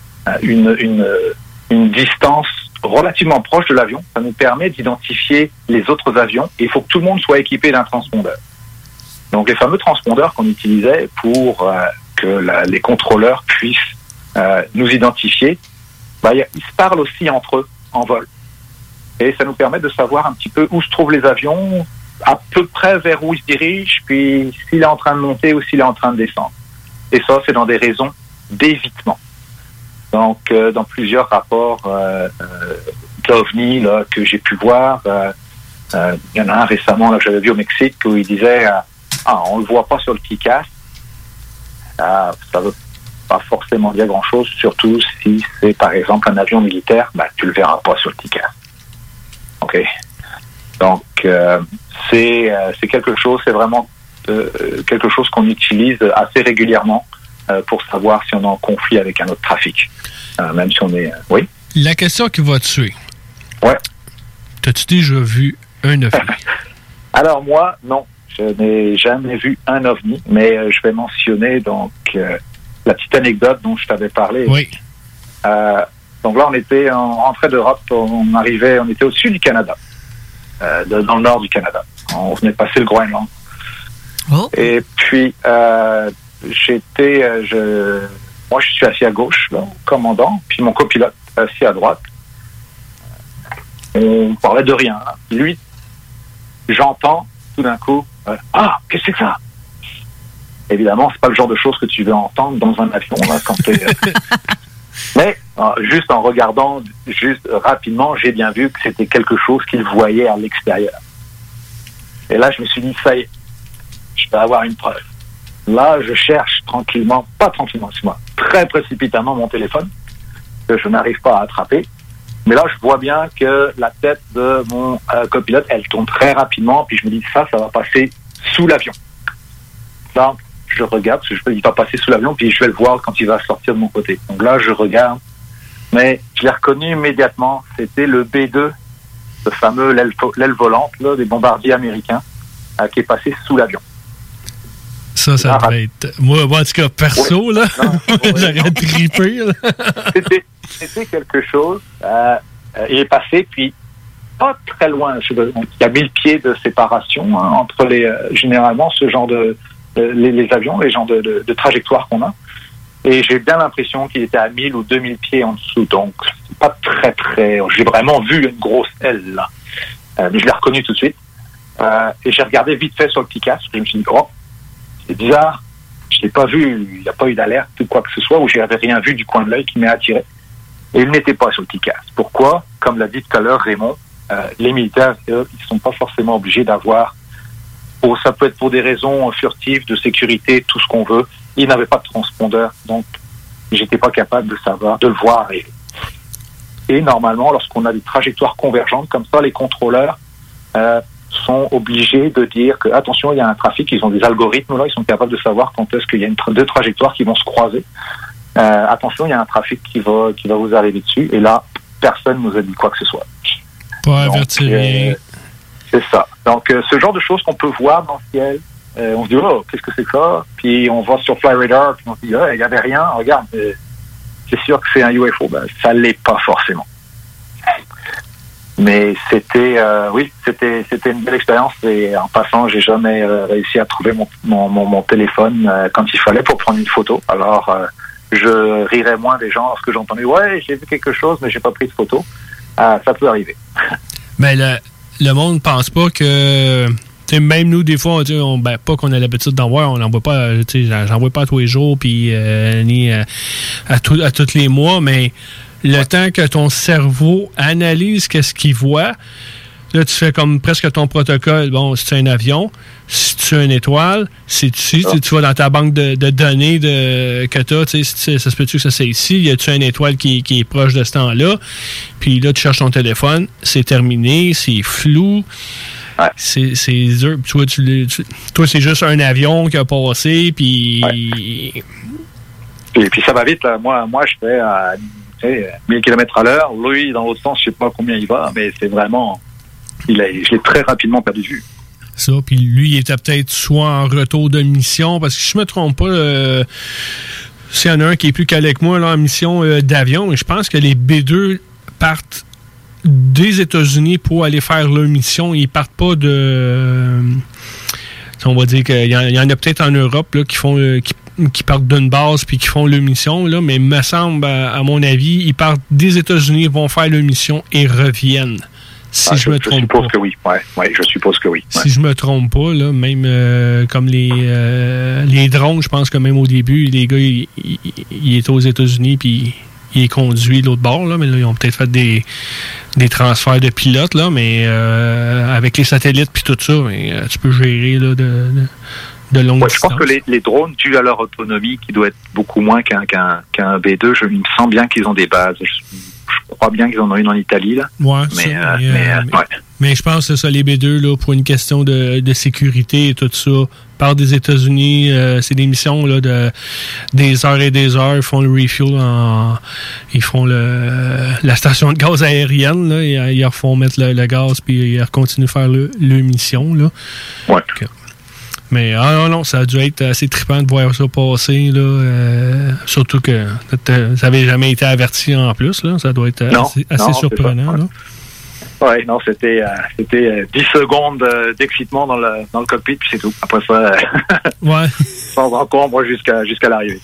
une distance relativement proche de l'avion. Ça nous permet d'identifier les autres avions. Et il faut que tout le monde soit équipé d'un transpondeur. Donc les fameux transpondeurs qu'on utilisait pour que les contrôleurs puissent nous identifier, ils se parlent aussi entre eux en vol. Et ça nous permet de savoir un petit peu où se trouvent les avions, à peu près vers où ils se dirigent, puis s'il est en train de monter ou s'il est en train de descendre. Et ça, c'est dans des raisons d'évitement. Donc, dans plusieurs rapports d'OVNI que j'ai pu voir, il y en a un récemment là, que j'avais vu au Mexique où il disait on le voit pas sur le TCAS. Ça veut pas forcément dire grand-chose, surtout si c'est par exemple un avion militaire, tu le verras pas sur le TCAS. OK. Donc c'est quelque chose, c'est vraiment quelque chose qu'on utilise assez régulièrement pour savoir si on est en conflit avec un autre trafic. Même si on est... Oui? La question qui va tuer. Ouais. T'as-tu déjà vu un OVNI? Alors moi, non. Je n'ai jamais vu un OVNI, mais je vais mentionner donc la petite anecdote dont je t'avais parlé. Oui. Donc là, on était en rentrée d'Europe, on était au-dessus du Canada, dans le nord du Canada. On venait de passer le Groenland. Oh. Et puis, moi, je suis assis à gauche, là, commandant, puis mon copilote assis à droite. On parlait de rien. Là. Lui, j'entends tout d'un coup, qu'est-ce que c'est que ça? Évidemment, c'est pas le genre de choses que tu veux entendre dans un avion, là, quand t'es... Mais, juste en regardant, rapidement, j'ai bien vu que c'était quelque chose qu'il voyait à l'extérieur. Et là, je me suis dit, ça y est, je vais avoir une preuve. Là, je cherche très précipitamment mon téléphone, que je n'arrive pas à attraper. Mais là, je vois bien que la tête de mon copilote, elle tourne très rapidement, puis je me dis, ça va passer sous l'avion. Donc, je regarde, parce que il va passer sous l'avion, puis je vais le voir quand il va sortir de mon côté. Donc là, je regarde, mais je l'ai reconnu immédiatement. C'était le B2, le fameux l'aile volante là, des bombardiers américains, qui est passé sous l'avion. Ça devrait être... Moi, en tout cas, perso, là, j'aurais trippé. C'était quelque chose. Il est passé, puis pas très loin. Il y a 1000 pieds de séparation entre généralement ce genre les avions, les genres de trajectoires qu'on a. Et j'ai bien l'impression qu'il était à 1000 ou 2000 pieds en dessous. Donc, c'est pas très... J'ai vraiment vu une grosse aile, là. Mais je l'ai reconnu tout de suite. Et j'ai regardé vite fait sur le petit casque. Et je me suis dit, c'est bizarre. Je l'ai pas vu. Il n'y a pas eu d'alerte ou quoi que ce soit, ou je n'avais rien vu du coin de l'œil qui m'est attiré. Et il n'était pas sur le petit casque. Pourquoi? Comme l'a dit tout à l'heure Raymond, les militaires, eux, ils sont pas forcément obligés d'avoir... ça peut être pour des raisons furtives, de sécurité, tout ce qu'on veut. Ils n'avaient pas de transpondeur, donc j'étais pas capable de le voir arriver. Et normalement, lorsqu'on a des trajectoires convergentes comme ça, les contrôleurs sont obligés de dire que attention, il y a un trafic. Ils ont des algorithmes là, ils sont capables de savoir quand est-ce qu'il y a deux trajectoires qui vont se croiser. Attention, il y a un trafic qui va vous arriver dessus. Et là, personne nous a dit quoi que ce soit. Pas avertir. C'est ça. Donc, ce genre de choses qu'on peut voir dans le ciel, on se dit, qu'est-ce que c'est que ça? Puis on va sur Flyradar, puis on se dit, il n'y avait rien, regarde, c'est sûr que c'est un UFO. Ben, ça ne l'est pas forcément. Mais c'était une belle expérience. Et en passant, j'ai jamais réussi à trouver mon téléphone quand il fallait pour prendre une photo. Alors, je rirais moins des gens lorsque j'entendais, j'ai vu quelque chose, mais j'ai pas pris de photo. Ça peut arriver. Mais le monde ne pense pas que... Même nous, des fois, pas qu'on a l'habitude d'en voir, on n'en voit pas, j'en vois pas tous les jours, puis ni à tous les mois, mais le temps que ton cerveau analyse qu'est-ce qu'il voit, là, tu fais comme presque ton protocole. Bon, si tu as un avion, si tu as une étoile, si tu vas dans ta banque de données que tu as, ça se peut-tu que ça c'est ici, y a-tu une étoile qui est proche de ce temps-là, puis là, tu cherches ton téléphone, c'est terminé, c'est flou. Ouais. C'est dur. Toi, c'est juste un avion qui a passé, puis... Ouais. Et puis ça va vite. Là. Moi, je fais à 1000 km à l'heure. Lui, dans l'autre sens, je sais pas combien il va, mais c'est vraiment... Je l'ai très rapidement perdu de vue. Ça, puis lui, il était peut-être soit en retour de mission, parce que si je me trompe pas, s'il y en a un qui est plus calé que moi là, en mission d'avion, et je pense que les B2 partent des États-Unis pour aller faire leur mission. Ils partent pas de... on va dire qu'il y en a peut-être en Europe là, qui partent d'une base puis qui font leur mission, là, mais il me semble, à mon avis, ils partent des États-Unis, vont faire leur mission et reviennent. Si je me trompe pas. Que oui. Ouais, je suppose que oui. Ouais. Si je me trompe pas, là, même comme les drones, je pense que même au début, les gars, ils étaient aux États-Unis puis il est conduit l'autre bord, là, mais là, ils ont peut-être fait des transferts de pilotes, là, mais avec les satellites puis tout ça, mais, tu peux gérer là, de longues distances. Je pense que les drones, dû à leur autonomie, qui doit être beaucoup moins qu'un B2, il me sens bien qu'ils ont des bases. Je crois bien qu'ils en ont une en Italie, là. Ouais, mais je pense que c'est ça, les B2, là, pour une question de sécurité et tout ça, partent des États-Unis, c'est des missions là, des heures et des heures, ils font le refuel, ils font la station de gaz aérienne, là, ils refont mettre le gaz, puis ils continuent à faire leur mission. Là. Ouais. Okay. Mais non, ça a dû être assez trippant de voir ça passer, là, surtout que ça n'avait jamais été averti en plus, là, ça doit être assez surprenant. Là. Ouais, non, c'était 10 secondes d'excitement dans le cockpit, puis c'est tout. Après ça, ouais. sans encombre jusqu'à l'arrivée.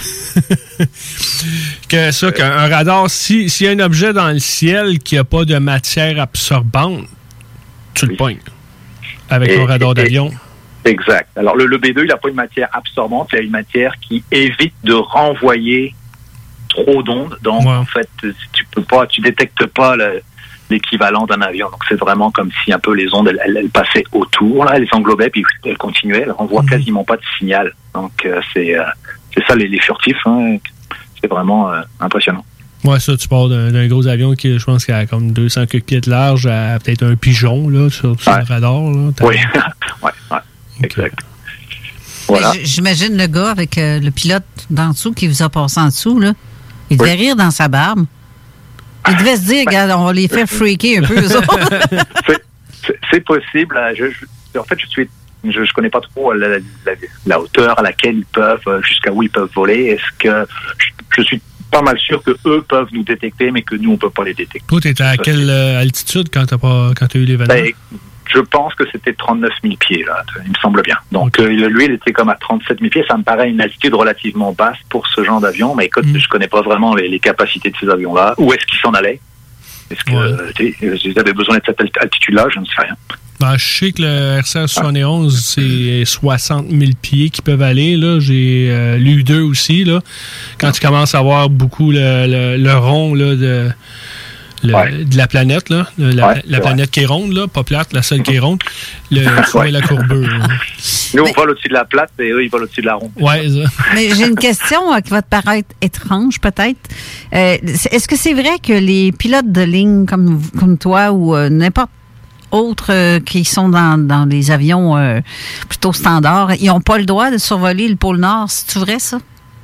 Qu'un radar, s'il y a un objet dans le ciel qui n'a pas de matière absorbante, tu le pognes avec ton radar d'avion. Exact. Alors, le B2, il n'a pas une matière absorbante, il a une matière qui évite de renvoyer trop d'ondes. Donc, en fait, tu détectes pas l'équivalent d'un avion. Donc, c'est vraiment comme si un peu les ondes, elles passaient autour, là, elles s'englobaient, puis elles continuaient, elles renvoient quasiment pas de signal. Donc, c'est ça, les furtifs, hein. C'est vraiment impressionnant. Ouais, ça, tu pars d'un gros avion qui, je pense, qui a comme 200 pieds de large à peut-être un pigeon, là, sur le radar, là. Oui, ouais. Exact. Voilà. J'imagine le gars avec le pilote d'en dessous qui vous a passé en dessous, là. Il devait rire dans sa barbe. Il devait se dire, regarde, on va les faire freaker un peu, eux autres. C'est possible. En fait, je connais pas trop la hauteur à laquelle ils peuvent, jusqu'à où ils peuvent voler. Est-ce que je suis pas mal sûr que eux peuvent nous détecter, mais que nous, on peut pas les détecter. Toi, t'étais à quelle altitude quand t'as eu l'événement? Je pense que c'était 39 000 pieds, là, il me semble bien. Donc, lui, il était comme à 37 000 pieds. Ça me paraît une altitude relativement basse pour ce genre d'avion, mais écoute, je connais pas vraiment les capacités de ces avions-là. Où est-ce qu'ils s'en allaient? Est-ce qu'ils avaient besoin de cette altitude-là? Je ne sais rien. Ben, je sais que le RCR-71, c'est 60 000 pieds qui peuvent aller. Là. J'ai l'U-2 aussi. Là. Quand tu commences à voir beaucoup le rond là, de la planète, là, la planète qui est ronde, là, pas plate, la seule qui est ronde, la courbure. Nous, on vole au-dessus de la plate et eux, ils volent au-dessus de la ronde. Ouais, ça. Mais j'ai une question qui va te paraître étrange, peut-être. Est-ce que c'est vrai que les pilotes de ligne comme toi ou n'importe autres qui sont dans les avions plutôt standards, ils n'ont pas le droit de survoler le pôle Nord? C'est-tu vrai, ça?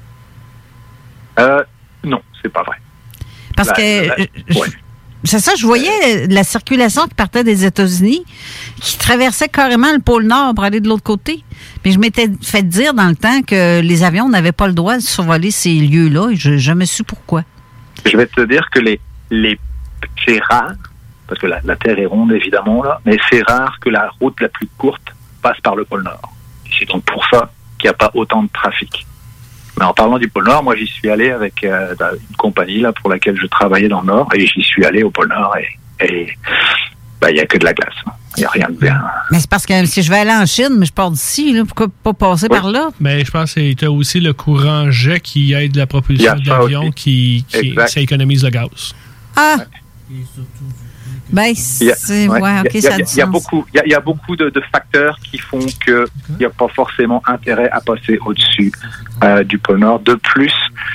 Non, c'est pas vrai. Parce c'est ça, je voyais la circulation qui partait des États-Unis, qui traversait carrément le pôle Nord pour aller de l'autre côté. Mais je m'étais fait dire dans le temps que les avions n'avaient pas le droit de survoler ces lieux-là, et je me suis pourquoi. Je vais te dire que c'est rare, parce que la Terre est ronde, évidemment, là, mais c'est rare que la route la plus courte passe par le pôle Nord. C'est donc pour ça qu'il n'y a pas autant de trafic. Mais en parlant du pôle Nord, moi, j'y suis allé avec une compagnie là pour laquelle je travaillais dans le Nord, et j'y suis allé au pôle Nord, et il n'y a que de la glace. Il n'y a rien de bien. Mais c'est parce que si je vais aller en Chine, mais je pars d'ici, là, pourquoi pas passer par là? Mais je pense que tu as aussi le courant jet qui aide la propulsion de l'avion, qui ça économise le gaz. Ah! Ben, c'est... OK, ça a du sens. Il y a beaucoup de facteurs qui font qu'il n'y a pas forcément intérêt à passer au-dessus du pôle Nord. De plus,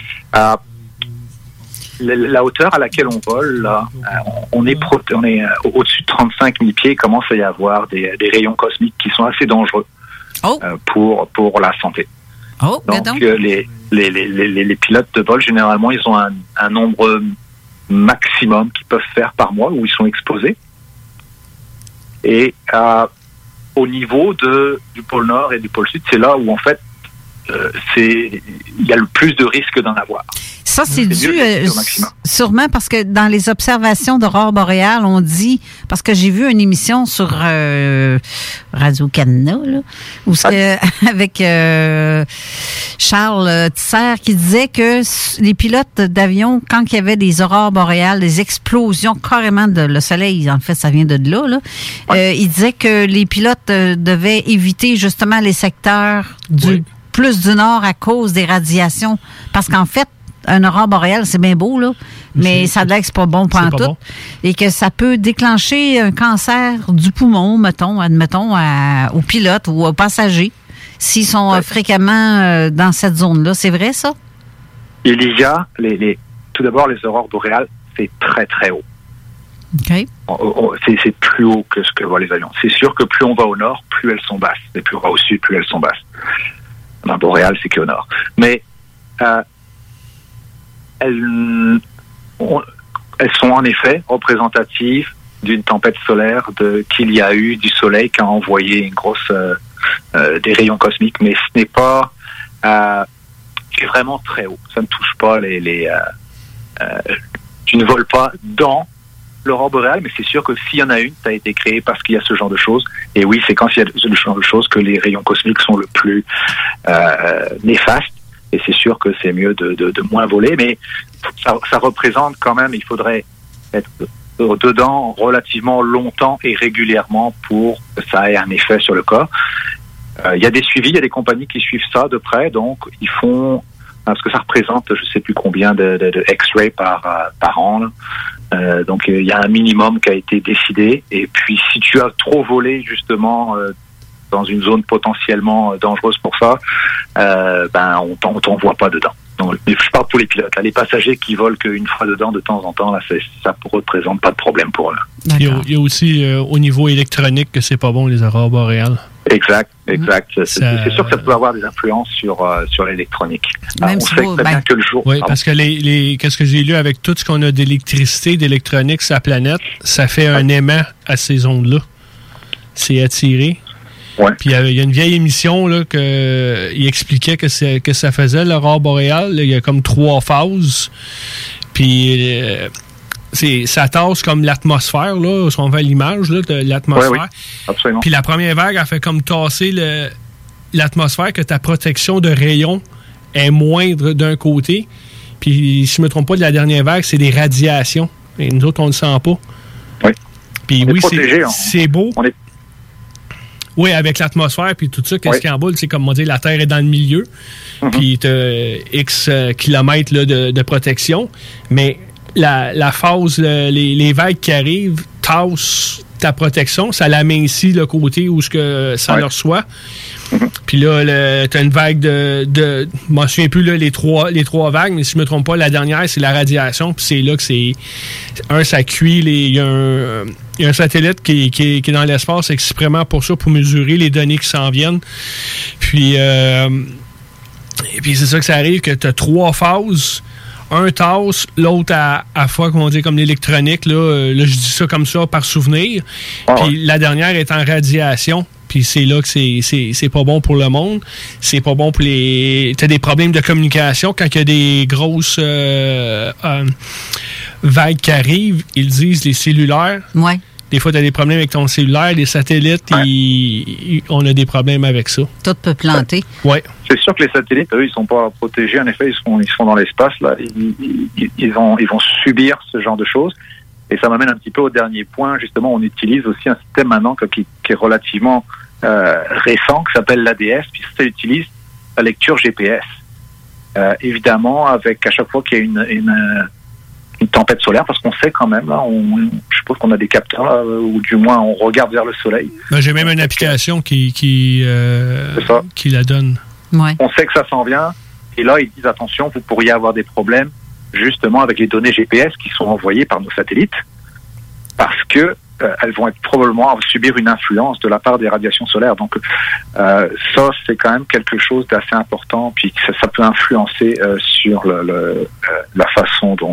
la hauteur à laquelle on vole, là, on est au-dessus de 35 000 pieds. Il commence à y avoir des rayons cosmiques qui sont assez dangereux pour la santé. Donc, les pilotes de vol, généralement, ils ont un nombre maximum qu'ils peuvent faire par mois où ils sont exposés. Et au niveau du pôle Nord et du pôle Sud, c'est là où en fait il y a le plus de risques d'en avoir. Ça, c'est dû sûrement parce que dans les observations d'aurore boréale, on dit, parce que j'ai vu une émission sur Radio-Canada, là, avec Charles Tisser, qui disait que les pilotes d'avion, quand il y avait des aurores boréales, des explosions carrément le soleil, en fait, ça vient de là, il disait que les pilotes devaient éviter justement les secteurs plus du nord à cause des radiations. Parce qu'en fait, un aurore boréale, c'est bien beau, là, mais ça a l'air que c'est pas bon pantoute. Bon. Et que ça peut déclencher un cancer du poumon, admettons, aux pilotes ou aux passagers, s'ils sont fréquemment dans cette zone-là. C'est vrai, ça? Il y a, tout d'abord, les aurores boréales, c'est très, très haut. OK. C'est plus haut que ce que voient les avions. C'est sûr que plus on va au nord, plus elles sont basses. Et plus on va au sud, plus elles sont basses. Dans le boréal, c'est qu'au nord. Mais elles sont en effet représentatives d'une tempête solaire qu'il y a eu du soleil qui a envoyé une grosse des rayons cosmiques, mais ce n'est pas c'est vraiment très haut. Ça ne touche pas tu ne voles pas dans l'aurore boréale, mais c'est sûr que s'il y en a une, ça a été créé parce qu'il y a ce genre de choses. Et oui, c'est quand il y a ce genre de choses que les rayons cosmiques sont le plus néfastes. Et c'est sûr que c'est mieux de moins voler, mais ça représente quand même, il faudrait être dedans relativement longtemps et régulièrement pour que ça ait un effet sur le corps. Il y a des suivis, il y a des compagnies qui suivent ça de près, donc ils font, parce que ça représente je ne sais plus combien de X-ray par an. Donc il y a un minimum qui a été décidé, et puis si tu as trop volé justement dans une zone potentiellement dangereuse pour ça, on t'envoie pas dedans. Donc, je parle pour les pilotes. Là, les passagers qui volent qu'une fois dedans de temps en temps, là, ça ne représente pas de problème pour eux. Il y a aussi au niveau électronique que c'est pas bon, les aurores boréales. Exact. C'est sûr que ça peut avoir des influences sur l'électronique. Même on sait très bien que le jour... Oui, parce que qu'est-ce que j'ai lu avec tout ce qu'on a d'électricité, d'électronique sur la planète, ça fait un aimant à ces ondes-là. C'est attiré. Ouais. Puis il y a une vieille émission là il expliquait que ça faisait l'aurore boréale. Là, il y a comme 3 phases. Puis ça tasse comme l'atmosphère, là, si on veut l'image là, de l'atmosphère. Oui, absolument. Puis la première vague, elle fait comme tasser l'atmosphère, que ta protection de rayons est moindre d'un côté. Puis si je ne me trompe pas, de la dernière vague, c'est des radiations. Et nous autres, on ne le sent pas. Oui. Puis oui, protégé, c'est beau. Oui, avec l'atmosphère puis tout ça, qu'est-ce qu'il y a en bas? C'est comme on dit, la Terre est dans le milieu, puis tu as X kilomètres là, de protection, mais la phase, les vagues qui arrivent tassent ta protection, ça l'amincit le côté où ça le reçoit. Puis là, tu as une vague je ne me souviens plus là, les trois vagues, mais si je ne me trompe pas, la dernière, c'est la radiation, puis c'est là que ça cuit, il y a un satellite qui est dans l'espace exprès pour ça, pour mesurer les données qui s'en viennent. Puis c'est ça que ça arrive, que tu as 3 phases. Un tasse, l'autre à fois, comment dire, comme l'électronique. Là, je dis ça comme ça par souvenir. Puis la dernière est en radiation. Puis c'est là que c'est pas bon pour le monde. C'est pas bon pour t'as des problèmes de communication. Quand il y a des grosses vagues qui arrivent, ils disent les cellulaires. Ouais. Des fois, tu as des problèmes avec ton cellulaire, les satellites, on a des problèmes avec ça. Tout peut planter. Oui. C'est sûr que les satellites, eux, ils sont pas protégés. En effet, ils sont dans l'espace. Là, ils vont subir ce genre de choses. Et ça m'amène un petit peu au dernier point. Justement, on utilise aussi un système maintenant qui est relativement récent, qui s'appelle l'ADS, puis ça utilise la lecture GPS. Évidemment, avec à chaque fois qu'il y a une tempête solaire, parce qu'on sait quand même, là, je suppose qu'on a des capteurs, là, ou du moins on regarde vers le soleil. Ben, j'ai même une application qui la donne. Ouais. On sait que ça s'en vient, et là ils disent attention, vous pourriez avoir des problèmes justement avec les données GPS qui sont envoyées par nos satellites, parce que elles vont probablement subir une influence de la part des radiations solaires. Donc ça, c'est quand même quelque chose d'assez important, puis ça peut influencer sur la façon dont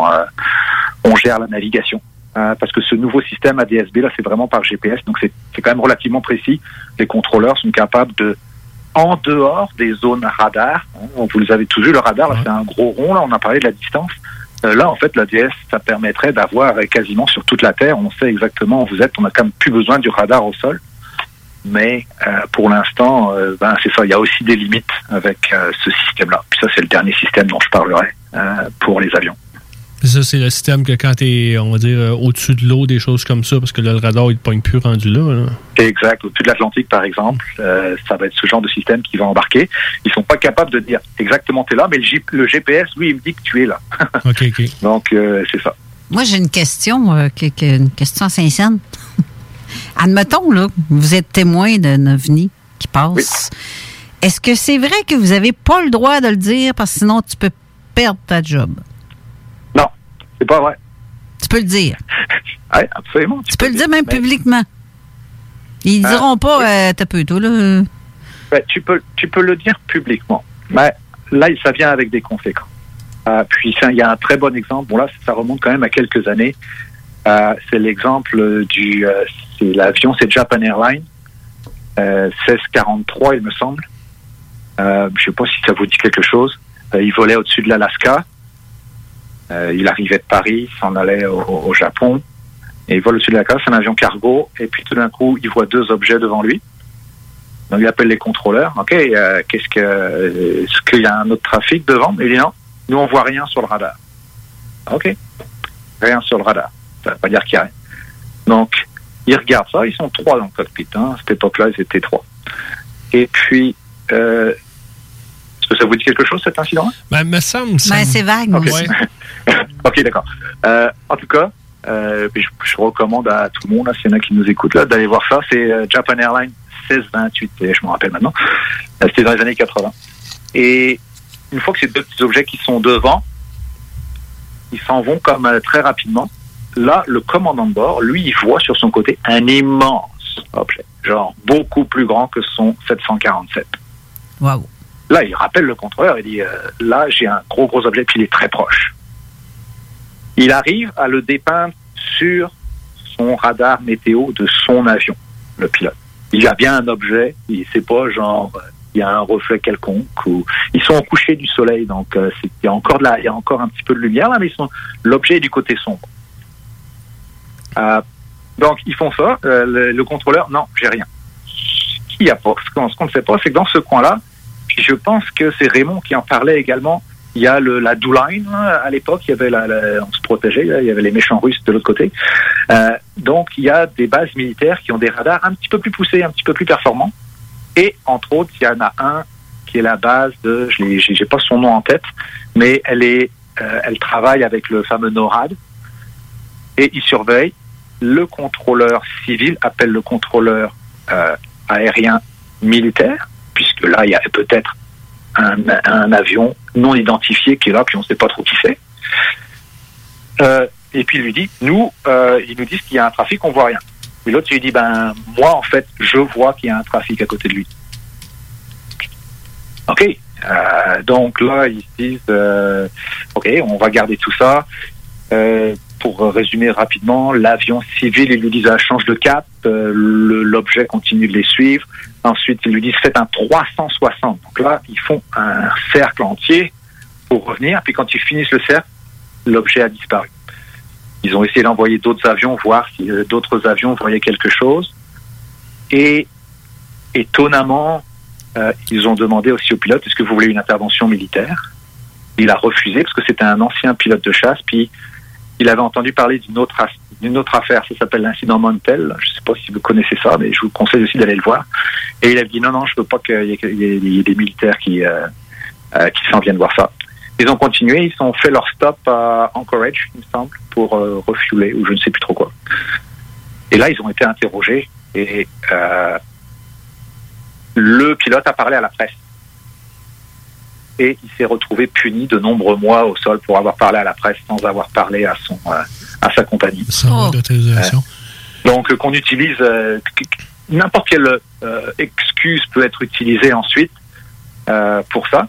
on gère la navigation. Parce que ce nouveau système ADS-B, là, c'est vraiment par GPS, donc c'est quand même relativement précis. Les contrôleurs sont capables de, en dehors des zones radar, vous les avez tous vu, le radar, là, c'est un gros rond, là, on a parlé de la distance. Là, en fait, l'ADS, ça permettrait d'avoir quasiment sur toute la Terre, on sait exactement où vous êtes, on n'a quand même plus besoin du radar au sol. Mais pour l'instant, c'est ça, il y a aussi des limites avec ce système-là. Puis ça, c'est le dernier système dont je parlerai pour les avions. Ça, c'est le système que quand tu es, on va dire, au-dessus de l'eau, des choses comme ça, parce que là, le radar, il ne pogne plus rendu là. Exact. Au-dessus de l'Atlantique, par exemple, ça va être ce genre de système qui va embarquer. Ils ne sont pas capables de dire exactement tu es là, mais le GPS, lui, il me dit que tu es là. OK. Donc, c'est ça. Moi, j'ai une question, une question sincère. Admettons, là, vous êtes témoin d'un ovni qui passe. Oui. Est-ce que c'est vrai que vous n'avez pas le droit de le dire parce que sinon tu peux perdre ta job? Non, c'est pas vrai. Tu peux le dire. Oui, absolument. Tu peux le dire même publiquement. Ils ne diront pas, t'as peu, toi, là. Ben, tu peux le dire publiquement. Mais là, ça vient avec des conséquences. Puis, il y a un très bon exemple. Bon, là, ça remonte quand même à quelques années. C'est l'exemple c'est l'avion, c'est Japan Airlines, 1643, il me semble. Je ne sais pas si ça vous dit quelque chose. Il volait au-dessus de l'Alaska. Il arrivait de Paris, s'en allait au Japon. Et il vole au-dessus de l'Alaska, c'est un avion cargo. Et puis tout d'un coup, il voit 2 objets devant lui. Donc il appelle les contrôleurs. OK, est-ce qu'il y a un autre trafic devant? Il dit non, nous on voit rien sur le radar. OK, rien sur le radar. Ça ne veut pas dire qu'il y a rien. Donc, ils regardent ça, ils sont 3 dans le cockpit. À cette époque-là, ils étaient 3. Et puis, est-ce que ça vous dit quelque chose, cet incident-là? Ben, me semble. C'est vague, okay. aussi. OK, d'accord. En tout cas, je recommande à tout le monde, s'il y en a qui nous écoutent, là, d'aller voir ça. C'est Japan Airlines 1628, je me rappelle maintenant. C'était dans les années 80. Et une fois que ces deux petits objets qui sont devant, ils s'en vont comme très rapidement. Là, le commandant de bord, lui, il voit sur son côté un immense objet, genre beaucoup plus grand que son 747. Waouh. Là, il rappelle le contrôleur, il dit là, j'ai un gros objet, puis il est très proche. Il arrive à le dépeindre sur son radar météo de son avion, le pilote. Il y a bien un objet, c'est pas genre il y a un reflet quelconque, ou ils sont au coucher du soleil, donc il y a encore un petit peu de lumière là, mais l'objet est du côté sombre. Donc ils font ça, le contrôleur, non, j'ai rien. Ce qu'on ne sait pas, c'est que dans ce coin-là, puis je pense que c'est Raymond qui en parlait également, il y a la Douline, à l'époque, il y avait on se protégeait, là, il y avait les méchants russes de l'autre côté. Donc il y a des bases militaires qui ont des radars un petit peu plus poussés, un petit peu plus performants. Et entre autres, il y en a un qui est la base de, j'ai pas son nom en tête, mais elle travaille avec le fameux NORAD et il surveille. Le contrôleur civil appelle le contrôleur aérien militaire, puisque là il y a peut-être un avion non identifié qui est là, puis on ne sait pas trop qui c'est. Et puis il lui dit, ils nous disent qu'il y a un trafic, on voit rien. Et l'autre lui dit, moi en fait, je vois qu'il y a un trafic à côté de lui. Ok, donc là ils se disent, ok, on va garder tout ça. Pour résumer rapidement, l'avion civil, ils lui disent, change de cap, l'objet continue de les suivre. Ensuite, ils lui disent, faites un 360. Donc là, ils font un cercle entier pour revenir. Puis quand ils finissent le cercle, l'objet a disparu. Ils ont essayé d'envoyer d'autres avions, voir si d'autres avions voyaient quelque chose. Et étonnamment, ils ont demandé aussi au pilote, est-ce que vous voulez une intervention militaire? Il a refusé parce que c'était un ancien pilote de chasse. Puis il avait entendu parler d'une autre affaire, ça s'appelle l'incident Montel. Je ne sais pas si vous connaissez ça, mais je vous conseille aussi d'aller le voir. Et il a dit non, je ne veux pas qu'il y ait des militaires qui s'en viennent voir ça. Ils ont continué, ils ont fait leur stop à Anchorage, il me semble, pour refueler, ou je ne sais plus trop quoi. Et là, ils ont été interrogés, et le pilote a parlé à la presse. Et il s'est retrouvé puni de nombreux mois au sol pour avoir parlé à la presse sans avoir parlé à sa compagnie. Sans autorisation. Donc, qu'on utilise, n'importe quelle excuse peut être utilisée ensuite pour ça.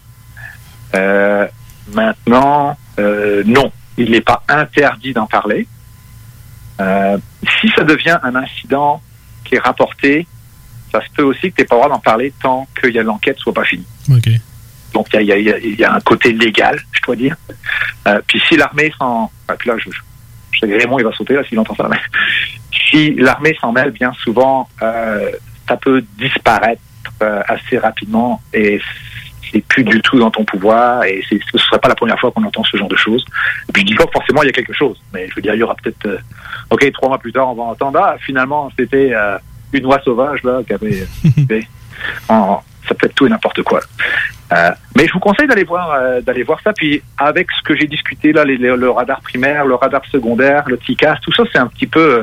Maintenant, non, il n'est pas interdit d'en parler. Si ça devient un incident qui est rapporté, ça se peut aussi que tu n'aies pas le droit d'en parler tant que l'enquête ne soit pas finie. OK. Donc, il y a un côté légal, je dois dire. Puis si l'armée s'en... Puis là, je sais que Raymond, il va sauter là s'il entend ça. Mais si l'armée s'en mêle, bien souvent, ça peut disparaître assez rapidement et c'est plus du tout dans ton pouvoir et ce ne serait pas la première fois qu'on entend ce genre de choses. Et puis je dis pas que forcément il y a quelque chose, mais je veux dire, il y aura peut-être... 3 mois plus tard, on va entendre, finalement, c'était une oie sauvage là qui avait... ça peut être tout et n'importe quoi. Mais je vous conseille d'aller voir ça. Puis avec ce que j'ai discuté là, le radar primaire, le radar secondaire, le TICAS, tout ça, c'est un petit peu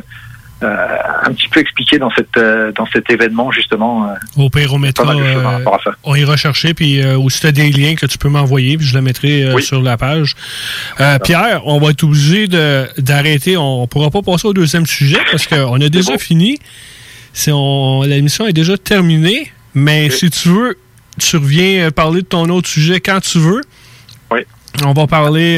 expliqué dans cet événement justement. Au Pérométra, on ira chercher. Puis aussi tu as des liens que tu peux m'envoyer, puis je le mettrai sur la page. Pierre, on va être obligé d'arrêter. On pourra pas passer au deuxième sujet parce qu'on a déjà fini. L'émission est déjà terminée. Mais si tu veux, tu reviens parler de ton autre sujet quand tu veux. Oui. On va parler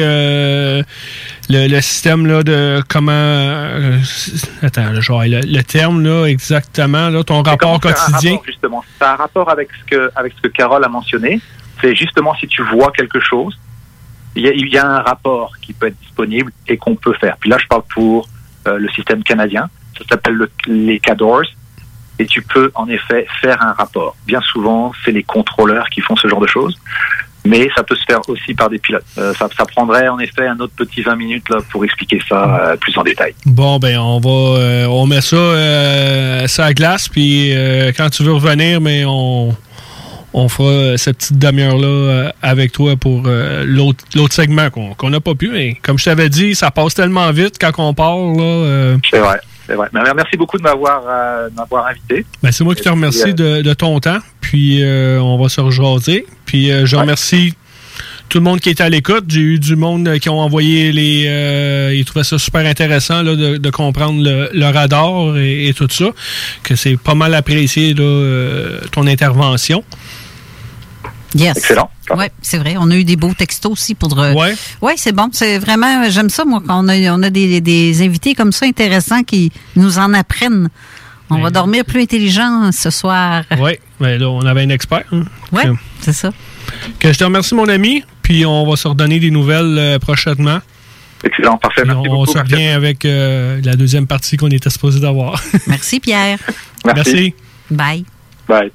le système là, de comment... attends, le terme là, exactement, là, ton rapport quotidien. Justement, ça a un rapport avec ce que Carole a mentionné. C'est justement si tu vois quelque chose, il y a un rapport qui peut être disponible et qu'on peut faire. Puis là, je parle pour le système canadien. Ça s'appelle les CADORS. Et tu peux, en effet, faire un rapport. Bien souvent, c'est les contrôleurs qui font ce genre de choses. Mais ça peut se faire aussi par des pilotes. Ça prendrait, en effet, un autre petit 20 minutes là, pour expliquer ça plus en détail. Bon, ben, on met ça à glace. Puis quand tu veux revenir, mais on fera cette petite demi-heure-là avec toi pour l'autre segment qu'on n'a pas pu. Mais comme je t'avais dit, ça passe tellement vite quand on parle. Là, C'est vrai. C'est vrai. Merci beaucoup de m'avoir invité. Ben, c'est moi qui te remercie de ton temps. Puis on va se rejaser. Puis je remercie tout le monde qui est à l'écoute. J'ai eu du monde qui ont envoyé ils trouvaient ça super intéressant là, de comprendre le radar et tout ça, que c'est pas mal apprécié là, ton intervention. Yes. Excellent. Oui, c'est vrai. On a eu des beaux textos aussi pour... Oui, c'est bon. C'est vraiment... J'aime ça, moi, quand on a des invités comme ça intéressants qui nous en apprennent. On va dormir plus intelligent ce soir. Oui, mais là, on avait un expert. Hein. Oui, c'est ça. Que je te remercie, mon ami, puis on va se redonner des nouvelles prochainement. Excellent, parfait. Merci beaucoup. On se revient avec la deuxième partie qu'on était supposé d'avoir. Merci, Pierre. Merci. Bye. Bye.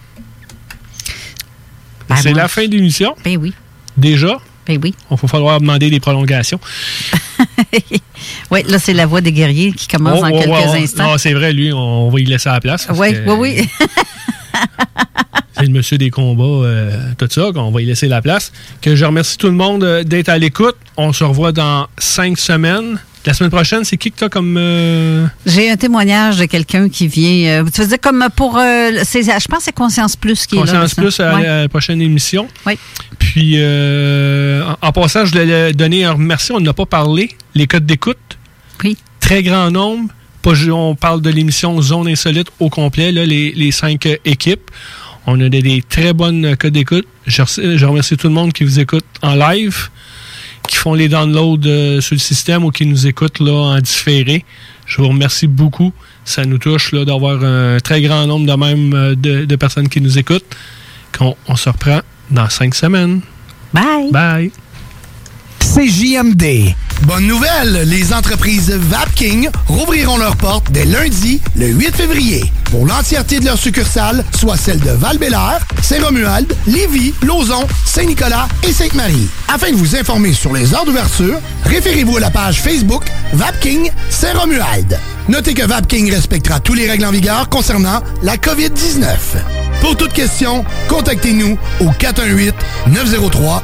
C'est la fin de l'émission. Ben oui. Déjà? Ben oui. Il va falloir demander des prolongations. Oui, là, c'est la voix des guerriers qui commence dans quelques instants. Non, c'est vrai, lui, on va y laisser la place. Oui. C'est le monsieur des combats, tout ça, qu'on va y laisser la place. Que je remercie tout le monde d'être à l'écoute. On se revoit dans 5 semaines. La semaine prochaine, c'est qui que tu as comme... J'ai un témoignage de quelqu'un qui vient... tu veux dire comme pour... je pense que c'est Conscience Plus qui est là. Conscience Plus à la prochaine émission. Oui. Puis, en passant, je voulais donner un remerciement. On n'a pas parlé. Les codes d'écoute. Oui. Très grand nombre. On parle de l'émission Zone Insolite au complet, là, les 5 équipes. On a des très bonnes codes d'écoute. Je remercie tout le monde qui vous écoute en live, qui font les downloads sur le système ou qui nous écoutent là, en différé. Je vous remercie beaucoup. Ça nous touche là, d'avoir un très grand nombre de même de personnes qui nous écoutent. On se reprend dans 5 semaines. Bye! Bye! CJMD. Bonne nouvelle, les entreprises Vapking rouvriront leurs portes dès lundi, le 8 février, pour l'entièreté de leurs succursales, soit celles de Val-Bélair, Saint-Romuald, Lévis, Lauson, Saint-Nicolas et Sainte-Marie. Afin de vous informer sur les heures d'ouverture, référez-vous à la page Facebook Vapking Saint-Romuald. Notez que Vapking respectera tous les règles en vigueur concernant la COVID-19. Pour toute question, contactez-nous au 418-903-8282.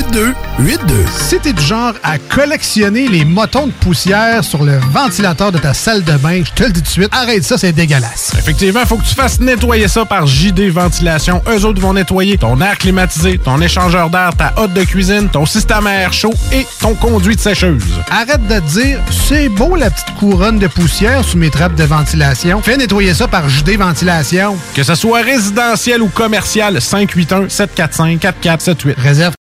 Si t'es du genre à collectionner les motons de poussière sur le ventilateur de ta salle de bain, je te le dis tout de suite, arrête ça, c'est dégueulasse. Effectivement, il faut que tu fasses nettoyer ça par JD Ventilation. Eux autres vont nettoyer ton air climatisé, ton échangeur d'air, ta hotte de cuisine, ton système à air chaud et ton conduit de sécheuse. Arrête de te dire, c'est beau la petite couronne de poussière sous mes trappes de ventilation. Fais nettoyer ça par JD Ventilation. Que ce soit résidentiel ou commercial, 581-745-4478. Réserve